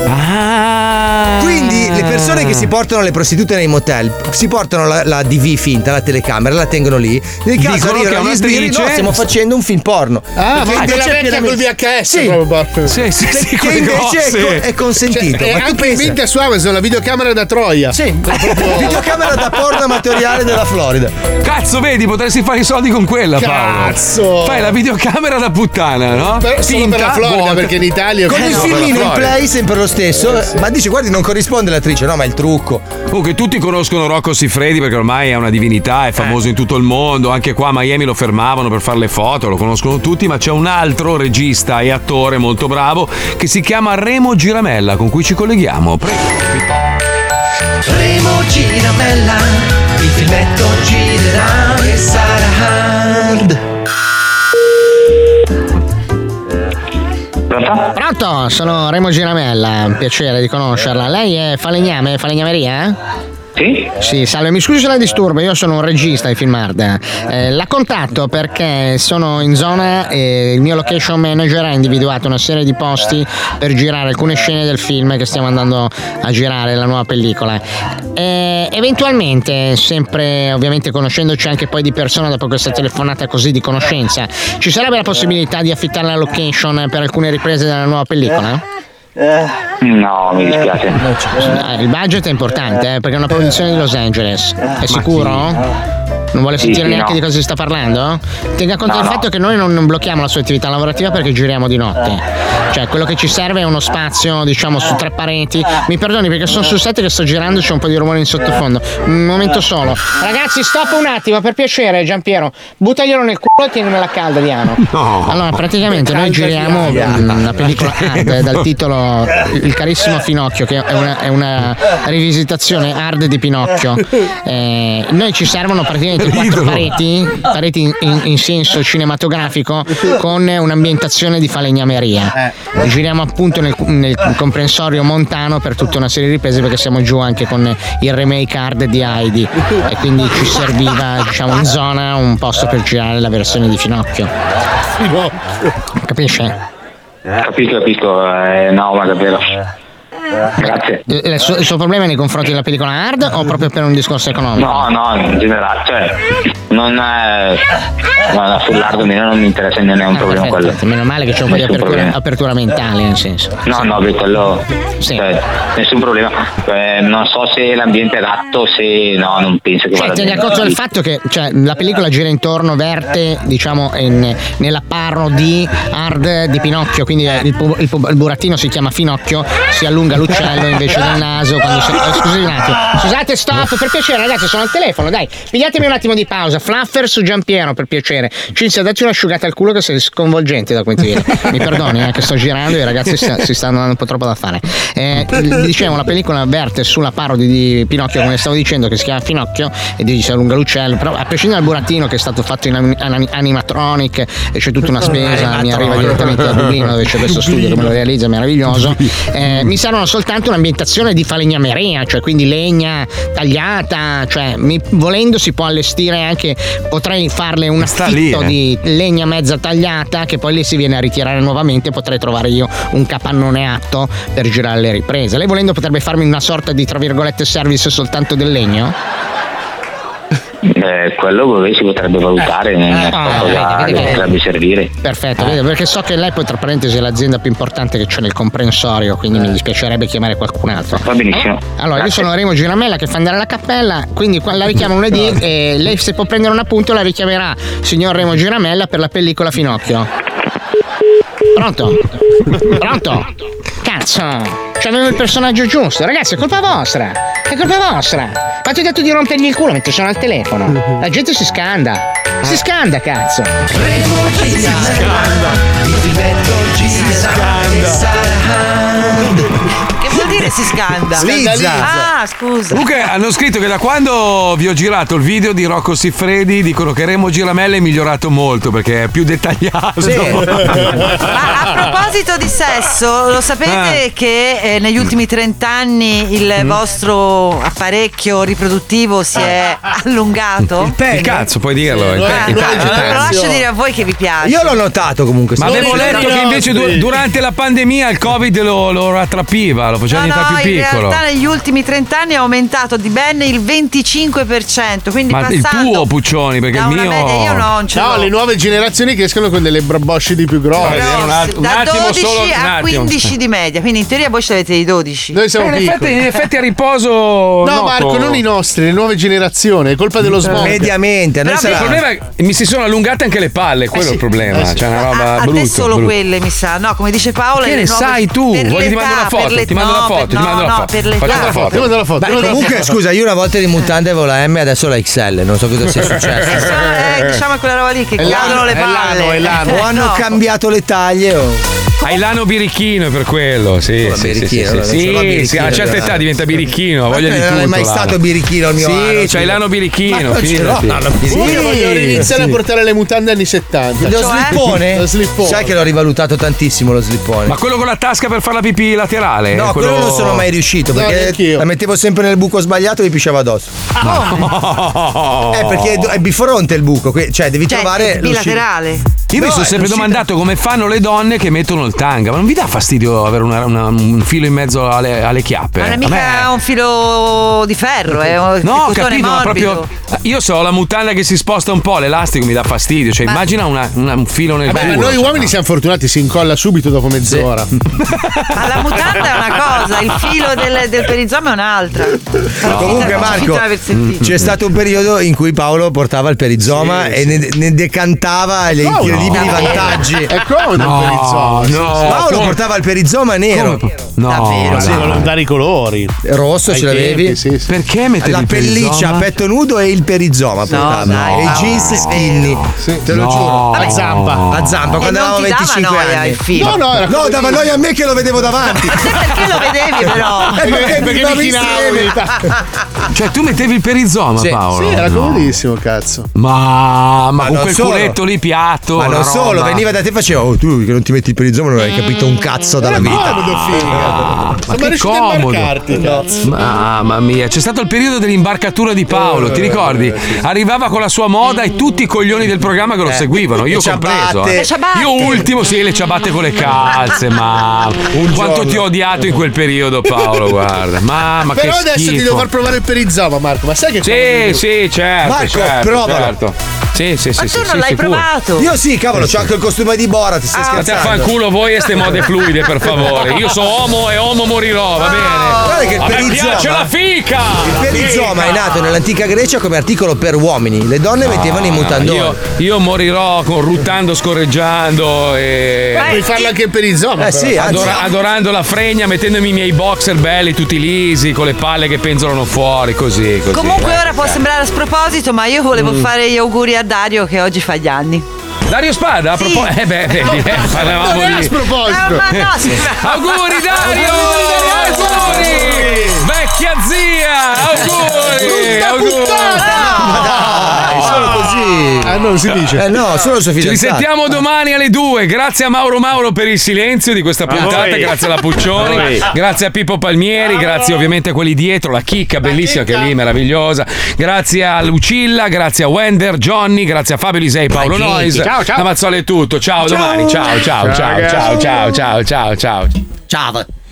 Ah. Quindi le persone che si portano le prostitute nei motel si portano la, la D V finta, la telecamera, la tengono lì. Nel caso Dicono che è arrivano gli sbirri, un'attrice. no, stiamo facendo un film porno. Ah, Perché ma invece quella è vecchia pienamente- col V H S Sì. proprio. Sì, sì, Che, sì, che quelle invece è, grosse. co- è consentito. Cioè, e ma tu anche pensa? vinta su Amazon la videocamera da Troia. Sì, videocamera da porno amatoriale della Florida. Cazzo, vedi, potresti fare i soldi con quella, Paolo. Cazzo. Fai la videocamera da puttana, no? Per, solo per la Florida, vuota. perché in Italia Con Eh, il no, per la filmino in Florida. play, sempre lo stesso. Ma dice, guardi, non corrisponde l'attrice, no, ma è il trucco. Comunque tutti conoscono Rocco Siffredi perché ormai è una divinità, è famoso in tutto il mondo, anche qua a Miami lo fermavano per fare le foto, lo conoscono tutti, ma c'è un altro regista e attore molto bravo che si chiama Remo Giramella, con cui ci colleghiamo. Prego. Remo Giramella, il filmetto girerà e sarà hard. Pronto? Pronto, sono Remo Giramella, piacere di conoscerla. Lei è falegname, falegnameria? Sì? Sì, salve, mi scusi se la disturbo, io sono un regista di Film Hard. Eh, la contatto perché sono in zona e il mio location manager ha individuato una serie di posti per girare alcune scene del film che stiamo andando a girare, la nuova pellicola. Eh, eventualmente, sempre ovviamente conoscendoci anche poi di persona dopo questa telefonata così di conoscenza, ci sarebbe la possibilità di affittare la location per alcune riprese della nuova pellicola? No, mi dispiace. Il budget è importante, eh, perché è una produzione di Los Angeles. È sicuro? Non vuole sentire sì, neanche no. di cosa si sta parlando? Tenga conto No, del no. fatto che noi non, non blocchiamo la sua attività lavorativa perché giriamo di notte. Cioè, quello che ci serve è uno spazio, diciamo, su tre pareti. Mi perdoni perché sono sul set che sto girando, c'è un po' di rumore in sottofondo. Un momento solo. Ragazzi, stop un attimo, per piacere, Giampiero. Buttaglielo nel culo e tienimela calda, Diano. No. Allora, praticamente noi giriamo una pellicola hard dal titolo Il carissimo Finocchio, che è una, è una rivisitazione hard di Pinocchio. Eh, noi ci servono praticamente quattro pareti, pareti in, in, in senso cinematografico, con un'ambientazione di falegnameria. Giriamo appunto nel, nel comprensorio montano per tutta una serie di riprese perché siamo giù anche con il remake hard di Heidi e quindi ci serviva, diciamo, in zona un posto per girare la versione di Finocchio. Capisce? Capisco, capisco, eh, no, ma davvero. Grazie. Il suo, il suo problema è nei confronti della pellicola hard o proprio per un discorso economico? No, no, in generale, cioè, non è. No, sull'hard non mi interessa, non è un Ah, problema perfetto, quello. perfetto. Meno male che c'è un po' di Nessun apertura, problema. apertura mentale, nel senso. No, no, beh, quello. Cioè, nessun problema. Eh, non so se l'ambiente è adatto, se. No, non penso che Cioè, vada tieni bene. conto del fatto che cioè, la pellicola gira intorno, verte, diciamo, in, nella parodi hard di Pinocchio, quindi il, pu- il, pu- il burattino si chiama Finocchio, si allunga l'uccello invece del naso. Quando si... eh, scusi un attimo. Scusate, stop, per piacere, ragazzi, sono al telefono, dai, pigliatemi un attimo di pausa. Fluffer su Giampiero, per piacere. Cinzia, dacci un'asciugata al culo che sei sconvolgente da quanti viene. Mi perdoni, eh, che sto girando e i ragazzi si, si stanno dando un po' troppo da fare. Eh, dicevo, la pellicola verte sulla parodi di Pinocchio, come stavo dicendo, che si chiama Finocchio e di si allunga l'uccello, però a prescindere dal burattino che è stato fatto in anim- animatronic e c'è tutta una spesa, mi arriva direttamente da Dublino dove c'è questo studio che me lo realizza, meraviglioso. Eh, mi servono soltanto un'ambientazione di falegnameria, cioè quindi legna tagliata, cioè mi, volendo si può allestire anche, potrei farle un Sta lì, affitto eh. di legna mezza tagliata che poi lì si viene a ritirare nuovamente, potrei trovare io un capannone atto per girare le riprese. Lei volendo potrebbe farmi una sorta di, tra virgolette, service soltanto del legno? Eh, quello si potrebbe valutare, non è Ah, qualcosa vedi, vedi, che potrebbe servire. Perfetto, vedo, perché so che lei poi, tra parentesi, è l'azienda più importante che c'è nel comprensorio, quindi mi dispiacerebbe chiamare qualcun altro. Va benissimo. Allora, io sono Remo Giramella che fa andare alla cappella, quindi qua la richiamo lunedì e lei, se può prendere un appunto, la richiamerà signor Remo Giramella per la pellicola Finocchio. Pronto? Pronto? Cazzo! C'avevo il personaggio giusto, ragazzi, è colpa vostra! È colpa vostra! Ma ti ho detto di rompergli il culo mentre sono al telefono! La gente si scanda! Si scanda, cazzo! Remo Giramella, il filmetto girerà e sarà. Che vuol dire si scanda? Slizza. Ah, scusa. Comunque hanno scritto che da quando vi ho girato il video di Rocco Siffredi dicono che Remo Giramella è migliorato molto perché è più dettagliato. Ma a proposito di sesso, lo sapete che eh, negli ultimi trent'anni il vostro apparecchio riproduttivo si è allungato? Il cazzo, puoi dirlo. Il, pe- il Lo pe- lascio dire a voi che vi piace. Io l'ho notato comunque. Ma avevo letto che invece du- durante la pandemia il Covid lo, lo rattrappiva, lo faceva No, diventare no, più in piccolo. realtà negli ultimi trent'anni è aumentato di ben il venticinque per cento. Quindi Ma il passando tuo, Puccioni, perché da il una mio. media, io non ce No, l'ho. le nuove generazioni che escono con delle brabosci più grosse. un attimo, un da attimo dodici solo, un a attimo. quindici di media, quindi in teoria voi ce l'avete i dodici. Noi siamo Eh, in, effetti, piccoli. in effetti a riposo. No, noto. Marco, non i nostri, le nuove generazioni, è colpa dello smog. Mediamente, a noi Però sarà- Il problema mi si sono allungate anche le palle, quello Eh è sì, il problema. eh sì. C'è una roba A, a brutta. te solo brutta. quelle, mi sa. No, come dice Paola. Che le ne nuove- sai tu? per Vuoi che ti l'età, mando una foto? per le- Ti mando no, la foto, per- ti mando no, la no, foto. per l'età. Facciamo la foto. Ti mando la foto. Beh, ti mando la comunque, foto. scusa, io una volta in mutande avevo la M, adesso la X L. Non so cosa sia successo. Eh, diciamo quella roba lì che È cadono l'ano, le è palle. l'ano, è l'ano. O hanno No. cambiato le taglie o. Hai l'ano birichino per quello, sì. Come Sì, sì, birichino? sì, Non sì, ce l'ho sì, birichino, a una certa io, età no. diventa birichino, ha voglia Ma di non tutto. è mai l'ano. stato birichino il mio Sì, ano, c'hai sì. l'ano birichino, Ma non ce l'ho, fidati. l'ano birichino. Comunque voglio iniziare a portare le mutande anni settanta. Lo Cioè? slippone? Lo slippone. Sai che l'ho rivalutato tantissimo lo slippone. Ma quello con la tasca per fare la pipì laterale? No, quello non sono mai riuscito No, perché neanch'io. la mettevo sempre nel buco sbagliato e mi pisciava addosso. No. Eh, perché è bifronte il buco, que- cioè devi Cioè, trovare l'uscita. bilaterale. Io mi No, sono è sempre l'uscita- domandato come fanno le donne che mettono il tanga. Ma non vi dà fastidio avere una- una- un filo in mezzo alle, alle chiappe? Ma non è A me- mica un filo di ferro, è un No, ho cotone capito, ma morbido. proprio. Io so la mutanda che si sposta un po', l'elastico mi dà fastidio. Cioè, Ma- immagina una- una- un filo nel Vabbè, culo. noi cioè, uomini siamo fortunati, si incolla subito dopo mezz'ora. Ma la mutanda è una cosa, il filo del, del perizoma è un'altra. Comunque Ci Marco, finta di aver sentito. c'è stato un periodo in cui Paolo portava il perizoma Sì, e ne, ne decantava gli Paolo, incredibili no. vantaggi. È comodo No, il perizoma. no. Paolo come- portava il perizoma nero. No, Davvero? Sì, volevano dare i colori. Rosso Ai ce l'avevi? tempi, sì, sì. Perché mettevi La il pelliccia perizoma? a petto nudo e il perizoma portava. dai, e i no, jeans è vero. skinny. Te lo No. giuro. A zampa. A zampa, E quando non avevamo ti dava venticinque noia anni. il filo? No, no, era No, dava noia a me che lo vedevo davanti. Perché lo vedevi però? Eh, perché perché vivevamo mi chinavo insieme. in realtà. Cioè, tu mettevi il perizoma, Sì, Paolo? Sì, era No. comodissimo, cazzo. Ma, ma, Ma con non quel solo. culetto lì piatto. Ma non una solo, roba. veniva da te e faceva, oh tu che non ti metti il perizoma non hai capito un cazzo dalla Era vita. comodo, figa. Ma Ma che riuscito a comodo. imbarcarti, cazzo. Mamma mia, c'è stato il periodo dell'imbarcatura di Paolo, ti ricordi? Arrivava con la sua moda e tutti i coglioni del programma che lo seguivano, io le compreso. ciabatte. eh. Le ciabatte. Io ultimo, sì, le ciabatte con le calze, ma quanto giorno. ti ho odiato in quel periodo, Paolo, guarda. Mamma Però che adesso schifo. ti devo far provare il perizoma, Marco. Ma sai che Sì, sì, certo. Marco, certo, provalo. certo. Sì, sì, sì. Ma sì, tu non sì, l'hai sicuro. provato? Io sì, cavolo, c'ho anche il costume di Borat, stai State a scherzando. fanculo voi e ste mode fluide, per favore. Io sono uomo e uomo morirò, va bene? Guarda che il A me perizoma- piace la fica! Il perizoma è nato nell'antica Grecia come articolo per uomini. Le donne mettevano i mutandoni. Io, io morirò con, ruttando, scorreggiando e. Puoi farlo anche il perizoma. Eh sì, però. anzi. Adora- adorando la fregna, mettendomi i miei boxer belli, tutti lisi, con le palle che penzolano fuori, così, così. Comunque ora può sembrare a sproposito, ma io volevo Mm. fare gli auguri a Dario che oggi fa gli anni. Dario Spada, a Sì. proposito. Eh beh, vedi, eh, parlavamo Non era a di. sproposito. Ah, ma no, sì. Auguri Dario! Auguri! Vecchia zia! Auguri! Auguri! Ma dai, solo così. Ah, non si dice. Eh no, solo il suo Ci fidanzato. risentiamo domani alle due. Grazie a Mauro Mauro per il silenzio di questa puntata, voi. grazie alla Puccioni, A voi. grazie a Pippo Palmieri, grazie ovviamente a quelli dietro, la chicca bellissima che è lì, meravigliosa. Grazie a Lucilla, grazie a Wender, Johnny, grazie a Fabio Lisei, Paolo Nois. Ciao, ciao. La Mazzola è tutto. Ciao, domani. Ciao, ciao, ciao, ciao, ciao, ciao, ciao, ciao, ciao. Ciao.